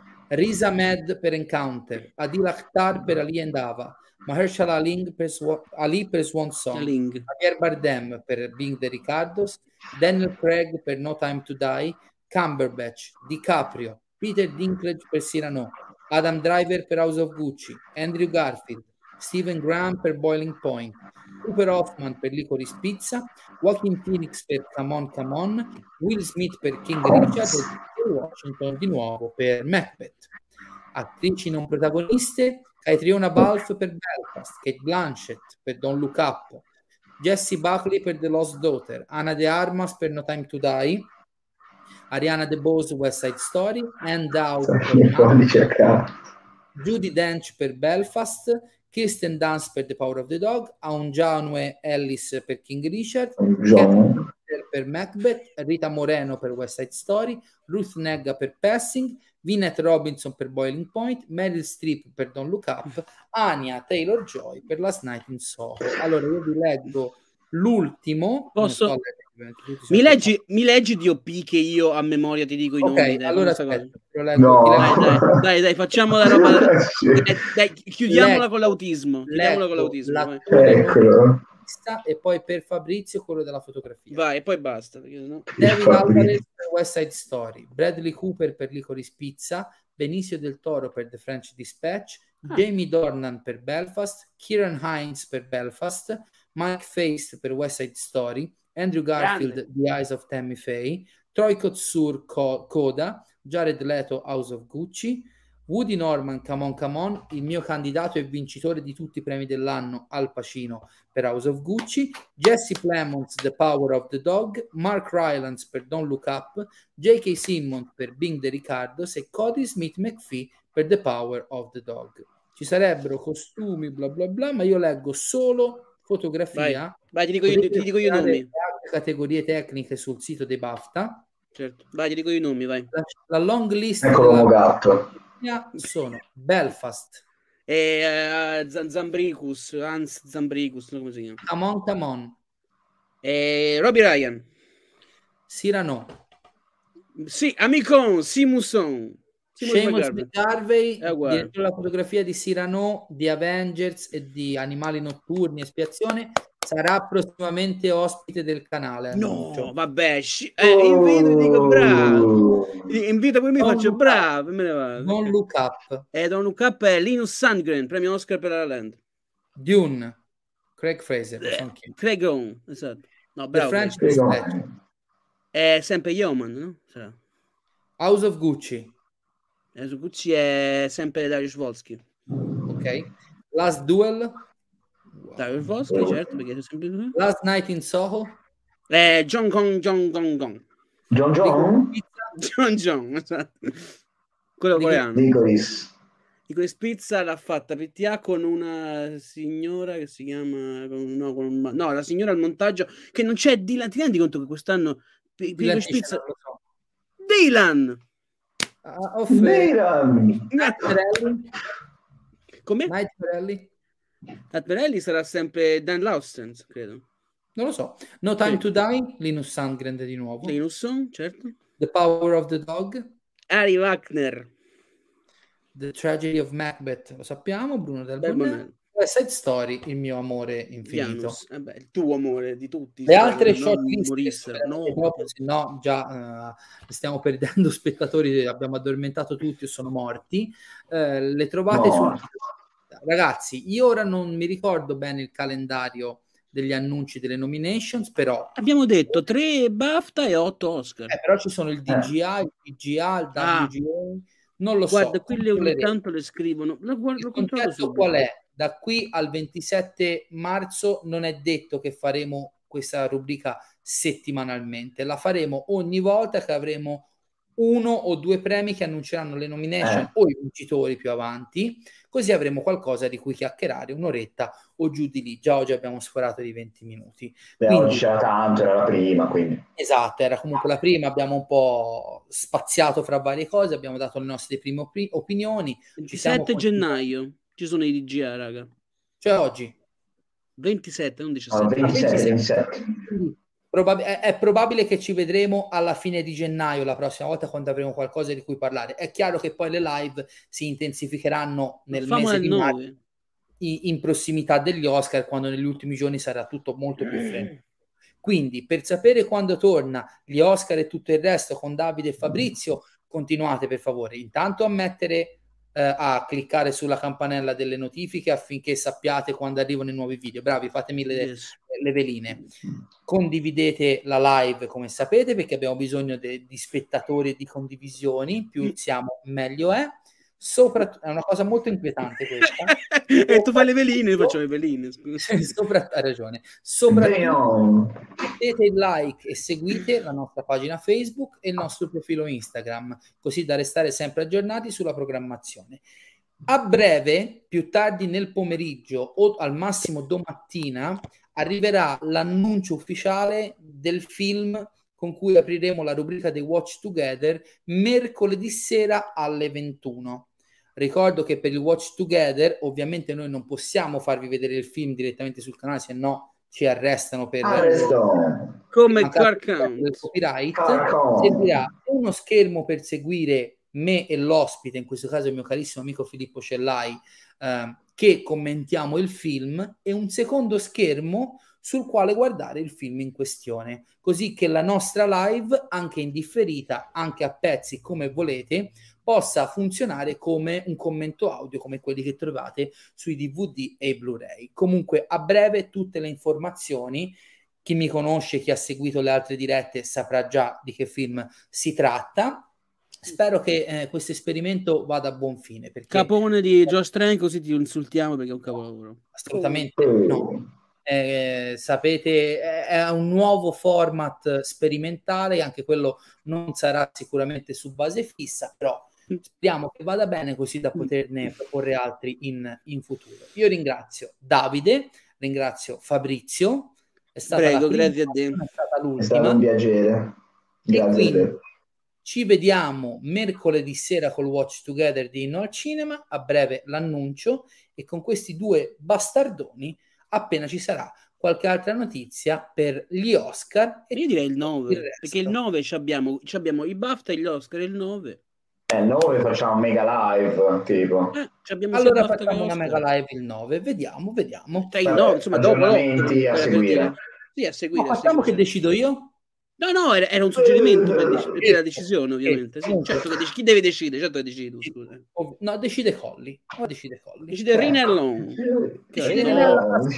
Speaker 3: Riz Ahmed per Encounter, Adil Akhtar per Ali and Ava, Mahershala Ali per, Swa- Ali per Swan Song,
Speaker 6: Ling.
Speaker 3: Javier Bardem per Being the Ricardos, Daniel Craig per No Time to Die, Cumberbatch, DiCaprio, Peter Dinklage per Cyrano, Adam Driver per House of Gucci, Andrew Garfield, Stephen Graham per Boiling Point, Cooper Hoffman per Licorice Pizza, Joaquin Phoenix per Come On Come On, Will Smith per King Richard e Denzel Washington di nuovo per Macbeth. Attrici non protagoniste: Caitriona Balfe per Belfast, Kate Blanchett per Don't Look Up, Jessie Buckley per The Lost Daughter, Ana de Armas per No Time to Die, Ariana DeBose West Side Story, Anne Dowd per Macbeth, Judi Dench per Belfast, Kirsten Dunst per The Power of the Dog, Aunjanue Ellis per King Richard, Catherine per Macbeth, Rita Moreno per West Side Story, Ruth Negga per Passing, Vinette Robinson per Boiling Point, Meryl Streep per Don't Look Up, Anya Taylor-Joy per Last Night in Soho. Allora io vi leggo l'ultimo.
Speaker 6: Posso?
Speaker 3: Non so leggere,
Speaker 6: Mi leggi, mi leggi D O P che io a memoria ti dico i
Speaker 3: Ok,
Speaker 6: nomi. dai,
Speaker 3: allora
Speaker 6: questa cosa.
Speaker 3: aspetta, te lo leggo,
Speaker 5: No.
Speaker 3: ti
Speaker 6: Dai,
Speaker 3: leggo-
Speaker 6: dai, dai, dai, facciamo la roba.
Speaker 5: Sì.
Speaker 6: Dai, dai, chiudiamola
Speaker 3: Leggo-
Speaker 6: con l'autismo. Chiudiamola con
Speaker 3: leggo
Speaker 6: l'autismo. vai.
Speaker 3: l'attore
Speaker 5: Eccolo.
Speaker 3: regista e poi per Fabrizio quello della fotografia.
Speaker 6: Vai, e poi basta. Perché sennò...
Speaker 3: David
Speaker 5: Fabrizio.
Speaker 3: Alvarez per West Side Story, Bradley Cooper per Licorice Pizza, Benicio del Toro per The French Dispatch,
Speaker 6: Ah.
Speaker 3: Jamie Dornan per Belfast, Kieran Hines per Belfast, Mike Faist per West Side Story, Andrew Garfield The Eyes of Tammy Faye, Troy Kotsur Co- Coda, Jared Leto House of Gucci, Woody Norman Come On Come On, il mio candidato e vincitore di tutti i premi dell'anno Al Pacino per House of Gucci, Jesse Plemons The Power of the Dog, Mark Rylance per Don't Look Up, J K. Simmons per Being the Ricardos e Cody Smith McPhee per The Power of the Dog. Ci sarebbero costumi bla bla bla, ma io leggo solo fotografia.
Speaker 6: Vai, vai, ti dico io,
Speaker 3: Potete
Speaker 6: ti dico io i
Speaker 3: trovare
Speaker 6: nomi.
Speaker 3: le altre categorie tecniche sul sito dei BAFTA.
Speaker 6: Certo. Vai, ti dico io i nomi, vai.
Speaker 3: La, la long list
Speaker 5: Eccolo
Speaker 3: della
Speaker 5: gatto.
Speaker 3: sono Belfast,
Speaker 6: E, uh, Z- Zambricus, Hans Zambricus, no, come si chiama?
Speaker 3: Come On Come On,
Speaker 6: E, Robbie Ryan.
Speaker 3: Cyrano,
Speaker 6: Sì, Amicon, Simuson. Seamus
Speaker 3: Seamus
Speaker 6: McGarvey.
Speaker 3: McGarvey,
Speaker 6: È uguale.
Speaker 3: direttore della fotografia di Cyrano, di Avengers e di Animali Notturni, Espiazione, sarà prossimamente ospite del canale.
Speaker 6: No,
Speaker 3: annuncio.
Speaker 6: vabbè, sci- eh, invito e dico bravo.
Speaker 5: Oh.
Speaker 6: Invito poi mi
Speaker 3: Don't
Speaker 6: faccio
Speaker 3: Look
Speaker 6: bravo. e me ne vado.
Speaker 3: Don't Look Up,
Speaker 6: E Don't Look Up è Linus Sandgren, premio Oscar per La La Land.
Speaker 3: Dune, Craig Fraser, lo so anch'io.
Speaker 6: Craig Owen, esatto. No,
Speaker 3: The
Speaker 6: bravo.
Speaker 3: French
Speaker 6: Craig.
Speaker 5: Prego.
Speaker 3: Dispatch,
Speaker 6: È sempre Yeoman, no? Sarà.
Speaker 3: House of Gucci,
Speaker 6: E su Gucci è sempre Darius Wolski.
Speaker 3: ok? Last Duel,
Speaker 6: Darius Wolski, certo, perché è sempre lui.
Speaker 3: Last Night in Soho,
Speaker 6: Eh, John Gong John Gong Gong.
Speaker 5: John John?
Speaker 6: John John, esatto. Quello
Speaker 3: Di-
Speaker 6: coreano.
Speaker 5: Licorice.
Speaker 6: Di quella spizza l'ha fatta P T A con una signora che si chiama con- no, con un- no, la signora al montaggio che non c'è di là. Ti rendi conto che quest'anno P-
Speaker 3: Dylan
Speaker 6: Spitz-
Speaker 3: Fisher, non lo so.
Speaker 6: Dylan!
Speaker 3: Ah, off-
Speaker 5: Milan!
Speaker 3: Matt Morelli?
Speaker 6: Come?
Speaker 3: Matt Morelli?
Speaker 6: Atmerelli sarà sempre Dan Laustens, credo.
Speaker 3: Non lo so. No Time
Speaker 6: Sì.
Speaker 3: to Die, Linus Sandgren di nuovo.
Speaker 6: Linus Song, certo.
Speaker 3: The Power of the Dog,
Speaker 6: Ari Wagner.
Speaker 3: The Tragedy of Macbeth, lo sappiamo, Bruno Del
Speaker 6: Del
Speaker 3: Bonnet.
Speaker 6: Bonnet.
Speaker 3: West Side Story, il mio amore infinito.
Speaker 6: Janus. Eh beh, il tuo amore di tutti.
Speaker 3: Le
Speaker 6: spero
Speaker 3: altre
Speaker 6: che non
Speaker 3: shortlist,
Speaker 6: morissero. No.
Speaker 3: dopo, se no già uh, stiamo perdendo spettatori, abbiamo addormentato tutti o sono morti. Uh, le trovate
Speaker 5: No.
Speaker 3: su... Ragazzi, io ora non mi ricordo bene il calendario degli annunci delle nominations, però
Speaker 6: Abbiamo detto tre BAFTA e otto Oscar.
Speaker 3: eh, però ci sono il D G A, il P G A, il
Speaker 6: Ah.
Speaker 3: W G A, non lo
Speaker 6: Guarda,
Speaker 3: so.
Speaker 6: quelle ogni
Speaker 3: controlleremo.
Speaker 6: tanto le scrivono. Lo, guardo, lo
Speaker 3: Il
Speaker 6: controllo
Speaker 3: concetto
Speaker 6: subito.
Speaker 3: qual è? Da qui al ventisette marzo non è detto che faremo questa rubrica settimanalmente, la faremo ogni volta che avremo uno o due premi che annunceranno le nomination
Speaker 5: Eh.
Speaker 3: o i vincitori più avanti, così avremo qualcosa di cui chiacchierare, un'oretta o giù di lì. Già oggi abbiamo sforato di venti minuti.
Speaker 5: Beh,
Speaker 3: Quindi-
Speaker 5: oggi c'era tanto, era la prima, quindi.
Speaker 3: Esatto, era comunque la prima, abbiamo un po' spaziato fra varie cose, abbiamo dato le nostre prime opi- opinioni, ci siamo
Speaker 6: ventisette
Speaker 3: continuati-
Speaker 6: gennaio ci sono i D G A, raga.
Speaker 3: cioè oggi.
Speaker 6: ventisette, non
Speaker 5: No,
Speaker 6: diciassette.
Speaker 5: ventisette,
Speaker 3: ventisette.
Speaker 5: ventisette.
Speaker 3: Quindi probab- è, è probabile che ci vedremo alla fine di gennaio, la prossima volta, quando avremo qualcosa di cui parlare. È chiaro che poi le live si intensificheranno nel
Speaker 6: Famo
Speaker 3: mese
Speaker 6: nel
Speaker 3: di maggio,
Speaker 6: nove.
Speaker 3: i- in prossimità degli Oscar, quando negli ultimi giorni sarà tutto molto più freddo. Quindi, per sapere quando torna gli Oscar e tutto il resto con Davide e Fabrizio, continuate per favore intanto a mettere eh, a cliccare sulla campanella delle notifiche affinché sappiate quando arrivano i nuovi video. Bravi, fatemi le,
Speaker 6: Yes.
Speaker 3: le veline. Condividete la live, come sapete, perché abbiamo bisogno de- di spettatori e di condivisioni. Più siamo, meglio è. Soprattutto, è una cosa molto inquietante questa.
Speaker 6: E tu fai le veline, io faccio le veline. scusa.
Speaker 3: Sopra- hai ragione. Soprattutto
Speaker 5: Damn.
Speaker 3: mettete il like e seguite la nostra pagina Facebook e il nostro profilo Instagram, così da restare sempre aggiornati sulla programmazione. A breve, più tardi nel pomeriggio o al massimo domattina, arriverà l'annuncio ufficiale del film con cui apriremo la rubrica dei Watch Together mercoledì sera alle ventuno. Ricordo che per il Watch Together ovviamente noi non possiamo farvi vedere il film direttamente sul canale, se no ci arrestano per
Speaker 5: Arresto.
Speaker 6: Come
Speaker 3: mancato
Speaker 6: Clark Kent.
Speaker 3: del copyright.
Speaker 5: Clark Kent.
Speaker 3: Servirà uno schermo per seguire me e l'ospite, in questo caso il mio carissimo amico Filippo Cellai, eh, che commentiamo il film, e un secondo schermo sul quale guardare il film in questione, così che la nostra live, anche indifferita, anche a pezzi come volete, possa funzionare come un commento audio, come quelli che trovate sui D V D e i Blu-ray. Comunque, a breve tutte le informazioni. Chi mi conosce, chi ha seguito le altre dirette, saprà già di che film si tratta. Spero che eh, questo esperimento vada a buon fine. Perché
Speaker 6: Capone di Josh Trank, così ti insultiamo perché è un capolavoro.
Speaker 3: assolutamente no. Eh, sapete, è, è un nuovo format sperimentale, anche quello non sarà sicuramente su base fissa, però speriamo che vada bene, così da poterne proporre altri in, in futuro. Io ringrazio Davide, ringrazio Fabrizio, è stata
Speaker 6: Prego,
Speaker 3: la prima,
Speaker 6: grazie a te.
Speaker 3: è stata
Speaker 5: È
Speaker 3: l'ultima.
Speaker 5: stato un piacere. Grazie a
Speaker 3: quindi
Speaker 5: te.
Speaker 3: ci vediamo mercoledì sera col Watch Together di Inno al Cinema, a breve l'annuncio, e con questi due bastardoni appena ci sarà qualche altra notizia per gli Oscar. E
Speaker 6: Io direi il nove,
Speaker 3: il resto.
Speaker 6: perché il nove ci abbiamo, ci abbiamo i BAFTA e gli Oscar, il nove.
Speaker 5: Eh, noi facciamo un mega live, tipo.
Speaker 6: Eh, ci abbiamo
Speaker 3: Allora
Speaker 6: sia BAFTA
Speaker 3: facciamo
Speaker 6: che
Speaker 3: una
Speaker 6: Oscar.
Speaker 3: mega live il nove, vediamo, vediamo.
Speaker 6: Cioè, il
Speaker 5: Vabbè,
Speaker 6: nove, insomma, dopo
Speaker 5: aggiornamenti
Speaker 6: l'otto,
Speaker 5: a
Speaker 6: per
Speaker 5: seguire.
Speaker 6: dire. Sì, a seguire.
Speaker 3: No,
Speaker 6: a
Speaker 3: facciamo
Speaker 6: seguire.
Speaker 3: che decido io?
Speaker 6: No, no, era, era un suggerimento per, dec- per la decisione, ovviamente. Sì,
Speaker 3: Comunque.
Speaker 6: certo che dec- chi deve decidere? Certo che decidi tu, scusa.
Speaker 3: Ov- No, decide Colli. No, decide Colli.
Speaker 6: Decide Rinellon.
Speaker 3: Decide
Speaker 6: No,
Speaker 3: Rinellon.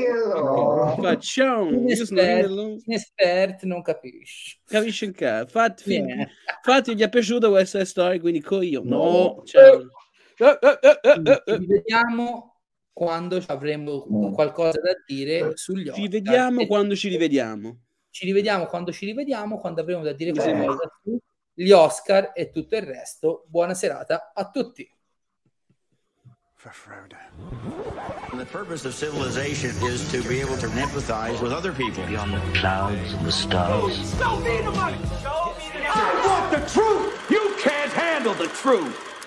Speaker 5: No.
Speaker 6: Facciamo. Io sono
Speaker 3: Inesperto,
Speaker 6: Rinellon.
Speaker 3: inesperto, non capisci.
Speaker 6: Capisci in caso. Fatti, film-
Speaker 3: Niente.
Speaker 6: Infatti gli è piaciuto West Side Story, quindi coglio. No,
Speaker 5: No.
Speaker 6: ciao. Eh, eh, eh, eh,
Speaker 3: Quindi
Speaker 6: eh,
Speaker 3: ci
Speaker 6: eh.
Speaker 3: rivediamo quando avremo qualcosa da dire sugli
Speaker 6: Ci
Speaker 3: Oscar.
Speaker 6: vediamo
Speaker 3: E
Speaker 6: quando ci rivediamo.
Speaker 3: ci rivediamo quando ci rivediamo, quando avremo da dire
Speaker 5: Beh.
Speaker 3: qualcosa sugli Oscar e tutto il resto. Buona serata a tutti.
Speaker 2: for Frodo.
Speaker 7: The purpose of civilization is to be able to empathize with other people.
Speaker 1: Beyond the clouds and the stars.
Speaker 8: Show me the money! Show me the money! I want the truth! You can't handle the truth!